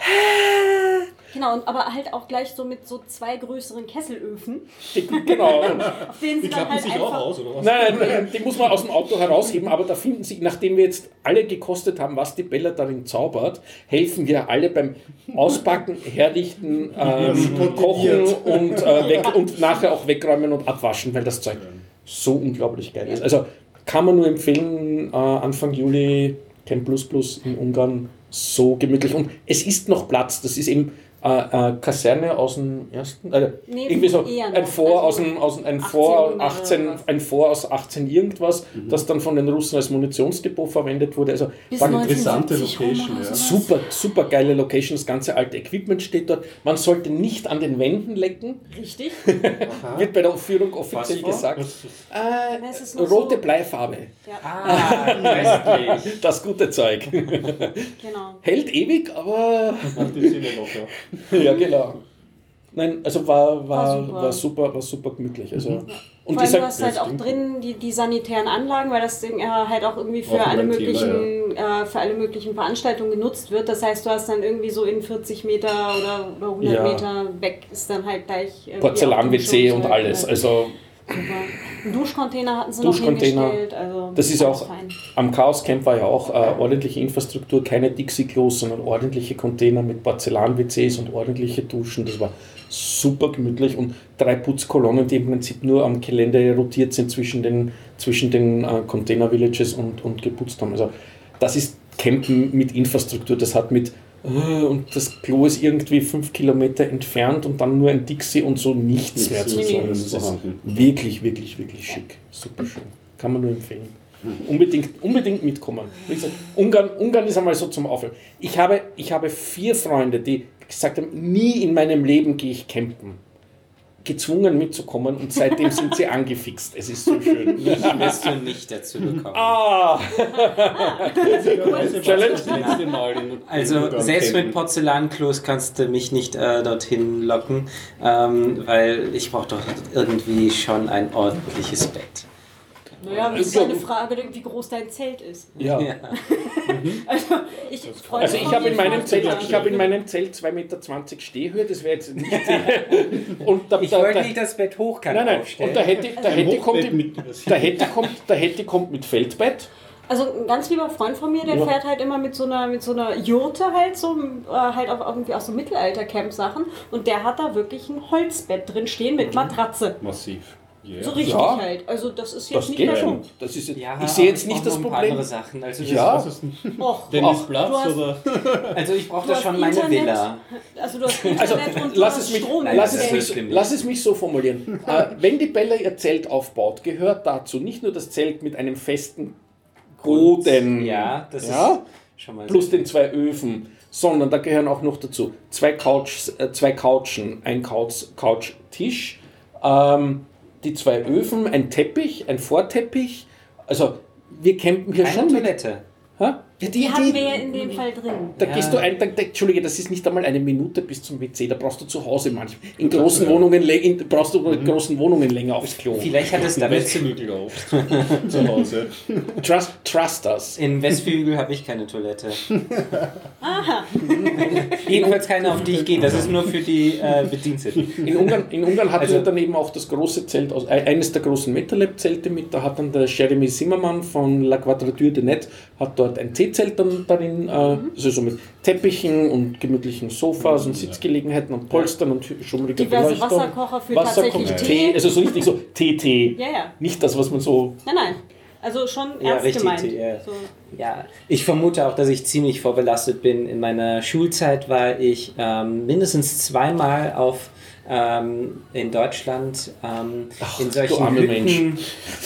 Genau, und aber halt auch gleich so mit so zwei größeren Kesselöfen. Die, genau. Auf denen sie die dann halt sich einfach... auch aus, oder was? Nein, nein, die muss man aus dem Auto herausheben, aber da finden sich, nachdem wir jetzt alle gekostet haben, was die Bella darin zaubert, helfen wir alle beim Auspacken, Herrichten, ähm, Kochen und, äh, weg, und nachher auch wegräumen und abwaschen, weil das Zeug so unglaublich geil ist. Also kann man nur empfehlen, äh, Anfang Juli Camp Plus Plus in Ungarn, so gemütlich. Und es ist noch Platz, das ist eben Äh, äh, Kaserne aus dem ersten, äh, nee, irgendwie so ein Vor aus dem, aus ein Vor achtzehn, ein Vor aus achtzehn irgendwas, mhm. das dann von den Russen als Munitionsdepot verwendet wurde. Also interessante Location, ja. Super, super geile Location, das ganze alte Equipment steht dort. Man sollte nicht an den Wänden lecken. Richtig. Wird bei der Führung offiziell gesagt. Äh, rote so Bleifarbe. Ja. Ah, das gute Zeug. Genau. Hält ewig, aber macht die Sinne locker. Ja, genau. Nein, also war, war, war, super. war super, war super gemütlich. Also, mhm. und vor allem sag, du hast halt auch drin die, die sanitären Anlagen, weil das Ding äh, halt auch irgendwie für alle, möglichen, Thema, ja. äh, für alle möglichen Veranstaltungen genutzt wird. Das heißt, du hast dann irgendwie so in vierzig Meter oder, oder hundert ja. Meter weg ist dann halt gleich Porzellan-W C und alles. Also Super. Einen Duschcontainer hatten sie Duschcontainer. noch hingestellt. Also das ist auch, fein. am Chaos Camp war ja auch äh, ordentliche Infrastruktur, keine Dixie-Klos, sondern ordentliche Container mit Porzellan-W Cs und ordentliche Duschen. Das war super gemütlich und drei Putzkolonnen, die im Prinzip nur am Gelände rotiert sind zwischen den, zwischen den äh, Container-Villages und, und geputzt haben. Also das ist Campen mit Infrastruktur, das hat mit und das Klo ist irgendwie fünf Kilometer entfernt und dann nur ein Dixie und so nichts mehr zu tun. Das ist wirklich, wirklich, wirklich schick. Super schön. Kann man nur empfehlen. Unbedingt, unbedingt mitkommen. Wie gesagt, Ungarn, Ungarn ist einmal so zum Aufhören. Ich habe, ich habe vier Freunde, die gesagt haben, nie in meinem Leben gehe ich campen. Gezwungen mitzukommen und seitdem sind sie angefixt. Es ist so schön. Mich wirst du nicht dazu bekommen. Ah! Also selbst mit Porzellanklos kannst du mich nicht äh, dorthin locken, ähm, weil ich brauche doch irgendwie schon ein ordentliches Bett. Naja, das ist ja eine Frage, wie groß dein Zelt ist. Ja. Ja. Also ich, also ich habe in meinem Zelt, ich habe in meinem Zelt zwei Meter zwanzig Stehhöhe, das wäre jetzt nicht die, und da, ich da, wollte da, nicht das Bett hochkant nein, nein, aufstellen. und der Hätte, der Hätte kommt, mit, der Hätte kommt, der Hätte kommt mit Feldbett. Also ein ganz lieber Freund von mir, der ja. fährt halt immer mit so einer, mit so einer Jurte halt so, äh, halt auch irgendwie auch so Mittelalter-Camp-Sachen und der hat da wirklich ein Holzbett drin stehen mit Matratze. Massiv. Yeah. So richtig ja. halt. Also das ist jetzt das nicht mehr schon. Das ist, ja, ich sehe jetzt nicht das ein Problem. Paar andere Sachen. Also das ja. ist Och, Dennis Platz hast, oder? Also ich brauche da schon meine Internet, Villa. Also du hast Internet also, und lass du es hast mich, Strom. lass, es mich, so, lass es mich so formulieren. äh, wenn die Bella ihr Zelt aufbaut, gehört dazu nicht nur das Zelt mit einem festen Boden, ja, das ja, ist schon mal plus den zwei Öfen, sondern da gehören auch noch dazu zwei, Couch, äh, zwei Couchen, ein Couch, Couchtisch, ähm, die zwei Öfen, ein Teppich, ein Vorteppich. Also wir campen hier Keine schon Toilette. Mit, ha? Die, die, die hatten wir ja in dem Fall drin. Da ja. gehst du ein, da, da, Entschuldige, das ist nicht einmal eine Minute bis zum W C, da brauchst du zu Hause manchmal. In großen ja. Wohnungen in, brauchst du in großen Wohnungen länger aufs Klo. Vielleicht hat es damit zu zu Hause. Trust, trust us. In Westflügel habe ich keine Toilette. Aha. Jedenfalls keine, auf die ich gehe. Das ist nur für die äh, Bediensteten. In Ungarn, in Ungarn hatten also, wir dann eben auch das große Zelt, aus, eines der großen MetaLab-Zelte mit. Da hat dann der Jeremy Zimmermann von La Quadrature de Net hat dort ein T-Zelt dann darin, äh, also so mit Teppichen und gemütlichen Sofas und Sitzgelegenheiten und Polstern und schummriger diverse Beleuchtung. Wasserkocher für Wasserkocher, tatsächlich Tee. Tee. Also so richtig so T T. Ja, ja. Nicht das, was man so... Nein, nein. Also schon ja, ernst richtig, gemeint. Ja. So. Ja, ich vermute auch, dass ich ziemlich vorbelastet bin. In meiner Schulzeit war ich ähm, mindestens zweimal auf ähm, in Deutschland ähm, Ach, in solchen Hütten,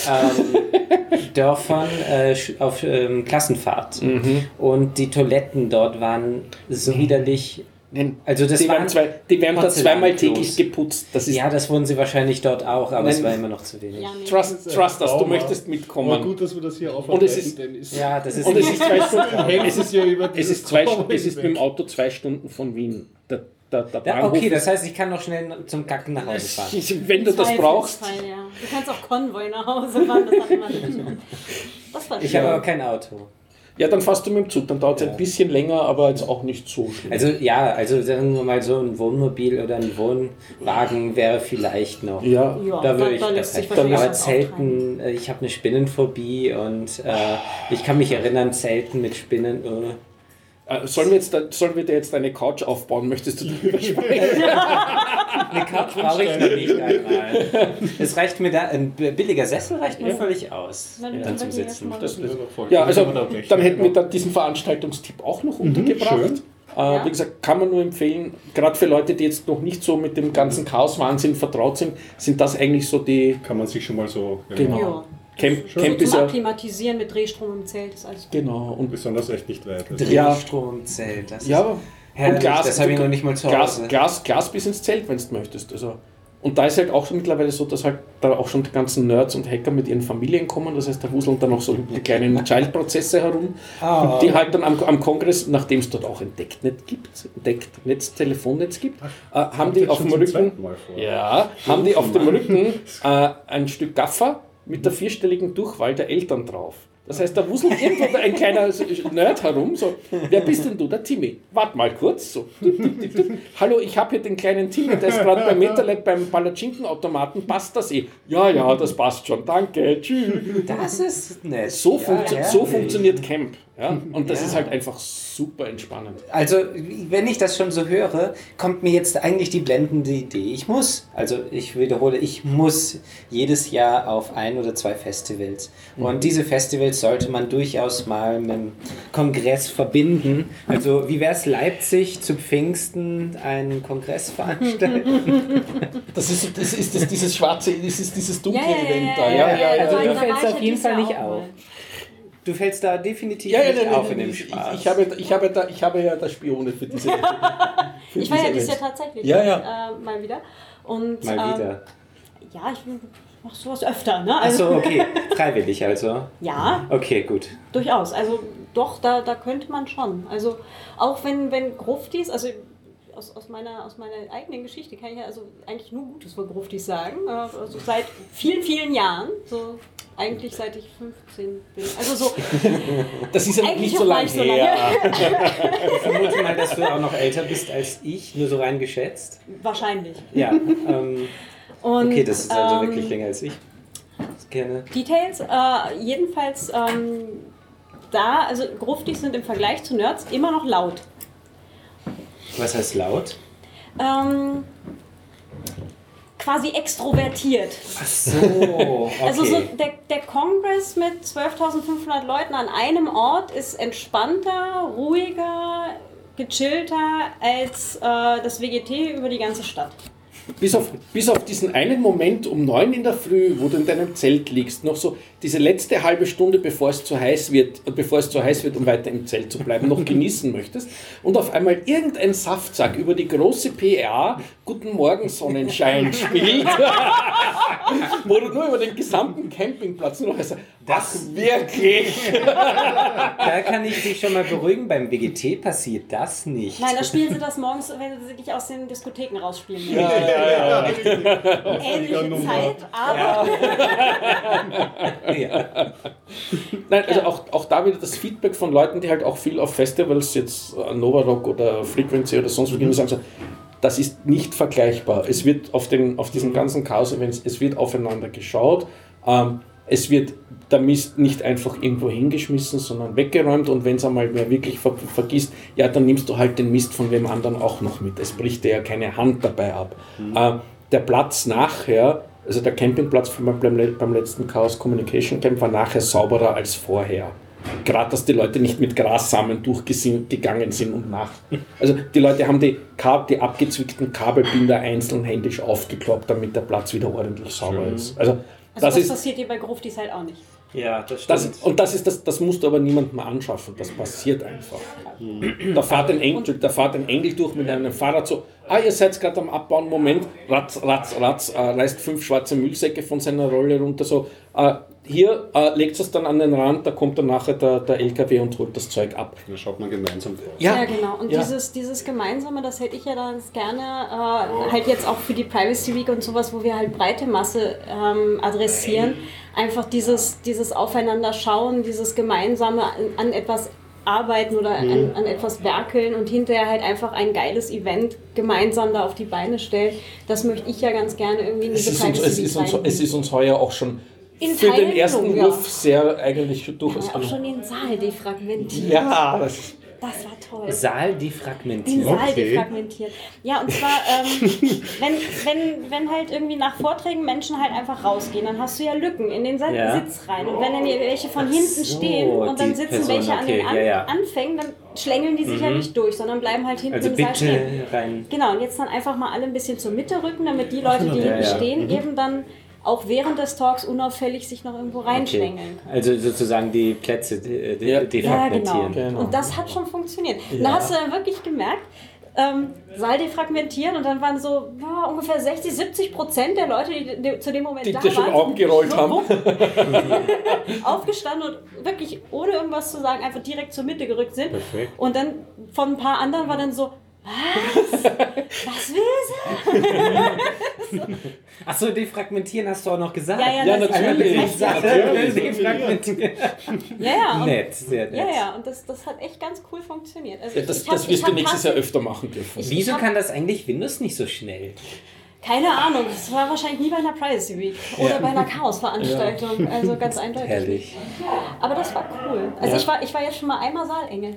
ähm, Dörfern äh, auf ähm, Klassenfahrt. Mhm. Und die Toiletten dort waren so widerlich. Also das die werden, zwei, die werden da zweimal täglich geputzt. Das ist ja, das wurden sie wahrscheinlich dort auch, aber Nein. es war immer noch zu wenig. Ja, nee. Trust, trust us, du möchtest mitkommen. Aber gut, dass wir das hier aufarbeiten. Und es ist, ja, das ist und es ist zwei Stunden. es ist ja über es ist, zwei, es ist mit dem Auto zwei Stunden von Wien. Der, der, der ja, okay, das heißt, ich kann noch schnell zum Kacken nach Hause fahren. Wenn du das brauchst. Fall, ja. Du kannst auch Konvoi nach Hause fahren, das hat man nicht. Das war ich habe aber kein Auto. Ja, dann fährst du mit dem Zug, dann dauert es ja. ein bisschen länger, aber jetzt auch nicht so schlimm. Also ja, also sagen wir mal so ein Wohnmobil oder ein Wohnwagen wäre vielleicht noch. Ja, ja da würde ich da das sich halt. Aber Zelten, äh, ich habe eine Spinnenphobie und äh, ich kann mich erinnern, Zelten mit Spinnen. Äh. Sollen wir, jetzt, sollen wir dir jetzt eine Couch aufbauen? Möchtest du darüber sprechen? Eine Couch brauche ich noch nicht einmal. Es reicht mir da, ein billiger Sessel reicht mir ja. völlig aus, ja. dann zum Sitzen. Das ist, ja, also dann hätten wir dann diesen Veranstaltungstipp auch noch untergebracht. Mhm, äh, ja. Wie gesagt, kann man nur empfehlen, gerade für Leute, die jetzt noch nicht so mit dem ganzen Chaos-Wahnsinn vertraut sind, sind das eigentlich so die... Kann man sich schon mal so... Genau. Ja. Camp, so Camp zum ist ja, Akklimatisieren mit Drehstrom im Zelt ist alles gut. Genau. Und besonders echt nicht weit. Drehstrom im Zelt, das ja, ist herrlich, und Glas, das habe ich noch nicht mal zu Glas, Hause. Glas, Glas bis ins Zelt, wenn du möchtest. Also, und da ist halt auch mittlerweile so, dass halt da auch schon die ganzen Nerds und Hacker mit ihren Familien kommen. Das heißt, da wuseln dann auch so die kleinen Child-Prozesse herum, oh. die halt dann am, am Kongress, nachdem es dort auch ein Decknet gibt, Decknetz, Telefonnetz gibt, äh, haben die auf dem Rücken, ja, haben die auf dem Rücken äh, ein Stück Gaffer mit der vierstelligen Durchwahl der Eltern drauf. Das heißt, da wuselt irgendwo ein kleiner Nerd herum, so, wer bist denn du? Der Timmy. Warte mal kurz, so. Hallo, ich habe hier den kleinen Timmy, der ist gerade beim MetaLab beim Palatschinken-Automaten, passt das eh? Ja, ja, das passt schon, danke, tschüss. Das ist nett. So, funktio- ja, so funktioniert Camp. Ja? Und das ja. ist halt einfach super entspannend. Also, wenn ich das schon so höre, kommt mir jetzt eigentlich die blendende Idee. Ich muss, also ich wiederhole, ich muss jedes Jahr auf ein oder zwei Festivals. Mhm. Und diese Festivals sollte man durchaus mal mit dem Kongress verbinden. Also, wie wäre es, Leipzig zu Pfingsten einen Kongress veranstalten? Das ist, das ist das, dieses schwarze, das ist dieses dunkle Ja, ja, ja, Event ja, da. ja, Ja, ja, ja, ja. Also, da du war fällst ich auf ja jeden dieses Fall Jahr nicht auch auf. mal. Du fällst da definitiv Ja, ja, nicht nein, auf nein, in dem ich, Spaß. ich, ich, habe, ich, habe da, ich habe ja da Spione für diese. Für Ich war diese ja dieses Events. Jahr tatsächlich Ja, ja. Äh, mal wieder. Und, Mal ähm, wieder. Ja, ich mache sowas öfter. Ne? Achso, okay. Freiwillig also. Ja, Okay, gut. durchaus. Also doch, da, da könnte man schon. Also auch wenn, wenn Gruftis, also aus, aus, meiner, aus meiner eigenen Geschichte kann ich ja also eigentlich nur Gutes von Gruftis sagen. Äh, Also seit vielen, vielen Jahren. So eigentlich seit ich fünfzehn bin. Also so. Das ist ja Eigentlich nicht so auch lange nicht so her. Ich vermute mal, dass du auch noch älter bist als ich, nur so rein geschätzt. Wahrscheinlich. Ja, ähm, Und, okay, das ist also ähm, wirklich länger als ich. Das gerne. Details, äh, jedenfalls ähm, da, also Gruftis sind im Vergleich zu Nerds immer noch laut. Was heißt laut? Ähm, quasi extrovertiert. Ach so, okay. Also so der, der Kongress mit zwölftausendfünfhundert Leuten an einem Ort ist entspannter, ruhiger, gechillter als äh, das W G T über die ganze Stadt. Bis auf, bis auf diesen einen Moment um neun in der Früh, wo du in deinem Zelt liegst, noch so diese letzte halbe Stunde, bevor es zu heiß wird, bevor es zu heiß wird, um weiter im Zelt zu bleiben, noch genießen möchtest und auf einmal irgendein Saftsack über die große P R A Guten Morgen Sonnenschein spielt, wo du nur über den gesamten Campingplatz noch sagst, ach wirklich? Da kann ich dich schon mal beruhigen, beim W G T passiert das nicht. Nein, da spielen sie das morgens, wenn sie dich aus den Diskotheken rausspielen. Ja, ja, ja. Ähnliche Zeit, aber Ja. Nein, also auch, auch da wieder das Feedback von Leuten, die halt auch viel auf Festivals, jetzt Nova Rock oder Frequency oder sonst wo gehen, sagen so, das ist nicht vergleichbar. Es wird auf, den, auf diesen ganzen Chaos-Events, es wird aufeinander geschaut, ähm, es wird der Mist nicht einfach irgendwo hingeschmissen, sondern weggeräumt und wenn es einmal mehr wirklich ver- vergisst, ja, dann nimmst du halt den Mist von wem anderen auch noch mit. Es bricht dir ja keine Hand dabei ab. Mhm. Äh, der Platz nachher, also der Campingplatz beim, beim letzten Chaos Communication Camp war nachher sauberer als vorher. Gerade, dass die Leute nicht mit Grassamen durchgegangen sind und nach. Also die Leute haben die, Kab- die abgezwickten Kabelbinder einzeln händisch aufgekloppt, damit der Platz wieder ordentlich sauber Schön. ist. Also, also das, das ist, passiert dir bei Gruftis halt auch nicht. Ja, das stimmt. das, und das, ist das, das musst du aber niemandem anschaffen, das passiert einfach. Da fährt ein Engel, da fährt ein Engel durch mit einem Fahrrad so, ah, ihr seid gerade am Abbauen, Moment, ratz, ratz, ratz, äh, reißt fünf schwarze Müllsäcke von seiner Rolle runter, so, äh, hier, äh, legt es dann an den Rand, da kommt dann nachher der, der L K W und holt das Zeug ab. Da schaut man gemeinsam drauf. Ja, ja genau. Und ja. Dieses, dieses Gemeinsame, das hätte ich ja dann gerne, äh, halt jetzt auch für die Privacy Week und sowas, wo wir halt breite Masse ähm, adressieren, einfach dieses, dieses Aufeinander schauen, dieses gemeinsame an, an etwas arbeiten oder an, an etwas werkeln und hinterher halt einfach ein geiles Event gemeinsam da auf die Beine stellen. Das möchte ich ja ganz gerne irgendwie in Es diese ist, uns, Privacy es, Week ist uns, reinbringen. es ist uns heuer auch schon In für Teilen den ersten gelungen, ja. Wurf sehr eigentlich durchaus Ja, auch schon den Saal defragmentiert. Ja, das Das war toll. Saal Den defragmentiert. Saal Okay. defragmentiert. Ja, und zwar, ähm, wenn, wenn, wenn halt irgendwie nach Vorträgen Menschen halt einfach rausgehen, dann hast du ja Lücken in den Sa- Ja. Sitz rein. Und wenn dann hier welche von hinten so, stehen und dann die sitzen Person, welche an den okay, An ja, ja. Anfängen, dann schlängeln die sich ja nicht durch, sondern bleiben halt hinten Also im Saal bitte stehen. rein. Genau, und jetzt dann einfach mal alle ein bisschen zur Mitte rücken, damit die Leute, die Ja, hinten ja. stehen, eben dann auch während des Talks unauffällig sich noch irgendwo Okay. reinschlängeln können. Also sozusagen die Plätze de- de- Ja. Ja, defragmentieren. genau. Genau. Und das hat schon funktioniert. Und da hast du dann wirklich gemerkt, ähm, Saal defragmentieren und dann waren so ja, ungefähr sechzig, siebzig Prozent der Leute, die, die zu dem Moment Die da dir schon waren, Augen gerollt so haben. wupp, aufgestanden und wirklich ohne irgendwas zu sagen einfach direkt zur Mitte gerückt sind. Perfekt. Und dann von ein paar anderen war dann so, Was? Was will sie? Achso, defragmentieren hast du auch noch gesagt. Ja, ja, Ja, das natürlich. Also, das heißt, Natürlich. Defragmentieren. ja, ja. Und, Nett, sehr nett. ja, ja, und das, das hat echt ganz cool funktioniert. Also Ja, das ich hab, das wirst ich du hab nächstes Jahr fast- öfter machen dürfen. Wieso kann das eigentlich Windows nicht so schnell? Keine Ahnung, das war wahrscheinlich nie bei einer Privacy Week oder bei einer Chaos-Veranstaltung. Also ganz eindeutig. Herrlich. Aber das war cool. Also Ja. ich, war, ich war jetzt schon mal einmal Saalengel.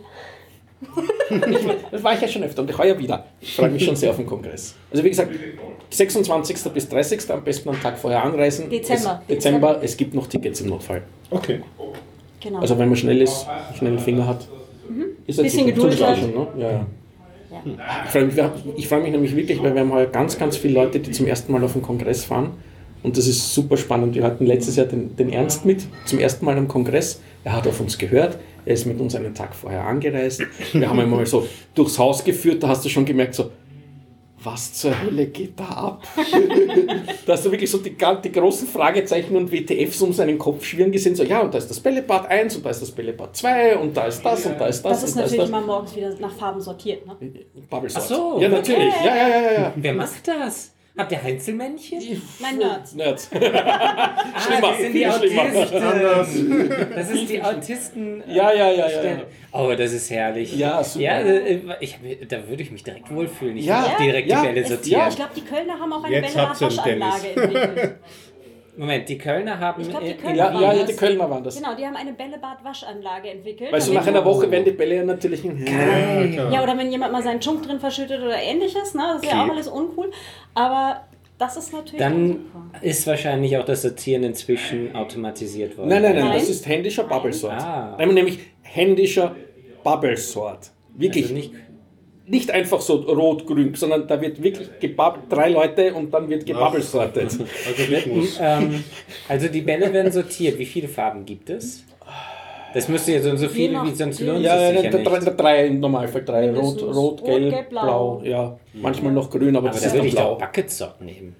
Das war ich ja schon öfter und ich war ja wieder. Ich freue mich schon sehr auf den Kongress. Also wie gesagt, sechsundzwanzigsten bis dreißigsten am besten am Tag vorher anreisen. Dezember. Es, Dezember, es gibt noch Tickets im Notfall. Okay. Genau. Also wenn man schnell ist, schnell Finger hat. Ist Bisschen schon- Geduld tut es auch hat. schon, ne? Ja, ja. Ja. Ich freue mich, wir- ich freue mich nämlich wirklich, weil wir haben heute ganz, ganz viele Leute, die zum ersten Mal auf den Kongress fahren. Und das ist super spannend. Wir hatten letztes Jahr den, den Ernst mit, zum ersten Mal am Kongress. Er hat auf uns gehört. Er ist mit uns einen Tag vorher angereist. Wir haben ihn mal so durchs Haus geführt. Da hast du schon gemerkt, so, was zur Hölle geht da ab? Da hast du wirklich so die, die großen Fragezeichen und W T Fs um seinen Kopf schwirren gesehen. So, ja, und da ist das Bällebad eins und da ist das Bällebad zwei und da ist das und da ist das. Das ist und da natürlich ist mal morgens wieder nach Farben sortiert. Ne? Bubble Ach so. Ja, natürlich. Ja, ja, ja, ja, ja. Wer macht das? Habt ihr Heinzelmännchen? Mein Nerds. Nerds. Ah, Schlimmer, das sind die viel schlimmer. Autisten. Das ist die Autisten. Ja, ja, ja, ja, ja. Oh, das ist herrlich. Ja, super. Ja, äh, ich, da würde ich mich direkt wohlfühlen. Ich Ja, würde auch direkt ja, die Bälle es- sortieren. Ja, ich glaube, die Kölner haben auch eine Jetzt habt ihr einen Bällebad-Waschanlage entwickelt. Moment, die Kölner haben... Ich glaub, die äh, Kölner Ja, waren ja, ja, das. die Kölner waren das. Genau, die haben eine Bällebad-Waschanlage entwickelt. Weil so damit nach einer du- Woche werden die Bälle ja natürlich... Ja, oder wenn jemand mal seinen Schunk drin verschüttet oder ähnliches, ne? Das ist ja Okay. auch alles uncool. Aber das ist natürlich Dann super. ist wahrscheinlich auch das Sortieren inzwischen automatisiert worden. Nein, nein, nein, Nein. das ist händischer Bubble Sort. Ah. Nein, nämlich händischer Bubble Sort. Wirklich. Also nicht, Nicht einfach so rot-grün, sondern da wird wirklich gebabbelt, drei Leute und dann wird gebubble sortet. Also Rhythmus. ähm, also die Bälle werden sortiert. Wie viele Farben gibt es? Das müsste ja so, so viele, nach- wie sonst lohnt Ja, es ja, sich der, ja der, nicht. der drei im Normalfall. Drei. Rot, Mindestens. rot, Rot, gelb, gelb, blau. blau. Ja, manchmal noch grün, aber, Aber das da ist würde dann ich doch blau. Bucket Sort nehmen.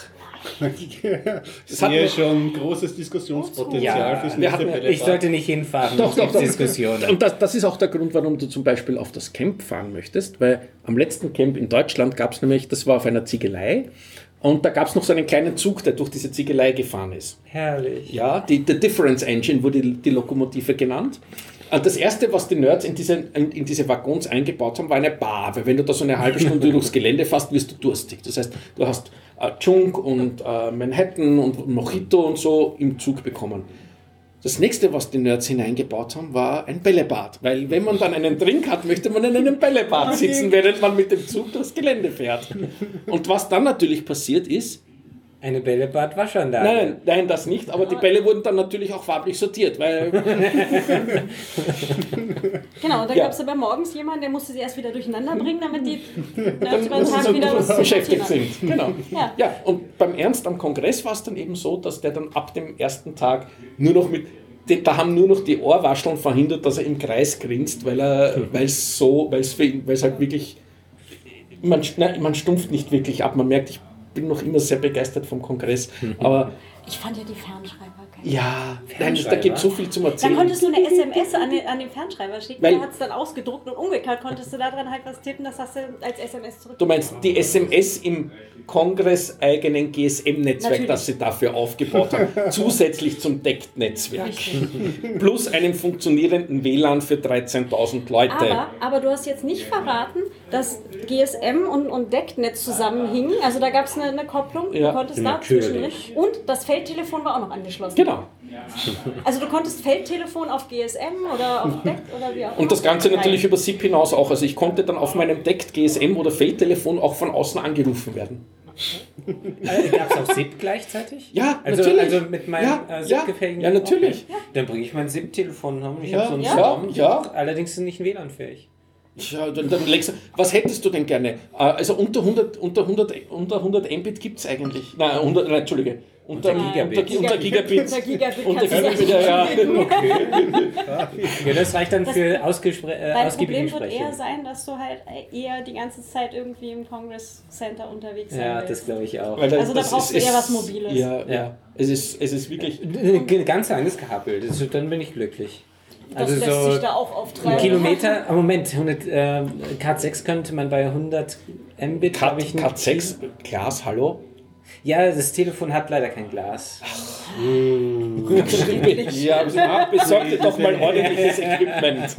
Ich hat sehe mir- schon großes Diskussionspotenzial Ja, fürs wir nächste hatten- Bällebad. Ich sollte nicht hinfahren, Doch, sonst doch, gibt's doch. Diskussionen. Und das, das ist auch der Grund, warum du zum Beispiel auf das Camp fahren möchtest, weil am letzten Camp in Deutschland gab es nämlich, das war auf einer Ziegelei, und da gab es noch so einen kleinen Zug, der durch diese Ziegelei gefahren ist. Herrlich. Ja, die, die Difference Engine wurde die, die Lokomotive genannt. Und das erste, was die Nerds in diese, in, in diese Waggons eingebaut haben, war eine Bar. Weil wenn du da so eine halbe Stunde durchs Gelände fährst, wirst du durstig. Das heißt, du hast äh, Junk und äh, Manhattan und Mojito und so im Zug bekommen. Das nächste, was die Nerds hineingebaut haben, war ein Bällebad. Weil wenn man dann einen Drink hat, möchte man in einem Bällebad sitzen, während man mit dem Zug durchs Gelände fährt. Und was dann natürlich passiert ist, Eine Bällebad-Waschanlage. Nein, nein, nein, das nicht, aber die Bälle wurden dann natürlich auch farblich sortiert, weil Genau, und dann Ja. gab es aber morgens jemanden, der musste sie erst wieder durcheinander bringen, damit die Nerds dann über den Tag wieder was zu beschäftigt sortieren sind. Genau. Ja. Ja, und beim Ernst am Kongress war es dann eben so, dass der dann ab dem ersten Tag nur noch mit, den, da haben nur noch die Ohrwascheln verhindert, dass er im Kreis grinst, weil er, weil es so, weil es für ihn, weil es halt wirklich, man, nein, man stumpft nicht wirklich ab, man merkt, ich bin noch immer sehr begeistert vom Kongress, aber Ich fand ja die Fernschreiber geil. ja, nein, da gibt so viel zum Da Erzählen. konntest du eine S M S an den, an den Fernschreiber schicken, Weil- der hat es dann ausgedruckt und umgekehrt konntest du daran halt was tippen, das hast du als S M S zurück. Du meinst die S M S im Kongress-eigenen G S M-Netzwerk, Natürlich. das sie dafür aufgebaut haben, zusätzlich zum D E C-T-Netzwerk. Plus einem funktionierenden W L A N für dreizehntausend Leute. Aber, aber du hast jetzt nicht verraten, dass G S M und, und D E C-Netz zusammenhingen. Also da gab es eine, eine Kopplung, Ja, du konntest da natürlich. zwischendrin. Und das Feldtelefon war auch noch angeschlossen. Genau. Also du konntest Feldtelefon auf G S M oder auf D E C oder wie auch immer. Und das Ganze natürlich Nein. über S I P hinaus auch. Also ich konnte dann auf meinem D E C T, G S M oder Feldtelefon auch von außen angerufen werden. Äh, Gab es auch S I P gleichzeitig? Ja, also, natürlich. Also mit meinem Ja, äh, S I ja, P-gefähigen? ja, natürlich. Okay. Dann bringe ich mein S I P-Telefon und ich Ja, habe so einen ja, Storm. ja. Allerdings sind nicht W L A N-fähig. Ja, dann, dann legst du, was hättest du denn gerne? Äh, Also unter hundert, unter hundert, unter hundert Mbit gibt es eigentlich. Nein, hundert, nein, Entschuldige. Unter, Unter Gigabit. Unter, unter Gigabit. Unter Gigabit Unter kannst du Gigabit, das ja, nicht ja. Ja, das reicht dann Das- für ausgespre äh, Dein ausgiebige Problem wird eher Gespräche. sein, dass du halt eher die ganze Zeit irgendwie im Congress Center unterwegs sein Ja, willst. das glaube ich auch. Weil Also da das brauchst du eher was Mobiles. Ja, ja. Ja. Es ist, es ist wirklich. Äh, Ganz kleines Kabel, das, dann bin ich glücklich. Also das lässt so sich da auch auftreiben. Kilometer, oh Moment, hundert, äh, Cat sechs könnte man bei hundert Mbit, glaube ich, nicht. Cat sechs, Glas, hallo? Ja, das Telefon hat leider kein Glas. Ja, besorgt dir doch mal ordentliches Equipment.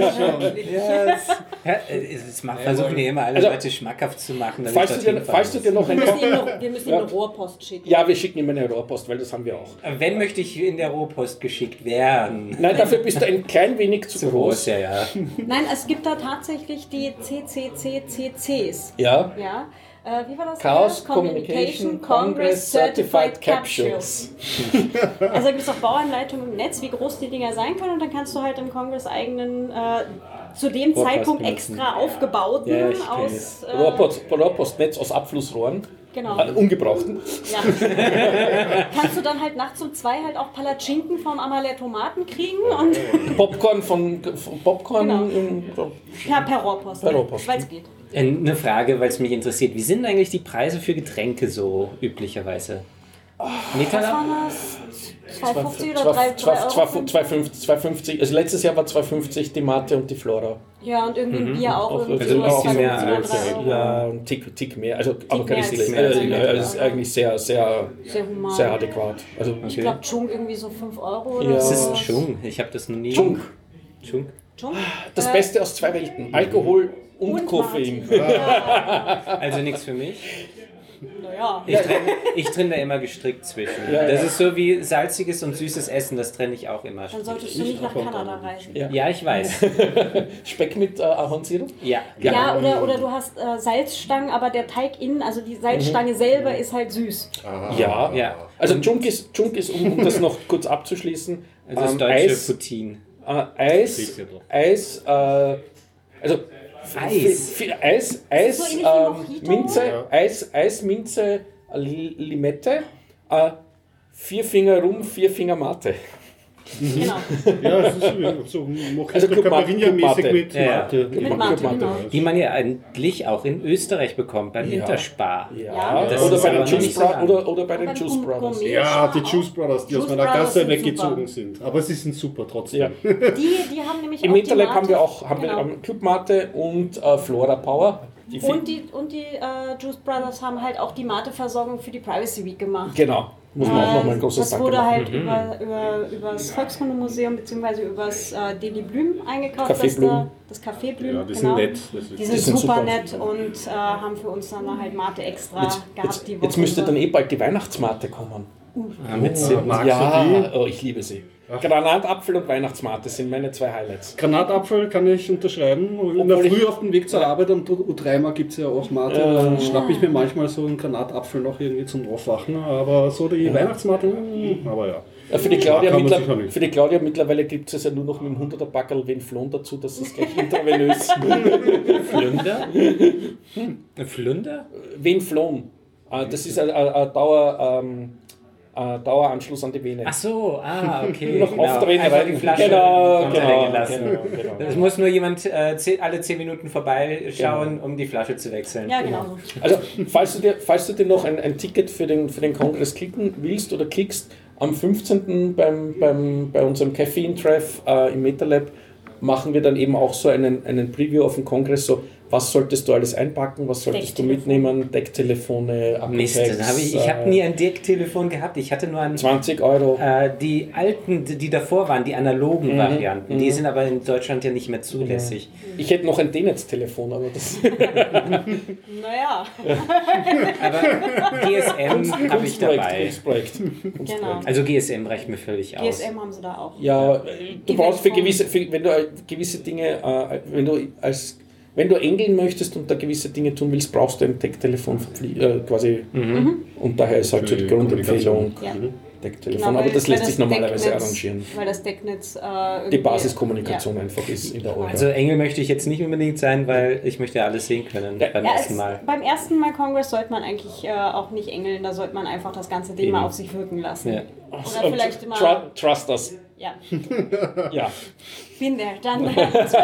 Ja, das, ja, das macht, versuchen die immer alle Also, Leute schmackhaft zu machen. damit Falls du, das dir, hinfahren falls du dir noch ein Wir müssen ihm, noch, wir müssen ihm Ja. eine Rohrpost schicken. Ja, wir schicken immer eine Rohrpost, weil das haben wir auch. muss. Wenn möchte ich in der Rohpost geschickt werden? Nein, dafür bist du ein klein wenig zu, Zu groß. groß, ja, ja. Nein, es gibt da tatsächlich die C C C C Cs. Ja. Ja. Äh, wie war das? Chaos wieder? Communication Congress Certified Capsules. Also da gibt es auch Bauanleitungen im Netz, wie groß die Dinger sein können, und dann kannst du halt im Kongress eigenen, äh, zu dem Rohrpost Zeitpunkt benutzen. extra aufgebauten Ja, ich kenn aus... Äh, Rohrpost, Rohrpostnetz aus Abflussrohren. Genau. Äh, ungebrauchten. Ja. Kannst du dann halt nachts um zwei halt auch Palatschinken vom Amaler Tomaten kriegen und Popcorn von, von Popcorn Genau. im, ja, per Rohrpost, Per Rohrpost. weil es geht. Eine Frage, weil es mich interessiert. Wie sind eigentlich die Preise für Getränke so üblicherweise? Meter? Was waren das? zwei fünfzig oder drei Euro? zwei fünfzig. Also letztes Jahr war zwei fünfzig die Mate und die Flora. Ja, und irgendwie ein Bier auch. Auch Irgendwie also sowas, auch bisschen mehr zwei drei als- Euro. Ja, ein Tick, Tick mehr. Also aber mehr gar als nicht mehr äh, als äh, mehr. also ist eigentlich sehr, sehr, Sehr human. sehr adäquat. Also Ich glaube, Chung irgendwie so fünf Euro oder Ja. Das so. ist Chung. Ich habe das noch nie. Chung. Chung. Chung? das Äh, Beste aus zwei Welten. Alkohol und, und Koffein. Martin. Ja, Also nichts für mich. naja. Ich trenne, ich trenne da immer gestrickt zwischen. Ja, Das ja. ist so wie salziges und süßes Essen, das trenne ich auch immer. Dann solltest du nicht nach Kanada reisen. Ja. Ja, ich weiß. Speck mit äh, Ahornsirup? Ja. Ja, oder, oder du hast äh, Salzstangen, aber der Teig innen, also die Salzstange selber ist halt süß. Ja. Ja. Also Junk ist, Junk ist, um, um das noch kurz abzuschließen, Also das ähm, deutsche Eis, Poutine. äh, Eis, Eis, äh, also Eis. Viel, viel Eis, Eis, So ähnlich wie ähm, Mojito? Minze, Eis, Eis, Minze, äh, Li- Limette, äh, vier Finger Rum, vier Finger Mate. Genau. Ja, das ist so Mojito Also Club Mate, Caipirinha-mäßig Club Mate. mit Ja, ja. Mate. Mit Mate, Mate. genau. Die man ja eigentlich auch in Österreich bekommt, beim Ja. Interspar. Ja, das oder, ist bei aber den noch Juice nicht so Bro- lang. oder, oder bei den Beim Juice Gourmet- Brothers. Ja, die auch. Juice Brothers, die aus Juice meiner Brothers Gasse sind weggezogen super. sind. Aber sie sind super trotzdem. Ja. Die, die haben nämlich Im auch die Interlab Mate, haben wir auch haben genau. wir, ähm, Club Mate und äh, Flora Power. Die Und die, und die äh, Juice Brothers haben halt auch die Mate-Versorgung für die Privacy Week gemacht. Genau, muss man auch nochmal ein Äh, großes Das Danke wurde machen. halt über, über, über das Volkskundemuseum bzw. über das äh, Deli Blüm eingekauft. Café das Blüm. da, das Café Blüm, Ja, die sind genau. nett. Das ist- Die sind, Die sind super, super. nett und äh, haben für uns dann halt Mate extra Jetzt, gehabt jetzt, die Woche. jetzt müsste über. dann eh bald die Weihnachtsmate kommen. Ah, mit Zimt. Magst Ja, du die? oh, ich liebe sie. Granatapfel und Weihnachtsmate sind meine zwei Highlights. Granatapfel kann ich unterschreiben. In der Obwohl ich- Früh auf dem Weg zur Arbeit am U drei Mal gibt es ja auch Mate. Dann schnappe ich mir manchmal so einen Granatapfel noch irgendwie zum Aufwachen. Aber so die Weihnachtsmate, mm, aber ja. Ja, für, die Claudia kann man mittler- sicher nicht. für die Claudia mittlerweile gibt es ja nur noch mit dem hunderter Backerl Venflon dazu, das ist gleich intravenös. Flunder? Flunder? Venflon. Äh, Das ist ein, ein, ein Dauer, ähm, ein Daueranschluss an die Vene. Ach so, ah, okay. Noch aufdrehen, Einfach rein. die Flasche Genau, runterhängen genau, lassen. genau, genau. Es muss nur jemand äh, zehn, alle zehn Minuten vorbeischauen, um die Flasche zu wechseln. Ja, genau. so. Also, falls du dir, falls du dir noch ein, ein Ticket für den, für den Kongress klicken willst oder klickst, am fünfzehnten beim, beim, bei unserem Caffeine-Treff äh, im MetaLab machen wir dann eben auch so einen, einen Preview auf dem Kongress, so was solltest du alles einpacken, was solltest du Decktelefon. mitnehmen, Decktelefone, Mist, Akku-Packs, dann hab ich, ich habe äh, nie ein Decktelefon gehabt. Ich hatte nur ein zwanzig Euro. Äh, die alten, die davor waren, die analogen Mhm, Varianten, die mhm. sind aber in Deutschland ja nicht mehr zulässig. Ich hätte noch ein D-Netz-Telefon, aber das Naja, Aber G S M habe ich Kunstprojekt, dabei. Kunstprojekt. genau. Also G S M reicht mir völlig aus. G S M haben sie da auch. Ja, du Die brauchst für Webform. gewisse, für, wenn du äh, gewisse Dinge, äh, wenn du als wenn du engeln möchtest und da gewisse Dinge tun willst, brauchst du ein Decktelefon äh, quasi. Und daher ist halt so die Für Grundempfehlung Ja. Decktelefon. Genau, Aber weil- das weil lässt sich normalerweise Decknetz- arrangieren. Weil das Decknetz äh, Die irgendwie- Basiskommunikation einfach ist in der Orga. Also Engel möchte ich jetzt nicht unbedingt sein, weil ich möchte ja alles sehen können Ja. beim Ja, ersten es, Mal. beim ersten Mal Kongress sollte man eigentlich äh, auch nicht engeln, da sollte man einfach das ganze Ding Eben. mal auf sich wirken lassen. Ja. Oder Und vielleicht mal. tru- Trust us. Ja, Ja. bin der, dann.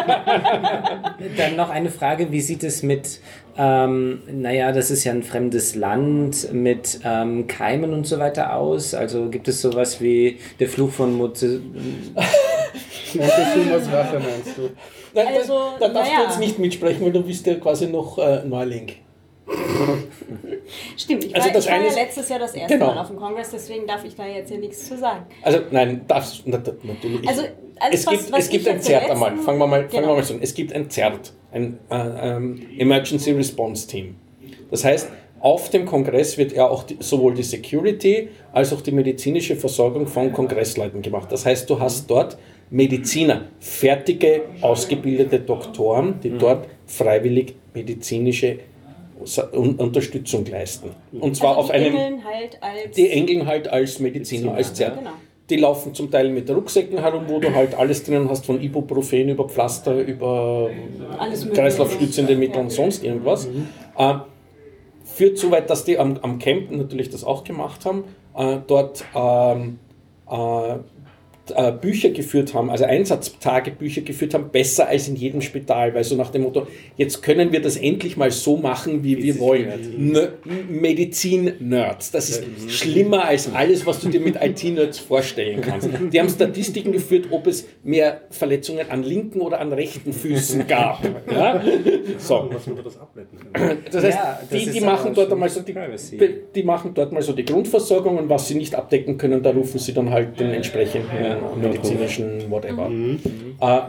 Dann noch eine Frage, wie sieht es mit, ähm, naja, das ist ja ein fremdes Land, mit ähm, Keimen und so weiter aus? Also gibt es sowas wie der Fluch von Mut Montezumas Rache meinst du? Nein, Also, da, da darfst naja. du jetzt nicht mitsprechen, weil du bist ja quasi noch äh, Neuling. Stimmt, ich Also war, das ich war eine ja ist- letztes Jahr das erste genau. Mal auf dem Kongress, deswegen darf ich da jetzt ja nichts zu sagen. Also nein, darfst na, na, natürlich. Also alles, es was- gibt, was es gibt ich ein jetzt Z E R T der einmal. letzten- Fangen wir mal, fangen Genau. wir mal so an. Es gibt ein Z E R T, ein äh, ähm, Emergency Response Team. Das heißt, auf dem Kongress wird ja auch die, sowohl die Security als auch die medizinische Versorgung von Kongressleuten gemacht. Das heißt, du hast dort Mediziner, fertige, ausgebildete Doktoren, die dort freiwillig medizinische Un- Unterstützung leisten. Und zwar Also auf die einem... Engeln halt als... Die Engeln halt als Mediziner, als Z E R T. Genau. Die laufen zum Teil mit Rucksäcken herum, wo du halt alles drinnen hast, von Ibuprofen über Pflaster, über Alles Mögliche. kreislaufstützende Mittel Ja. und sonst irgendwas. Äh, führt so weit, dass die am, am Camp natürlich das auch gemacht haben, äh, dort ähm, äh, äh, Bücher geführt haben, also Einsatztagebücher geführt haben, besser als in jedem Spital, weil so nach dem Motto, jetzt können wir das endlich mal so machen, wie wir wollen. N- Medizin-Nerds, das ist schlimmer als alles, was du dir mit I T-Nerds vorstellen kannst. Die haben Statistiken geführt, ob es mehr Verletzungen an linken oder an rechten Füßen gab. Ja? So. Was man da das ableiten kann. Das heißt, Ja, das die, die ist machen aber dort schon einmal so die, Privacy. die machen dort mal so die Grundversorgung und was sie nicht abdecken können, da rufen sie dann halt den entsprechenden medizinischen whatever. Äh,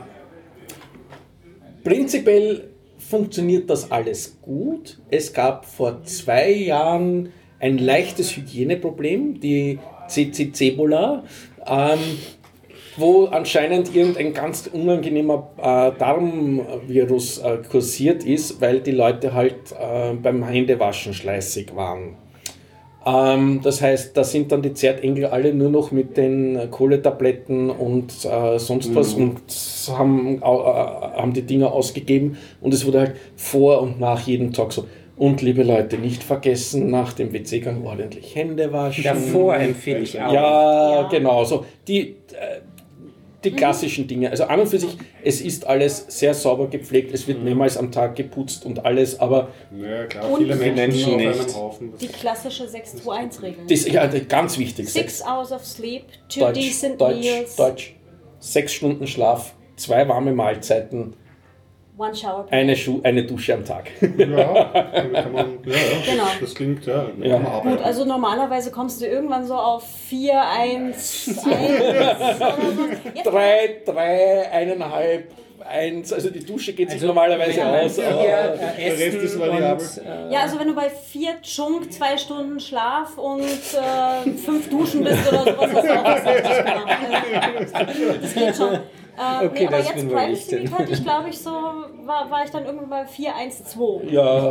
prinzipiell funktioniert das alles gut. Es gab vor zwei Jahren ein leichtes Hygieneproblem, die C C C-Ebola, ähm, wo anscheinend irgendein ganz unangenehmer äh, Darmvirus äh, kursiert ist, weil die Leute halt äh, beim Händewaschen schleißig waren. Ähm, das heißt, da sind dann die Zertengel alle nur noch mit den Kohletabletten und äh, sonst was Mhm. und haben, äh, haben die Dinger ausgegeben und es wurde halt vor und nach jedem Tag so. Und liebe Leute, nicht vergessen, nach dem W C-Gang ordentlich Hände waschen. Davor empfehle ich auch. Ja, Ja. genau. So die, äh, die klassischen Dinge. Also an und für sich, es ist alles sehr sauber gepflegt, es wird mehrmals am Tag geputzt und alles, aber Ja, klar, Und viele Menschen, Menschen auf nicht. einem Haufen. Das Die klassische sechs zwei eins Regel. das ist ja ganz wichtig. Six hours of sleep, two Deutsch, decent Deutsch, meals, Deutsch. Sechs Stunden Schlaf, zwei warme Mahlzeiten, one shower per eine, day. Schu eine Dusche am Tag. Ja, damit kann man, ja, ja, Genau. das klingt, ja, damit Ja. kann man arbeiten. Gut, also normalerweise kommst du irgendwann so auf vier, eins, eins oder so. Jetzt Drei, drei, eineinhalb, eins. Also die Dusche geht sich normalerweise wenn man aus. hier, aber- äh, Der Rest ist essen variabel. und, äh, Ja, also wenn du bei vier Chunk, zwei Stunden Schlaf und äh, fünf Duschen bist oder sowas, hast du auch was richtig gemacht. Das geht schon. Äh, Okay, nee, aber das jetzt bin wohl Privacy ich denn. Week hatte ich, glaube ich, so, war, war ich dann irgendwann bei vier eins zwei. Ja,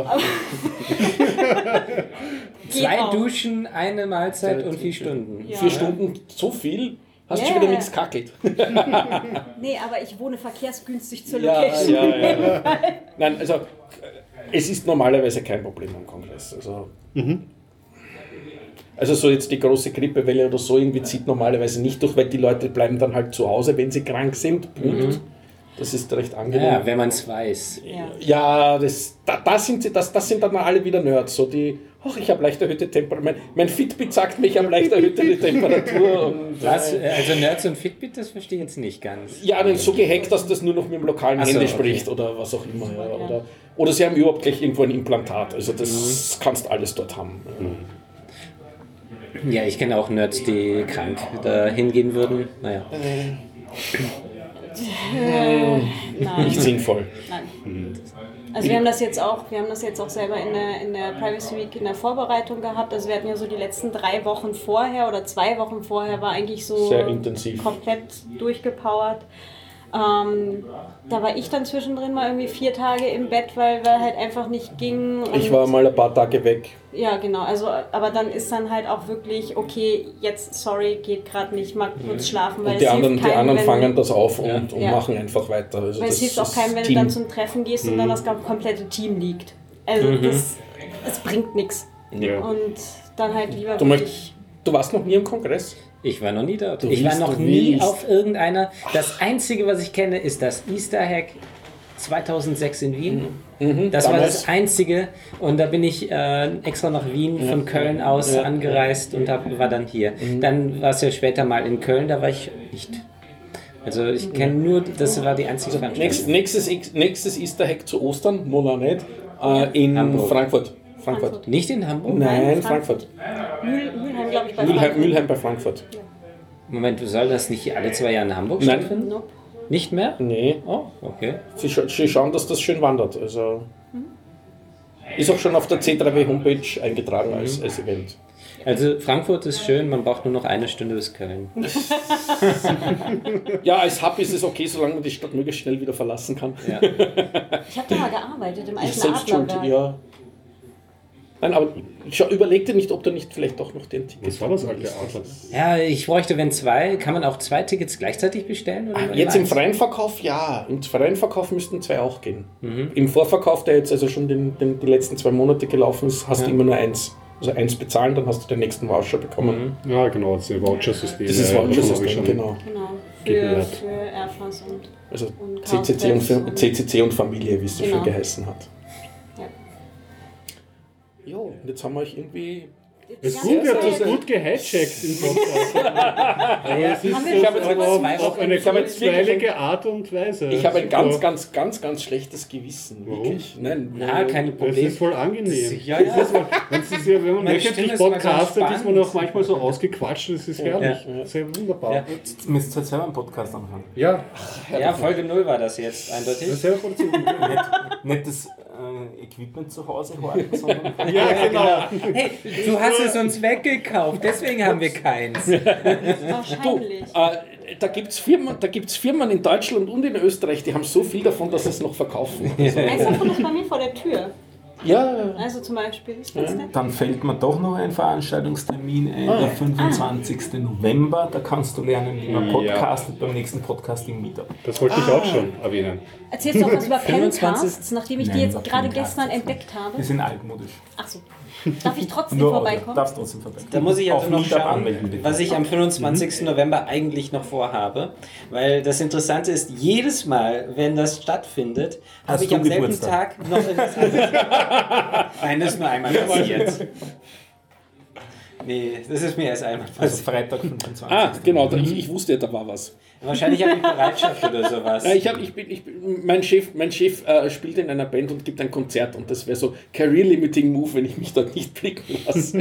Geht zwei auch. Duschen, eine Mahlzeit und vier Stunden. Ja. vier Stunden, so viel? Hast du Ja. schon wieder nichts kackelt? Nee, aber ich wohne verkehrsgünstig zur Ja, Location. ja, ja. Nein, also äh, es ist normalerweise kein Problem am Kongress. Also, also so jetzt die große Grippewelle oder so irgendwie zieht normalerweise nicht durch, weil die Leute bleiben dann halt zu Hause, wenn sie krank sind. Punkt. Das ist recht angenehm. Ja, wenn man es weiß. Ja. Ja, das, da, da sind sie, das, das sind dann alle wieder Nerds, so die, ach, ich habe leicht erhöhte Temperatur, mein, mein Fitbit sagt mir, ich habe leicht erhöhte Temperatur. Und, Was? äh, Also Nerds und Fitbit, das verstehe ich jetzt nicht ganz. ja, dann so gehackt, dass das nur noch mit dem lokalen Ach so, Handy okay. spricht oder was auch immer. Ja, oder, oder sie haben überhaupt gleich irgendwo ein Implantat, also das kannst du alles dort haben. Ja, ich kenne auch Nerds, die krank da hingehen würden. Naja. Nein. Nicht sinnvoll. Nein. Also wir haben das jetzt auch, wir haben das jetzt auch selber in der, in der Privacy Week in der Vorbereitung gehabt. Also wir hatten ja so die letzten drei Wochen vorher oder zwei Wochen vorher war eigentlich so Sehr intensiv. komplett durchgepowert. Ähm, da war ich dann zwischendrin mal irgendwie vier Tage im Bett, weil, weil halt einfach nicht ging. Und Ich war mal ein paar Tage weg. ja, genau. Also, aber dann ist dann halt auch wirklich, okay, jetzt, sorry, geht gerade nicht, mal kurz schlafen, weil Und die es anderen, hilft die keinem, anderen wenn, fangen das auf und, und Ja. machen einfach weiter. Also weil es das hilft auch ist keinem, wenn Team. du dann zum Treffen gehst und dann das komplette Team liegt. Also das, das bringt nichts. Ja. Und dann halt lieber Du, wirklich... möchtest, du warst noch nie im Kongress? Ich war noch nie dort. Du ich war willst, noch du nie willst. auf irgendeiner. Das Einzige, was ich kenne, ist das Easter Hack zweitausendsechs in Wien. Mhm, Das war damals. das Einzige. Und da bin ich äh, extra nach Wien von Köln aus Ja. angereist und hab, war dann hier. Dann war es ja später mal in Köln, da war ich nicht. Also ich kenne nur, das war die einzige Veranstaltung. Nächstes, nächstes Easter Egg zu Ostern, Mola nicht, äh, in Hamburg. Frankfurt. Frankfurt. Frankfurt. Nicht in Hamburg? Nein, Nein, Frankfurt. Mühl, Mülheim, glaube ich, bei Mülheim, Frankfurt. Mülheim bei Frankfurt. Moment, soll das nicht alle zwei Jahre in Hamburg Nein. stattfinden? Nope. Nicht mehr? Nee, Oh, okay. sie, scha sie schauen, dass das schön wandert. Also ist auch schon auf der C drei W Homepage eingetragen als, als Event. Also Frankfurt ist schön, man braucht nur noch eine Stunde bis Köln. Ja, als Hub ist es okay, solange man die Stadt möglichst schnell wieder verlassen kann. Ja. Ich habe da mal gearbeitet, im Ich alten selbst schuld, Adlerwerk. ja. Nein, aber schau, überleg dir nicht, ob du nicht vielleicht doch noch den Ticket. Das war das alte Adler. Ja, ich bräuchte, wenn zwei, kann man auch zwei Tickets gleichzeitig bestellen? Oder Jetzt im eins? freien Verkauf, ja. Im freien Verkauf müssten zwei auch gehen. Mhm. Im Vorverkauf, der jetzt also schon den, den, die letzten zwei Monate gelaufen ist, hast Ja. du immer nur eins. Also eins bezahlen, dann hast du den nächsten Voucher bekommen. Mhm. Ja, genau, das ist Voucher-System. Das ist Ja, Voucher-System, das schon. genau. Genau, Geht mir für, leid. für Airfans und, Also und C C C und, Chaos-Treffs C C C und Familie, wie es so Genau. schön geheißen hat. Ja. Jo, und jetzt haben wir euch irgendwie... Es ist Ja, gut, ihr habt sehr das gut gehijackt im Podcast. Aber es ist Haben wir so schon zwei auf, Wochen- auf eine Ich habe jetzt wirklich- kurzweilige Art und Weise. Ich habe ein ganz, So. ganz, ganz, ganz schlechtes Gewissen. Warum? Wirklich. Nein, Na, keine Das Problem. ist voll angenehm. Ja, ja. Das ist, wenn, es ist ja, wenn man Meine wöchentlich Stimme ist immer ganz podcastet, ist man spannend. auch manchmal so ausgequatscht. Das ist herrlich. Ja. Sehr wunderbar. Ja. Jetzt müsst ihr selber einen Podcast anfangen. Ja, Ja, Folge null war das jetzt, das eindeutig. ist sehr produziert. Nicht, nicht das äh, Equipment zu Hause halten, sondern Ja, genau. Hey, du hast es uns weggekauft, deswegen haben wir keins. Wahrscheinlich. Äh, da gibt es Firmen, da gibt's Firmen in Deutschland und in Österreich, die haben so viel davon, dass sie es noch verkaufen. Eins davon ist bei mir vor der Tür. Ja, Also zum Beispiel, das letzte. dann fällt mir doch noch ein Veranstaltungstermin ein, der fünfundzwanzigsten November. Da kannst du lernen, wie man Ja. podcastet beim nächsten Podcasting-Meetup. Das wollte ich auch schon erwähnen. Erzählst du auch was über fünfundzwanzig Pencasts, nachdem ich die Nein, jetzt über gerade Pencasts. gestern entdeckt habe? Die sind altmodisch. Achso. Darf ich trotzdem Nur vorbeikommen? darfst trotzdem vorbeikommen. Da muss ich Auf also noch Meetup schauen, anmelden, bitte. was ich am fünfundzwanzigsten November eigentlich noch vorhabe. Weil das Interessante ist, jedes Mal, wenn das stattfindet, habe Hast ich du am selben Geburtstag? Tag noch etwas anderes. Nein, das ist nur einmal passiert. Nee, das ist mir erst einmal Also passiert. Freitag, fünfundzwanzigsten ah, genau, da, ich, ich wusste ja, da war was. Wahrscheinlich habe ich Bereitschaft oder sowas. Ja, ich hab, ich bin, ich bin, mein Chef, mein Chef äh, spielt in einer Band und gibt ein Konzert und das wäre so Career-Limiting Move, wenn ich mich dort nicht blicken lasse.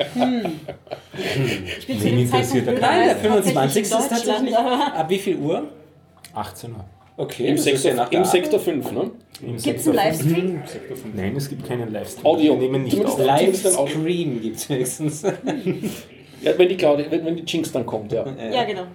Ich bin Wen zu dem interessiert Zeitpunkt der blöder Nein, der als fünfundzwanzigste ist tatsächlich tatsächlich. in Deutschland. Ab wie viel Uhr? achtzehn Uhr. Okay, Im das ist Sektor, ja nach der im Arbeit. Sektor fünf, ne? Im Gibt es einen Livestream? Nein, es gibt keinen Livestream. Audio. Wir nehmen nicht Zumindest auf. Livestream gibt es höchstens. Ja, wenn die Claudia, wenn, wenn die Jinx dann kommt, ja. Ja, genau.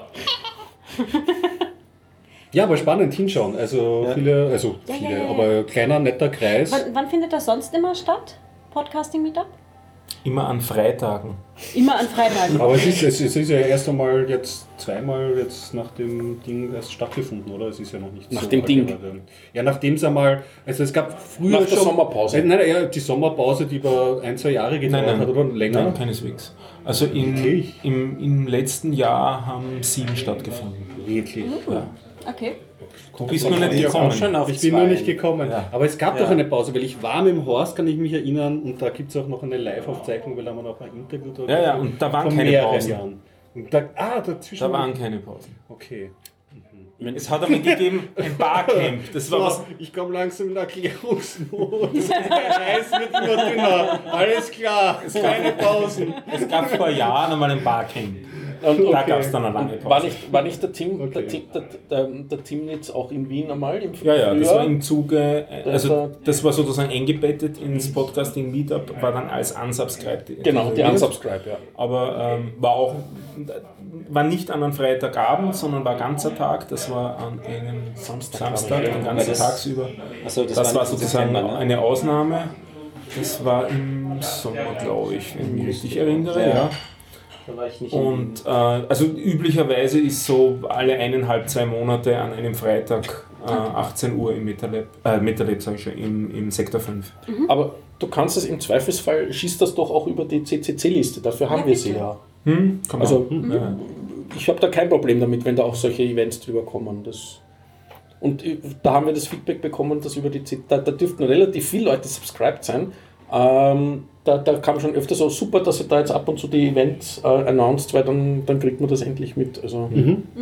Ja, aber spannend hinschauen. Also Ja. viele, also Ja, viele, ja, ja, ja. aber kleiner, netter Kreis. Wann, wann findet das sonst immer statt? Podcasting-Meetup? Immer an Freitagen. Immer an Freitagen. Aber es ist, es, es ist ja erst einmal jetzt zweimal jetzt nach dem Ding erst stattgefunden, oder? Es ist ja noch nicht Nach so dem alt Ding. geworden. Ja, nachdem es einmal, also es gab früher Nach der schon... Sommerpause. Äh, nein, ja, die Sommerpause, die über ein, zwei Jahre gedauert Nein, nein. hat, oder länger. Nein, keineswegs. Also in, Wirklich? im, im letzten Jahr haben sieben stattgefunden. Wirklich. Ja. Okay. Du bist nur nicht Ich gekommen. auch schon auf Ich bin zwei. noch nicht gekommen. Ja. Aber es gab Ja. doch eine Pause, weil ich war mit dem Horst, kann ich mich erinnern, und da gibt es auch noch eine Live-Aufzeichnung, weil da haben wir noch ein Interview dort. Ja, ja, und da waren von keine mehreren Pausen. Jahren. Und da, ah, dazwischen. Da waren keine Pausen. Okay. Es hat einmal gegeben ein Barcamp. Das war was. So, ich komme langsam in Erklärungsnot. Der Reis wird immer dünner. Alles klar, keine Pausen. Es gab vor Jahren einmal ein Barcamp. Und, Da okay. gab es dann eine lange Pause. War nicht, war nicht der Tim, Okay. der, Tim der, der, der Timnitz auch in Wien einmal im Ja, ja, das Frühjahr? war im Zuge, Das also war- das war sozusagen eingebettet ins Podcasting Meetup, war dann als unsubscribed. Genau, die Unsubscribe, ja. Aber ähm, war auch, war nicht an einem Freitagabend, sondern war ganzer Tag, das war an einem Samstag, Samstag glaube ich, den ja. ganzen Das- tagsüber. Achso, das, Das war im sozusagen September, ne? eine Ausnahme. Das war im Sommer, glaube ich, wenn ich mich richtig erinnere, ja. Da war ich nicht Und äh, also üblicherweise ist so alle eineinhalb, zwei Monate an einem Freitag äh, achtzehn Uhr im MetaLab, äh, MetaLab sag ich schon, im, im Sektor fünf. Aber du kannst es im Zweifelsfall, schießt das doch auch über die C C C-Liste, dafür haben Ja, wir sie bitte. ja. Hm, kann man. Also Hm, ja. ich habe da kein Problem damit, wenn da auch solche Events drüber kommen. Das und äh, da haben wir das Feedback bekommen, dass über die C C, da, da dürften relativ viele Leute subscribed sein. Ähm, da, da kam schon öfter so, super, dass ihr da jetzt ab und zu die Events äh, announced, weil dann, dann kriegt man das endlich mit. Also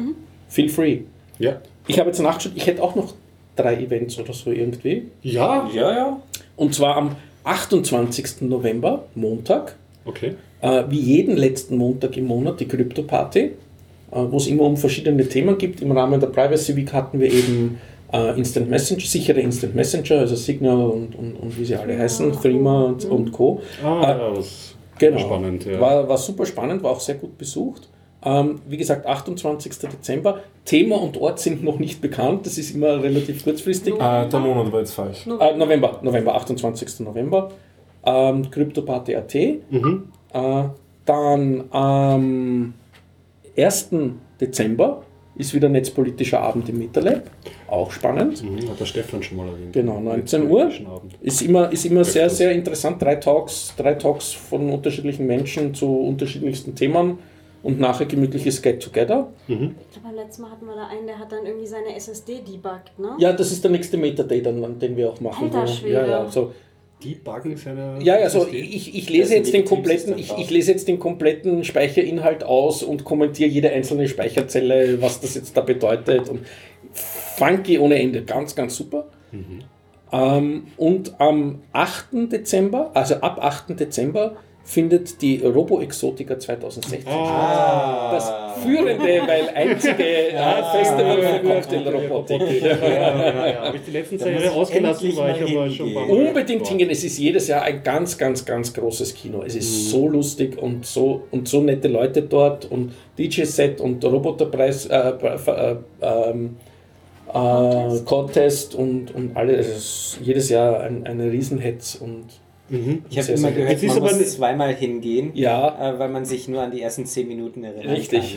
feel free. Ja. Ich habe jetzt nachgeschaut, ich hätte auch noch drei Events oder so irgendwie. Ja? Ja, ja. Und zwar am achtundzwanzigsten November, Montag, Okay. äh, wie jeden letzten Montag im Monat, die Krypto-Party, äh, wo es immer um verschiedene Themen gibt. Im Rahmen der Privacy Week hatten wir eben äh, Instant Messenger, sichere Instant Messenger, also Signal und, und, und wie sie alle heißen, Threema und, und Co. Ah, Äh, ja, das Genau. war spannend. Ja. War, war super spannend, war auch sehr gut besucht. Ähm, wie gesagt, achtundzwanzigsten Dezember. Thema und Ort sind noch nicht bekannt, das ist immer relativ kurzfristig. Ah, der Monat war jetzt falsch. Äh, November, November, achtundzwanzigsten November. Ähm, Kryptoparty Punkt at. Mhm. Äh, dann am ersten Dezember ist wieder Netzpolitischer Abend im MetaLab. Auch spannend. Mhm, hat der Stefan schon mal erwähnt. Genau, neunzehn Uhr. Abend. Ist immer, ist immer sehr, Öfters. sehr interessant. Drei Talks, drei Talks von unterschiedlichen Menschen zu unterschiedlichsten Themen und nachher gemütliches Get-Together. Mhm. Ich glaube, beim letzten Mal hatten wir da einen, der hat dann irgendwie seine S S D debuggt, ne? Ja, das ist der nächste Meta-Day, dann, den wir auch machen. Alter wo- Schwede. ja, ja, so. Die Buggen seine. Ja, ja, so S S D? ich, ich lese jetzt den kompletten, ich, ich lese jetzt den kompletten Speicherinhalt aus und kommentiere jede einzelne Speicherzelle, was das jetzt da bedeutet. Und funky ohne Ende, ganz, ganz super. Mhm. Ähm, und am achten Dezember, also ab achten Dezember, findet die Robo-Exotica zweitausendsechzehn Ah. das führende, weil einzige ja, Festival für Cocktailrobotik. Ja, ja, ja. Habe ich die letzten zwei Jahre ausgelassen, war ich aber schon ein paar Mal. Unbedingt hingehen, es ist jedes Jahr ein ganz, ganz, ganz großes Kino. Es ist so lustig und so, und so nette Leute dort und D J-Set und Roboterpreis, äh, äh, ähm, äh, Contest und, und alles. Es ist jedes Jahr ein, eine Riesenhetz und Mhm. Ich habe Sehr, immer sehr gehört, gut. Jetzt man ist aber muss zweimal hingehen, ja, äh, weil man sich nur an die ersten zehn Minuten erinnert. richtig.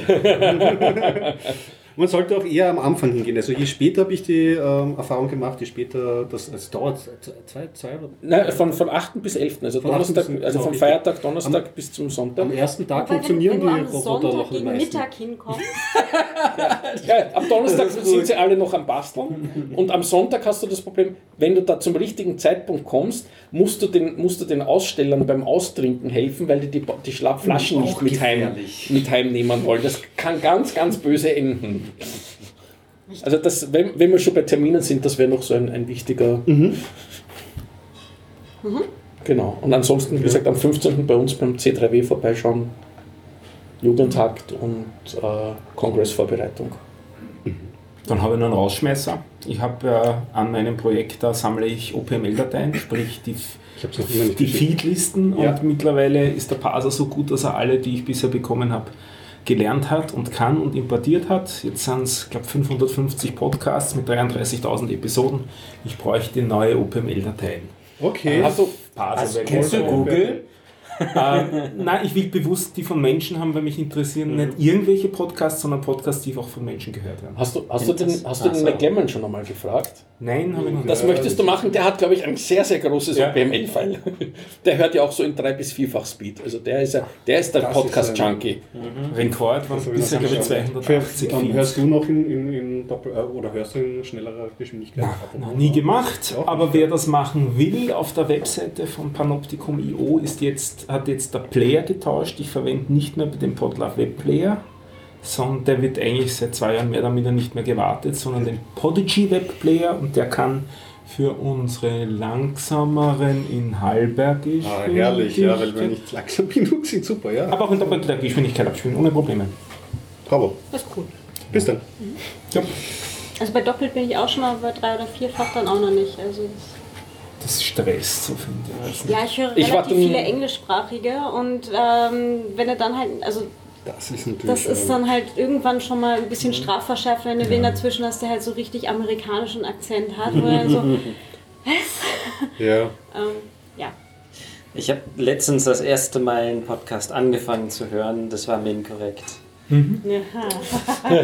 Man sollte auch eher am Anfang hingehen. Also je später habe ich die ähm, Erfahrung gemacht, je später das, es dauert zwei, zwei oder Nein, von, von achten bis elften, also Von Donnerstag, achten bis- also vom genau, Feiertag Donnerstag bis zum Sonntag. am ersten Tag Wobei, wenn, funktionieren wenn du die am Roboter Sonntag noch am gegen meisten. Mittag hinkommst, Ja, am Donnerstag sind sie alle noch am Basteln und am Sonntag hast du das Problem, wenn du da zum richtigen Zeitpunkt kommst, musst du den, musst du den Ausstellern beim Austrinken helfen, weil die die, die Schlappflaschen nicht mit, heim, mit heimnehmen wollen. Das kann ganz, ganz böse enden. Also das, wenn, wenn wir schon bei Terminen sind, das wäre noch so ein, ein wichtiger... Mhm. Genau. Und ansonsten, wie gesagt, am fünfzehnten bei uns beim C drei W vorbeischauen, Jugendhakt und äh, Kongressvorbereitung. Dann habe ich noch einen Rausschmeißer. Ich habe äh, an meinem Projekt, da sammle ich O P M L-Dateien, sprich die, Ich hab's noch immer nicht die geschickt. Feedlisten, Ja. und mittlerweile ist der Parser so gut, dass er alle, die ich bisher bekommen habe, gelernt hat und kann und importiert hat. Jetzt sind es, glaube ich, fünfhundertfünfzig Podcasts mit dreiunddreißigtausend Episoden. Ich bräuchte neue O P M L-Dateien. Okay. Also, Parser wäre Kennst du gut. Google? Ähm, nein, ich will bewusst die von Menschen haben, weil mich interessieren nicht irgendwelche Podcasts, sondern Podcasts, die auch von Menschen gehört werden. hast du, hast du den, hast du den McLemmon schon einmal gefragt? Nein, habe ich noch Das nicht. möchtest du machen? Der hat, glaube ich, ein sehr, sehr großes Ja. O P M L-File. Der hört ja auch so in drei- bis vierfach Speed. Also der ist, ja, der, ist der Das ist Podcast-Junkie. Rekord waren Das hab ich bisher, noch glaube ich, angeschaut. zweihundertachtzig Ähm, Feeds. hörst du noch in, in, in Doppel äh, oder hörst du in schnellerer Geschwindigkeit? Noch nie gemacht, Ja, aber ja. wer das machen will, auf der Webseite von Panoptikum Punkt i o ist jetzt, hat jetzt der Player getauscht. Ich verwende nicht mehr den Podlove Web Player, sondern der wird eigentlich seit zwei Jahren mehr oder minder nicht mehr gewartet, sondern den Podigy Web Player, und der kann für unsere langsameren in Hallbergisch. Ah, herrlich, ja, weil wir nicht langsam genug sind. Super, ja. Aber auch in doppelter Geschwindigkeit abspielen, ohne Probleme. Bravo. das ist cool. Bis dann. Ja. Also bei doppelt bin ich auch schon mal, bei drei- oder vierfach dann auch noch nicht. Also das Das stresst, so finde ich. ja, ich höre Ich relativ warte- viele englischsprachige und ähm, wenn er dann halt, also Das ist natürlich. das ist ähm, dann halt irgendwann schon mal ein bisschen strafverschärft, wenn du wen dazwischen hast, der halt so richtig amerikanischen Akzent hat, wo er so, Ja. ähm, ja. Ich habe letztens das erste Mal einen Podcast angefangen zu hören, das war mir inkorrekt. Jaha.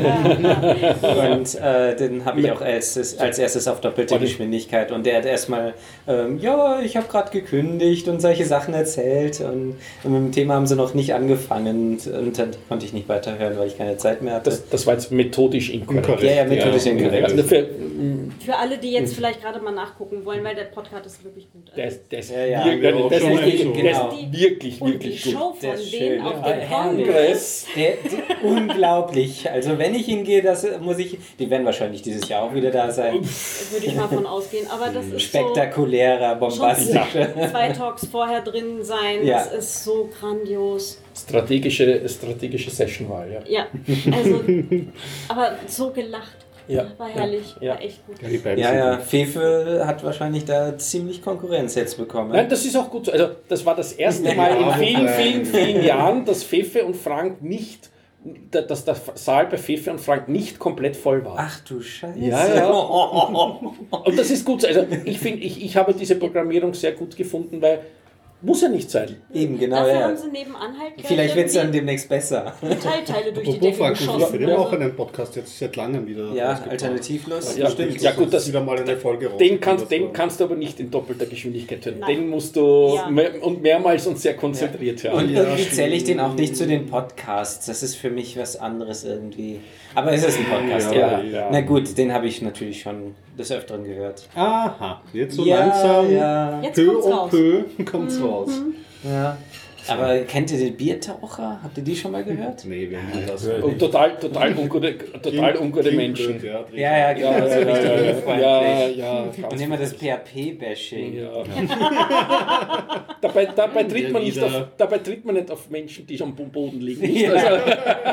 Und äh, den habe ich auch als, als erstes auf doppelte Geschwindigkeit. Und der hat erstmal, ähm, ja, ich habe gerade gekündigt und solche Sachen erzählt. Und, und mit dem Thema haben sie noch nicht angefangen. Und, und dann konnte ich nicht weiterhören, weil ich keine Zeit mehr hatte. Das, das war jetzt methodisch inkorrekt. Inkorrekt. ja, ja, methodisch Ja, inkorrekt. Also für, Für alle, die jetzt vielleicht gerade mal nachgucken wollen, weil der Podcast ist wirklich gut. der ist, der ist, Ja, ja. wirklich, Ja, auch der ist schon wirklich, mal so. der ist Genau. wirklich, Und die wirklich gut. Show von Der ist denen schön, auf ja. dem Herrlich. Kongress. Der, die, unglaublich. Also wenn ich hingehe, das muss ich, die werden wahrscheinlich dieses Jahr auch wieder da sein. Würde ich mal von ausgehen. Aber das ist spektakulärer, bombastischer. Schon zwei Talks vorher drin sein, ja. Das ist so grandios. Strategische, strategische Sessionwahl, ja. Ja, also, aber so gelacht. Ja. War herrlich, ja. war echt gut. Ja, ja, ja, Fefe hat wahrscheinlich da ziemlich Konkurrenz jetzt bekommen. Nein, das ist auch gut so. Also das war das erste Mal in vielen, vielen, vielen Jahren, dass Fefe und Frank nicht, dass der Saal bei Fefe und Frank nicht komplett voll war. Ach du Scheiße. Ja, ja. Und das ist gut so. Also ich finde, ich, ich habe diese Programmierung sehr gut gefunden, weil muss ja nicht sein. Eben, genau. Dafür ja. haben sie nebenan halt Vielleicht wird es dann demnächst besser. Teilteile durch die Apropos Decke Frank, geschossen. wir haben auch einen Podcast jetzt seit langem wieder. Ja, alternativlos. Ja, Stimmt. ja gut, das, wieder mal eine Folge raus. den, kannst, den kannst du aber nicht in doppelter Geschwindigkeit hören. Nein. Den musst du Ja. mehr, und mehrmals und sehr konzentriert hören. Und irgendwie zähle ich den auch nicht zu den Podcasts. Das ist für mich was anderes irgendwie. Aber es ist ein Podcast, ja. Ja, ja. Na gut, den habe ich natürlich schon des Öfteren gehört. Aha, jetzt so Ja, langsam. ja. Jetzt Peu kommt's und raus. peu kommt's raus. Ja. Aber kennt ihr den Biertaucher? Habt ihr die schon mal gehört? Nee, wir haben nie das. Und total, total ungute, total ungute Menschen. Ja, Ja, ja, genau. Ja, so ja, richtig ja, unfreundlich. ja, ja, Und ganz immer das P H P-Bashing. Ja. dabei, dabei, tritt man nicht wieder- auf, dabei tritt man nicht auf Menschen, die schon am Boden liegen. Nicht? Ja. Also,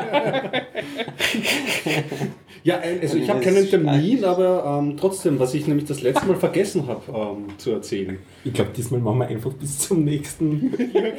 Ja, also ich habe Das keinen ist Termin, aber ähm, trotzdem, was ich nämlich das letzte Mal vergessen habe ähm, zu erzählen. Ich glaube, diesmal machen wir einfach bis zum nächsten.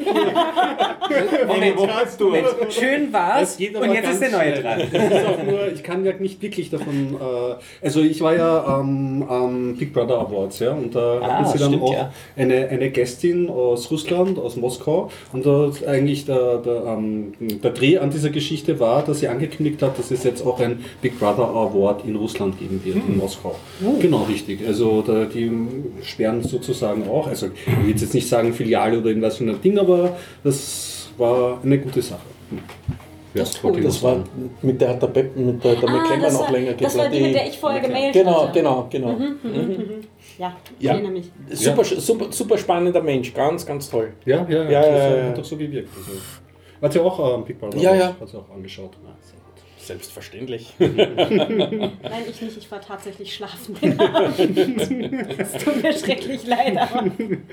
Moment, Moment. Schön war's Das geht aber und jetzt ganz ist der neue schnell. dran. Das ist auch nur, ich kann ja nicht wirklich davon. Äh, also ich war ja am ähm, Big Brother Awards, ja, und da Ah, hatten sie dann stimmt, auch ja. eine, eine Gästin aus Russland, aus Moskau, und da eigentlich der, der, ähm, der Dreh an dieser Geschichte war, dass sie angekündigt hat, dass es jetzt auch ein Big Brother Award in Russland geben wird, in Moskau. Genau, richtig. Also da, die sperren sozusagen auch, also ich will jetzt nicht sagen Filiale oder irgendwas für ein Ding, aber das war eine gute Sache. Ja, Das ist cool. das war mit der hat der Pep, mit der, der Ah, McClellan das noch war, länger das war die, mit der ich vorher gemailt Genau, hatte. genau, genau. Ja, ich Ja. erinnere mich. Super, super, super spannender Mensch, ganz, ganz toll. Ja, ja, Ja, ja, das ja, hat ja. doch so gewirkt. Also, hat sie auch ähm, Big Brother Ja, ja. hat sie auch angeschaut. Ja, sehr gut. Selbstverständlich. Nein, ich nicht. Ich war tatsächlich schlafen den Abend. Es tut mir schrecklich leid, aber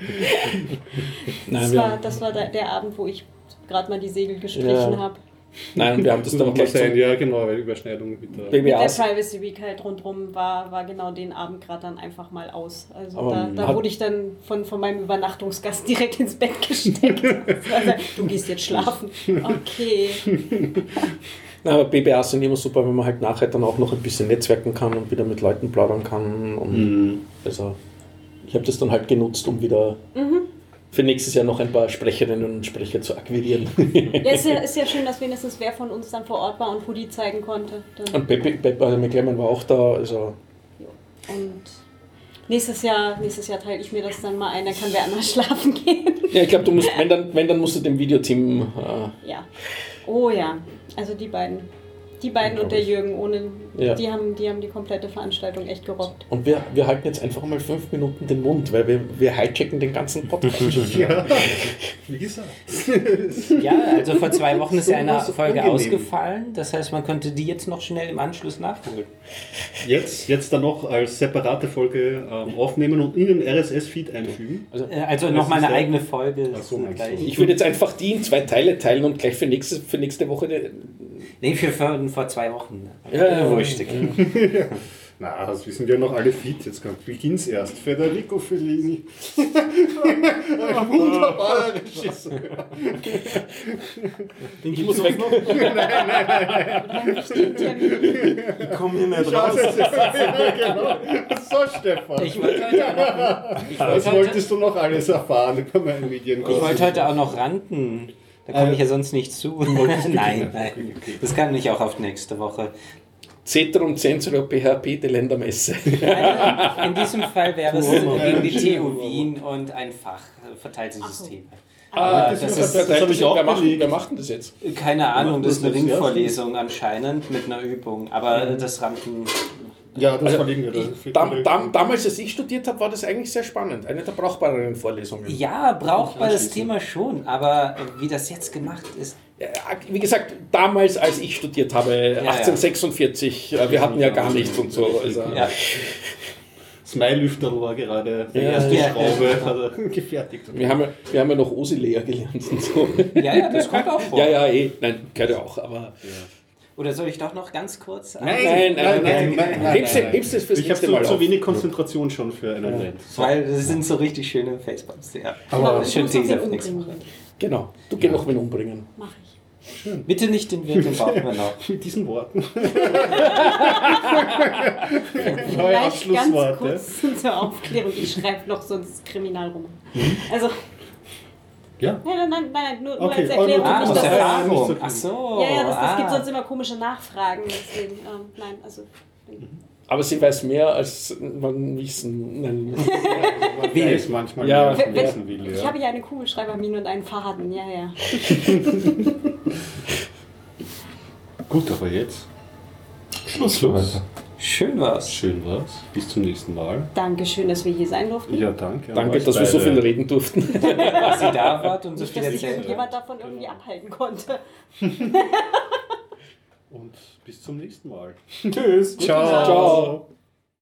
Nein, das wir, war, das war der, der Abend, wo ich gerade mal die Segel gestrichen Ja. habe. nein, wir haben das Das dann noch gleich sein, zum ja, genau, weil Überschneidung mit der. B B Mit der As. Privacy Week halt rundherum war, war genau den Abend gerade dann einfach mal aus. Also Aber da, da hat- wurde ich dann von, von meinem Übernachtungsgast direkt ins Bett gesteckt. Das war so, du gehst jetzt schlafen. Okay. Nein, aber B B As sind immer super, wenn man halt nachher dann auch noch ein bisschen netzwerken kann und wieder mit Leuten plaudern kann. Und Mhm. also ich habe das dann halt genutzt, um wieder für nächstes Jahr noch ein paar Sprecherinnen und Sprecher zu akquirieren. Ja, ist ja, ist ja schön, dass wenigstens wer von uns dann vor Ort war und Hoodie zeigen konnte. Dann, Und Pepe, Pepe also McClellan war auch da. Also und nächstes Jahr, nächstes Jahr teile ich mir das dann mal ein, dann kann wer anders schlafen gehen. ja, ich glaube, du musst, wenn dann, wenn dann musst du dem Videoteam. Äh, Ja. Oh ja. Also die beiden. Die beiden und der Jürgen, ohne, Ja. die, haben, die haben die komplette Veranstaltung echt gerockt. und wir, wir halten jetzt einfach mal fünf Minuten den Mund, weil wir, wir hijacken den ganzen Podcast. Ja, wie gesagt. Ja, also vor zwei Wochen ist ja eine So Folge unangenehm. ausgefallen. Das heißt, man konnte die jetzt noch schnell im Anschluss nachholen. Jetzt, jetzt dann noch als separate Folge ähm, aufnehmen und in den R S S-Feed einfügen. Äh, Also nochmal eine ist ja- eigene Folge. Ach so, meinst du. gleich. Ich würde jetzt einfach die in zwei Teile teilen und gleich für nächste, für nächste Woche. Die, Nee, für, für vor zwei Wochen. Ja, ja, ja. Wurscht. Na, das wissen ja noch alle fit. Jetzt beginnt's erst. Federico Fellini. Ein wunderbarer Regisseur. ich muss weg. Ich komme hier nicht Ja, raus. genau. So, Stefan. Ich wollte heute auch noch, ich Was wollte heute, wolltest du noch alles erfahren über meinen Medienkurs? ich wollte heute auch noch ranten. Da komme ich ja sonst nicht zu. Nein, nein. Das kann ich auch auf nächste Woche. Zeter und Zensor P H P, die Ländermesse. Also, in diesem Fall wäre es gegen die T U Wien und ein Fach, Verteilsystem. Ah, das das, ist- das, das hab ich auch wer, macht, belegt. wer macht denn das jetzt? Keine Ahnung, das ist eine das jetzt, ja? Ringvorlesung anscheinend mit einer Übung. Aber das Ranken, Ja, das Also, verlegen wir. ich, dam, dam, damals, als ich studiert habe, war das eigentlich sehr spannend. Eine der brauchbareren Vorlesungen. Ja, brauchbar das Thema schon, aber wie das jetzt gemacht ist. Ja, wie gesagt, damals, als ich studiert habe, ja, achtzehnhundertsechsundvierzig, ja. wir hatten ja gar nichts und so. Also. Ja. Smile-Lüfter war gerade die ja, erste ja, Schraube ja. also, gefertigt. Wir haben, wir haben ja noch Osilea gelernt und so. Ja, ja, das kommt auch vor. Ja, ja, eh. Nein, gehört ja auch, aber... Ja. Oder soll ich doch noch ganz kurz... Nein, nein, nein, nein. nein, nein hebst du es fürs ich nächste Mal Ich habe so zu wenig Konzentration schon für einen ja. Moment. So. Weil das sind so richtig schöne Facepalms. Ja. Aber das schön Teaser für nächste Woche. Genau, du geh noch wen umbringen. Mach ich. Schön. Bitte nicht den Wirt, den brauchen wir noch. Mit diesen Worten. Vielleicht ganz kurz zur Aufklärung. Ich schreibe noch sonst Kriminalroman. Also... Ja? Nein, nein, nein, nur, okay. nur als Erklärung. Ah, nicht, das dass Erfahrung. das, Ach so. Ja, ja, das, das ah. gibt sonst immer komische Nachfragen. Deswegen, ähm, nein, also... Aber sie weiß mehr, als man wissen. Nein, man weiß manchmal ja, mehr, als man wenn, wissen will. Ja. Ich habe ja eine Kugelschreibermine und einen Faden, ja, ja. Gut, aber jetzt Schluss für heute. Schön war's. Schön war's. Bis zum nächsten Mal. Dankeschön, dass wir hier sein durften. Ja, danke. Danke, dass wir so viel reden durften. Dass Sie da wart und so Nicht, viel dass sich erzählt irgendjemand habt. davon irgendwie abhalten konnte. Und bis zum nächsten Mal. Tschüss. Ciao. Ciao.